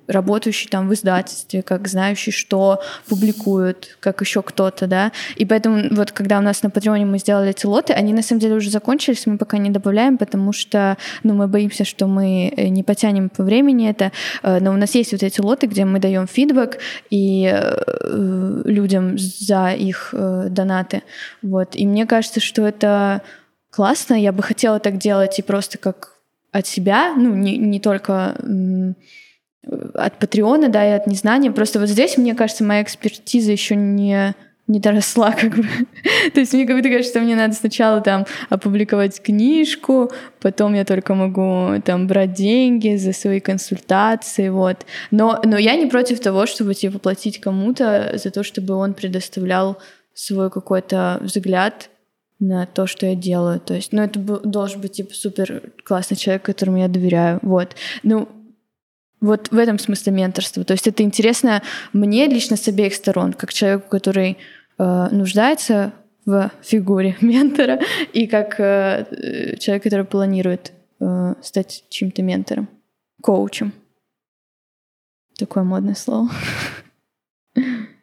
работающий там в издательстве, как знающий, что публикуют, как еще кто-то, да. И поэтому вот когда у нас на Патреоне мы сделали эти лоты, они на самом деле уже закончились, мы пока не добавляем, потому что, мы боимся, что мы не потянем по времени это. Но у нас есть вот эти лоты, где мы даем фидбэк и людям за их донаты. Вот. И мне кажется, что это классно. Я бы хотела так делать и просто как от себя, не только от Патреона, да, и от незнания. Просто вот здесь, мне кажется, моя экспертиза еще не доросла, как бы. То есть мне как будто кажется, что мне надо сначала там опубликовать книжку, потом я только могу там брать деньги за свои консультации, вот. Но я не против того, чтобы типа платить кому-то за то, чтобы он предоставлял свой какой-то взгляд на то, что я делаю. То есть, это должен быть типа супер классный человек, которому я доверяю, вот. Вот в этом смысле менторство. То есть это интересно мне лично с обеих сторон, как человеку, который нуждается в фигуре ментора, и как человек, который планирует стать чьим-то ментором, коучем. Такое модное слово. У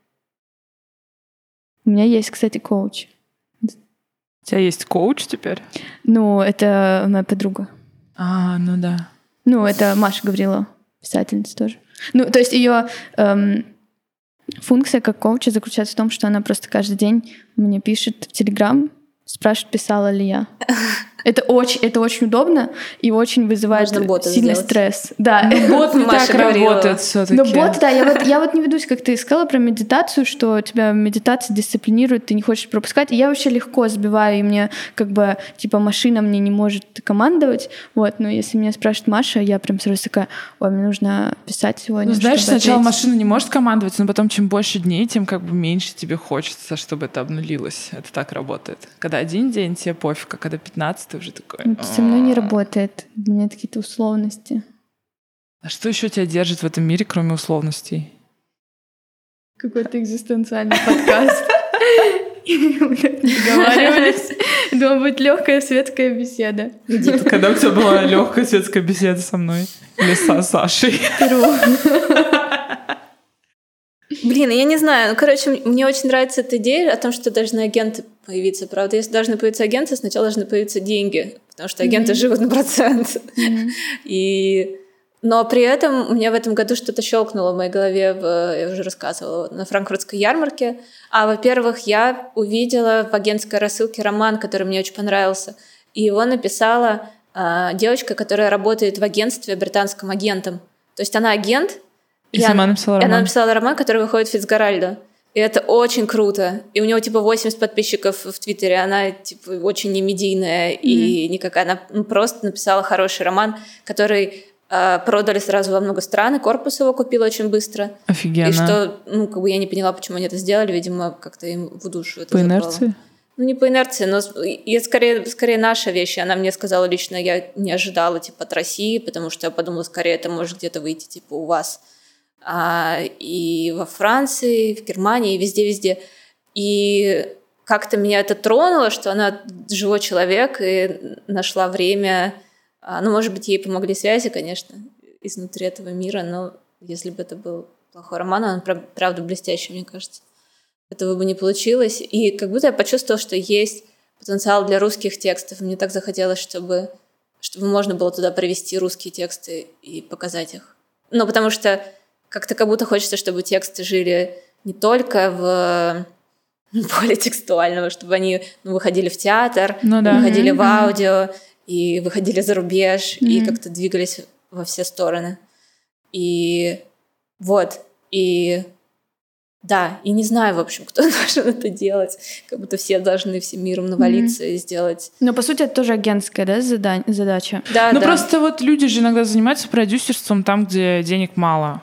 меня есть, кстати, коуч. У тебя есть коуч теперь? Это моя подруга. Ну да. Это Маша Гаврилова. Писательница тоже. То есть ее функция как коуча заключается в том, что она просто каждый день мне пишет в Телеграм, спрашивает, писала ли я. Это очень удобно и очень вызывает сильный стресс. Да. Бот не так работает всё-таки. Бот, да, я вот не ведусь, как ты сказала про медитацию, что тебя медитация дисциплинирует, ты не хочешь пропускать. И я вообще легко сбиваю, и мне как бы типа машина мне не может командовать. Вот, но если меня спрашивает Маша, я прям сразу такая: ой, мне нужно писать сегодня. Знаешь, сначала машина не может командовать, но потом чем больше дней, тем как бы меньше тебе хочется, чтобы это обнулилось. Это так работает. Когда один день, тебе пофиг, а когда 15, ты уже такой... Это со мной не работает. У меня какие-то условности. А что еще тебя держит в этом мире, кроме условностей? Какой-то экзистенциальный подкаст. Мы так не договаривались. Думала, будет легкая светская беседа. Когда у тебя была легкая светская беседа со мной? Или с Сашей? Блин, я не знаю. Мне очень нравится эта идея о том, что должны агенты появиться. Правда, если должны появиться агенты, сначала должны появиться деньги, потому что агенты живут на процент. Но при этом мне в этом году что-то щелкнуло в моей голове, я уже рассказывала, на франкфуртской ярмарке. Во-первых, я увидела в агентской рассылке роман, который мне очень понравился. И его написала девочка, которая работает в агентстве британским агентом. То есть она агент, и она написала роман, который выходит в Фицджеральда. И это очень круто. И у него 80 подписчиков в Твиттере. Она очень немедийная и никакая. Она просто написала хороший роман, который продали сразу во много стран, и корпус его купил очень быстро. Офигенно. И что, я не поняла, почему они это сделали. Видимо, как-то им в душу это по запало. Инерции? Не по инерции, но скорее наша вещь. Она мне сказала лично, я не ожидала от России, потому что я подумала, скорее это может где-то выйти у вас. И во Франции, и в Германии, и везде-везде. И как-то меня это тронуло, что она живой человек и нашла время. Может быть, ей помогли связи, конечно, изнутри этого мира, но если бы это был плохой роман, он правда блестящий, мне кажется, этого бы не получилось. И как будто я почувствовала, что есть потенциал для русских текстов. Мне так захотелось, чтобы можно было туда привести русские тексты и показать их. Потому что как будто хочется, чтобы тексты жили не только в поле текстуального, чтобы они выходили в театр, выходили в аудио, и выходили за рубеж, и как-то двигались во все стороны. И да, и не знаю, в общем, кто должен это делать. Как будто все должны всем миром навалиться и сделать. Но, по сути, это тоже агентская, да, задача? Да, просто люди же иногда занимаются продюсерством там, где денег мало.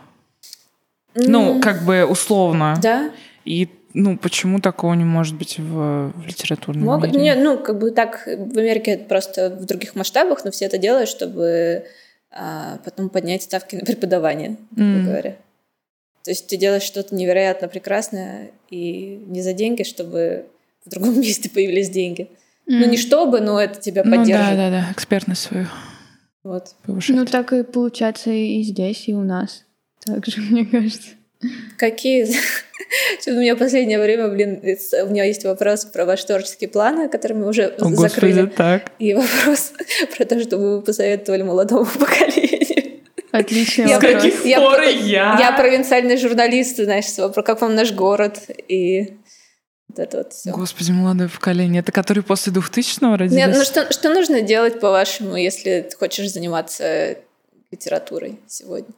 Условно. Да. И почему такого не может быть в литературном мире? Нет, так в Америке это просто в других масштабах, но все это делают, чтобы потом поднять ставки на преподавание, грубо говоря. То есть ты делаешь что-то невероятно прекрасное и не за деньги, чтобы в другом месте появились деньги. Не чтобы, но это тебя поддержит. Да, экспертность свою. Вот. Повышать. Так и получается и здесь, и у нас. так же, мне кажется. Какие... У меня в последнее время, у меня есть вопрос про ваши творческие планы, которые мы уже закрыли. Так. И вопрос про то, что вы посоветовали молодому поколению. Отличный С вопрос. каких пор Я провинциальный журналист, знаешь, про как вам наш город и вот это вот все. Господи, молодое поколение. Это которые после 2000-го родились? Нет, ну что нужно делать, по-вашему, если ты хочешь заниматься литературой сегодня?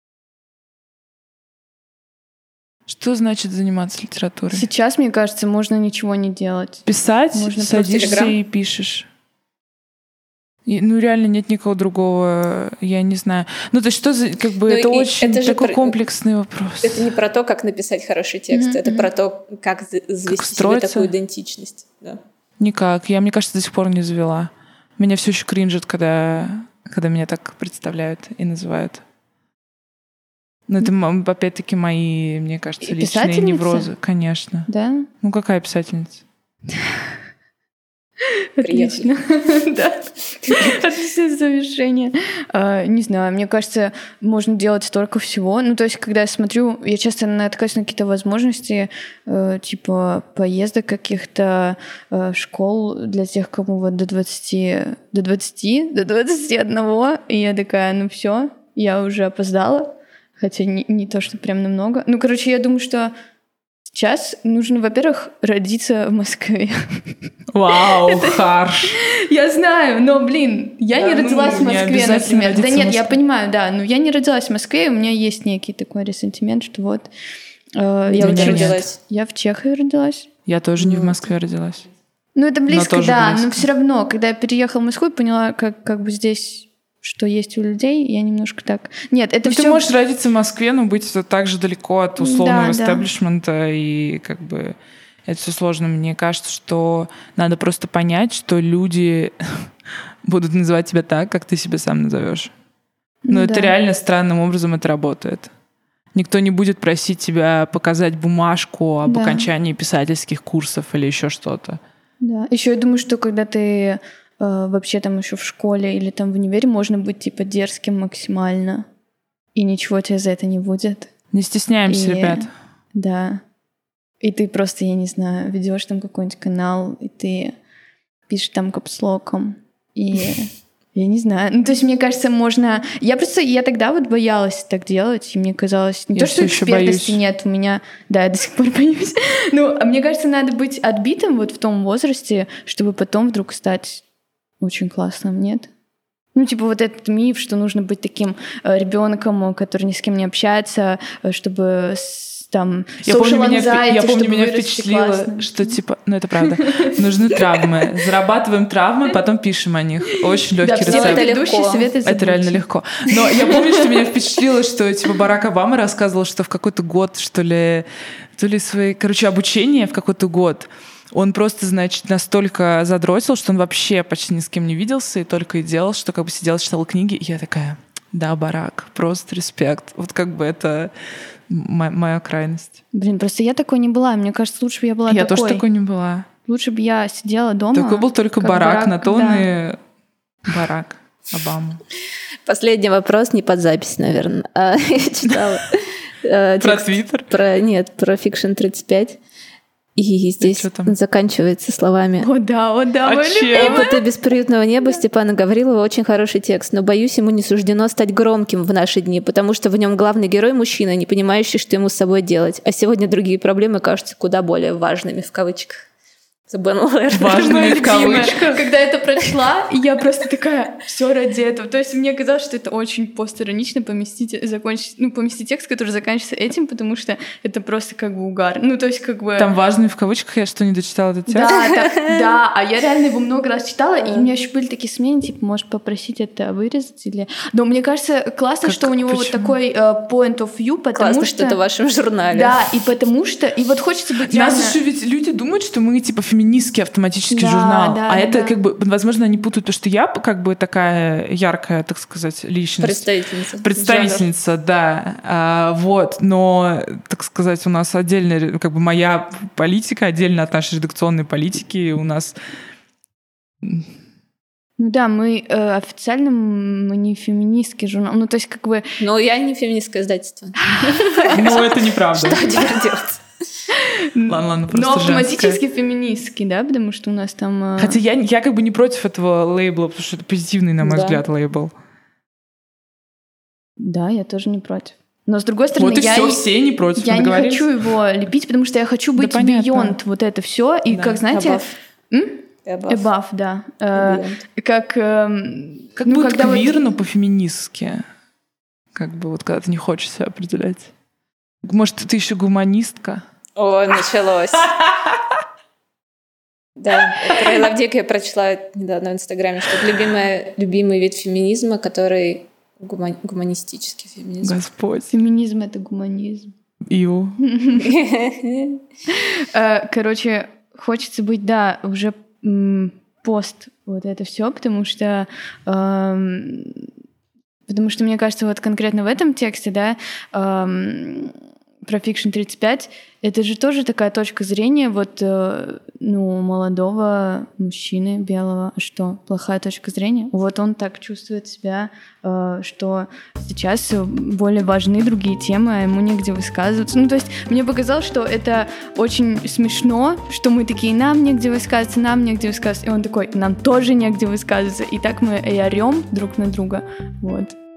Что значит заниматься литературой? Сейчас, мне кажется, можно ничего не делать. Писать, Можно садишься и пишешь. Реально нет никого другого, я не знаю. То есть что за, это очень это такой комплексный вопрос. Это не про то, как написать хороший текст, это про то, как завести себе такую идентичность. Да. Никак. Я, мне кажется, до сих пор не завела. Меня все еще кринжит, когда меня так представляют и называют. Но это, опять-таки, мои, мне кажется, личные неврозы. Конечно. Да? Какая писательница? Отлично. Да. Отличное завершение. Не знаю, мне кажется, можно делать столько всего. То есть, когда я смотрю, я часто натыкаюсь на какие-то возможности, типа поездок каких-то, школ для тех, кому до 21, и я такая, все, я уже опоздала. Хотя не то, что прям намного. Я думаю, что сейчас нужно, во-первых, родиться в Москве. Вау, харш. Я знаю, но, я не родилась в Москве, например. Да нет, я понимаю, да, но я не родилась в Москве, и у меня есть некий такой ресентимент, что вот... Я родилась. Я в Чехии родилась. Я тоже не в Москве родилась. Это близко, да, но все равно, когда я переехала в Москву, поняла, как бы здесь... что есть у людей, я немножко так... Нет, это все... Ты можешь родиться в Москве, но быть так же далеко от условного эстаблишмента, и это все сложно. Мне кажется, что надо просто понять, что люди будут называть тебя так, как ты себя сам назовешь. Это реально странным образом это работает. Никто не будет просить тебя показать бумажку об окончании писательских курсов или еще что-то. Да, еще я думаю, что когда ты... вообще там еще в школе или там в универе можно быть типа дерзким максимально, и ничего тебе за это не будет. Не стесняемся, ребят. Да. И ты просто, я не знаю, ведешь там какой-нибудь канал, и ты пишешь там капслоком, и я не знаю. То есть, мне кажется, можно... Я тогда боялась так делать, и мне казалось... Не то, что экспертности нет у меня... Да, я до сих пор боюсь. Мне кажется, надо быть отбитым в том возрасте, чтобы потом вдруг стать очень классным, нет? Вот этот миф, что нужно быть таким ребенком, который ни с кем не общается, чтобы там я помню, меня впечатлило, что это правда. Нужны травмы. Зарабатываем травмы, потом пишем о них. Очень легкий рецепт. Это реально легко. Но я помню, что меня впечатлило, что Барак Обама рассказывал, что в какой-то год, что ли свои... обучение в какой-то год. Он просто, настолько задротил, что он вообще почти ни с кем не виделся и только и делал, что сидел, читал книги. И я такая, да, Барак, просто респект. Это моя крайность. Просто я такой не была. Мне кажется, лучше бы я была такой. Я тоже такой не была. Лучше бы я сидела дома. Такой был только Барак, на то он и Барак Обама. Последний вопрос, не под запись, наверное. Я читала. Про Твиттер? Нет, про Fiction 35. И здесь заканчивается словами: «О да, «Опыты бесприютного неба» Степана Гаврилова очень хороший текст, но, боюсь, ему не суждено стать громким в наши дни, потому что в нем главный герой мужчина, не понимающий, что ему с собой делать. А сегодня другие проблемы кажутся куда более важными, в кавычках. Важными в кавычках. Когда я это прочла, я просто такая, все ради этого. То есть мне казалось, что это очень постиронично поместить текст, который заканчивается этим, потому что это просто угар. Там важными в кавычках, я что, не дочитала этот текст? Да, а я реально его много раз читала, и у меня еще были такие сомнения, может попросить это вырезать или... Но мне кажется, классно, что у него такой point of view, потому классно, что это в вашем журнале. Да, и потому что... И хочется быть реально... Нас еще ведь люди думают, что мы феминистский автоматический журнал. Это возможно, они путают, потому что я такая яркая, так сказать, личность. Представительница, да. Но, так сказать, у нас отдельная, моя политика, отдельно от нашей редакционной политики. У нас Ну да, мы официально мы не феминистский журнал. Ну, то есть, как бы... Но я не феминистское издательство. Ну, это неправда. Что теперь делать? Ладно, просто но автоматически феминистский, да, потому что у нас там... Хотя я как бы не против этого лейбла, потому что это позитивный, на мой взгляд, лейбл. Да, я тоже не против. Но с другой стороны, вот и все не против. Я не хочу его лепить, потому что я хочу быть beyond вот это все. И как, знаете... Above, да. Как будет квир, но по-феминистски. Как бы вот когда ты не хочешь себя определять. Может, ты еще гуманистка? О, началось. Да, про I Love Dick я прочла недавно в Инстаграме, что это любимый вид феминизма, который гуманистический феминизм. Господь. Феминизм — это гуманизм. Иу. Короче, хочется быть, да, уже пост вот это все, потому что мне кажется, вот конкретно в этом тексте, да, про Fiction 35, это же тоже такая точка зрения вот, молодого мужчины белого. А что, плохая точка зрения? Вот он так чувствует себя, что сейчас более важны другие темы, а ему негде высказываться. Ну, то есть мне показалось, что это очень смешно, что мы такие, нам негде высказываться, и он такой, нам тоже негде высказываться. И так мы и орем друг на друга. Вот.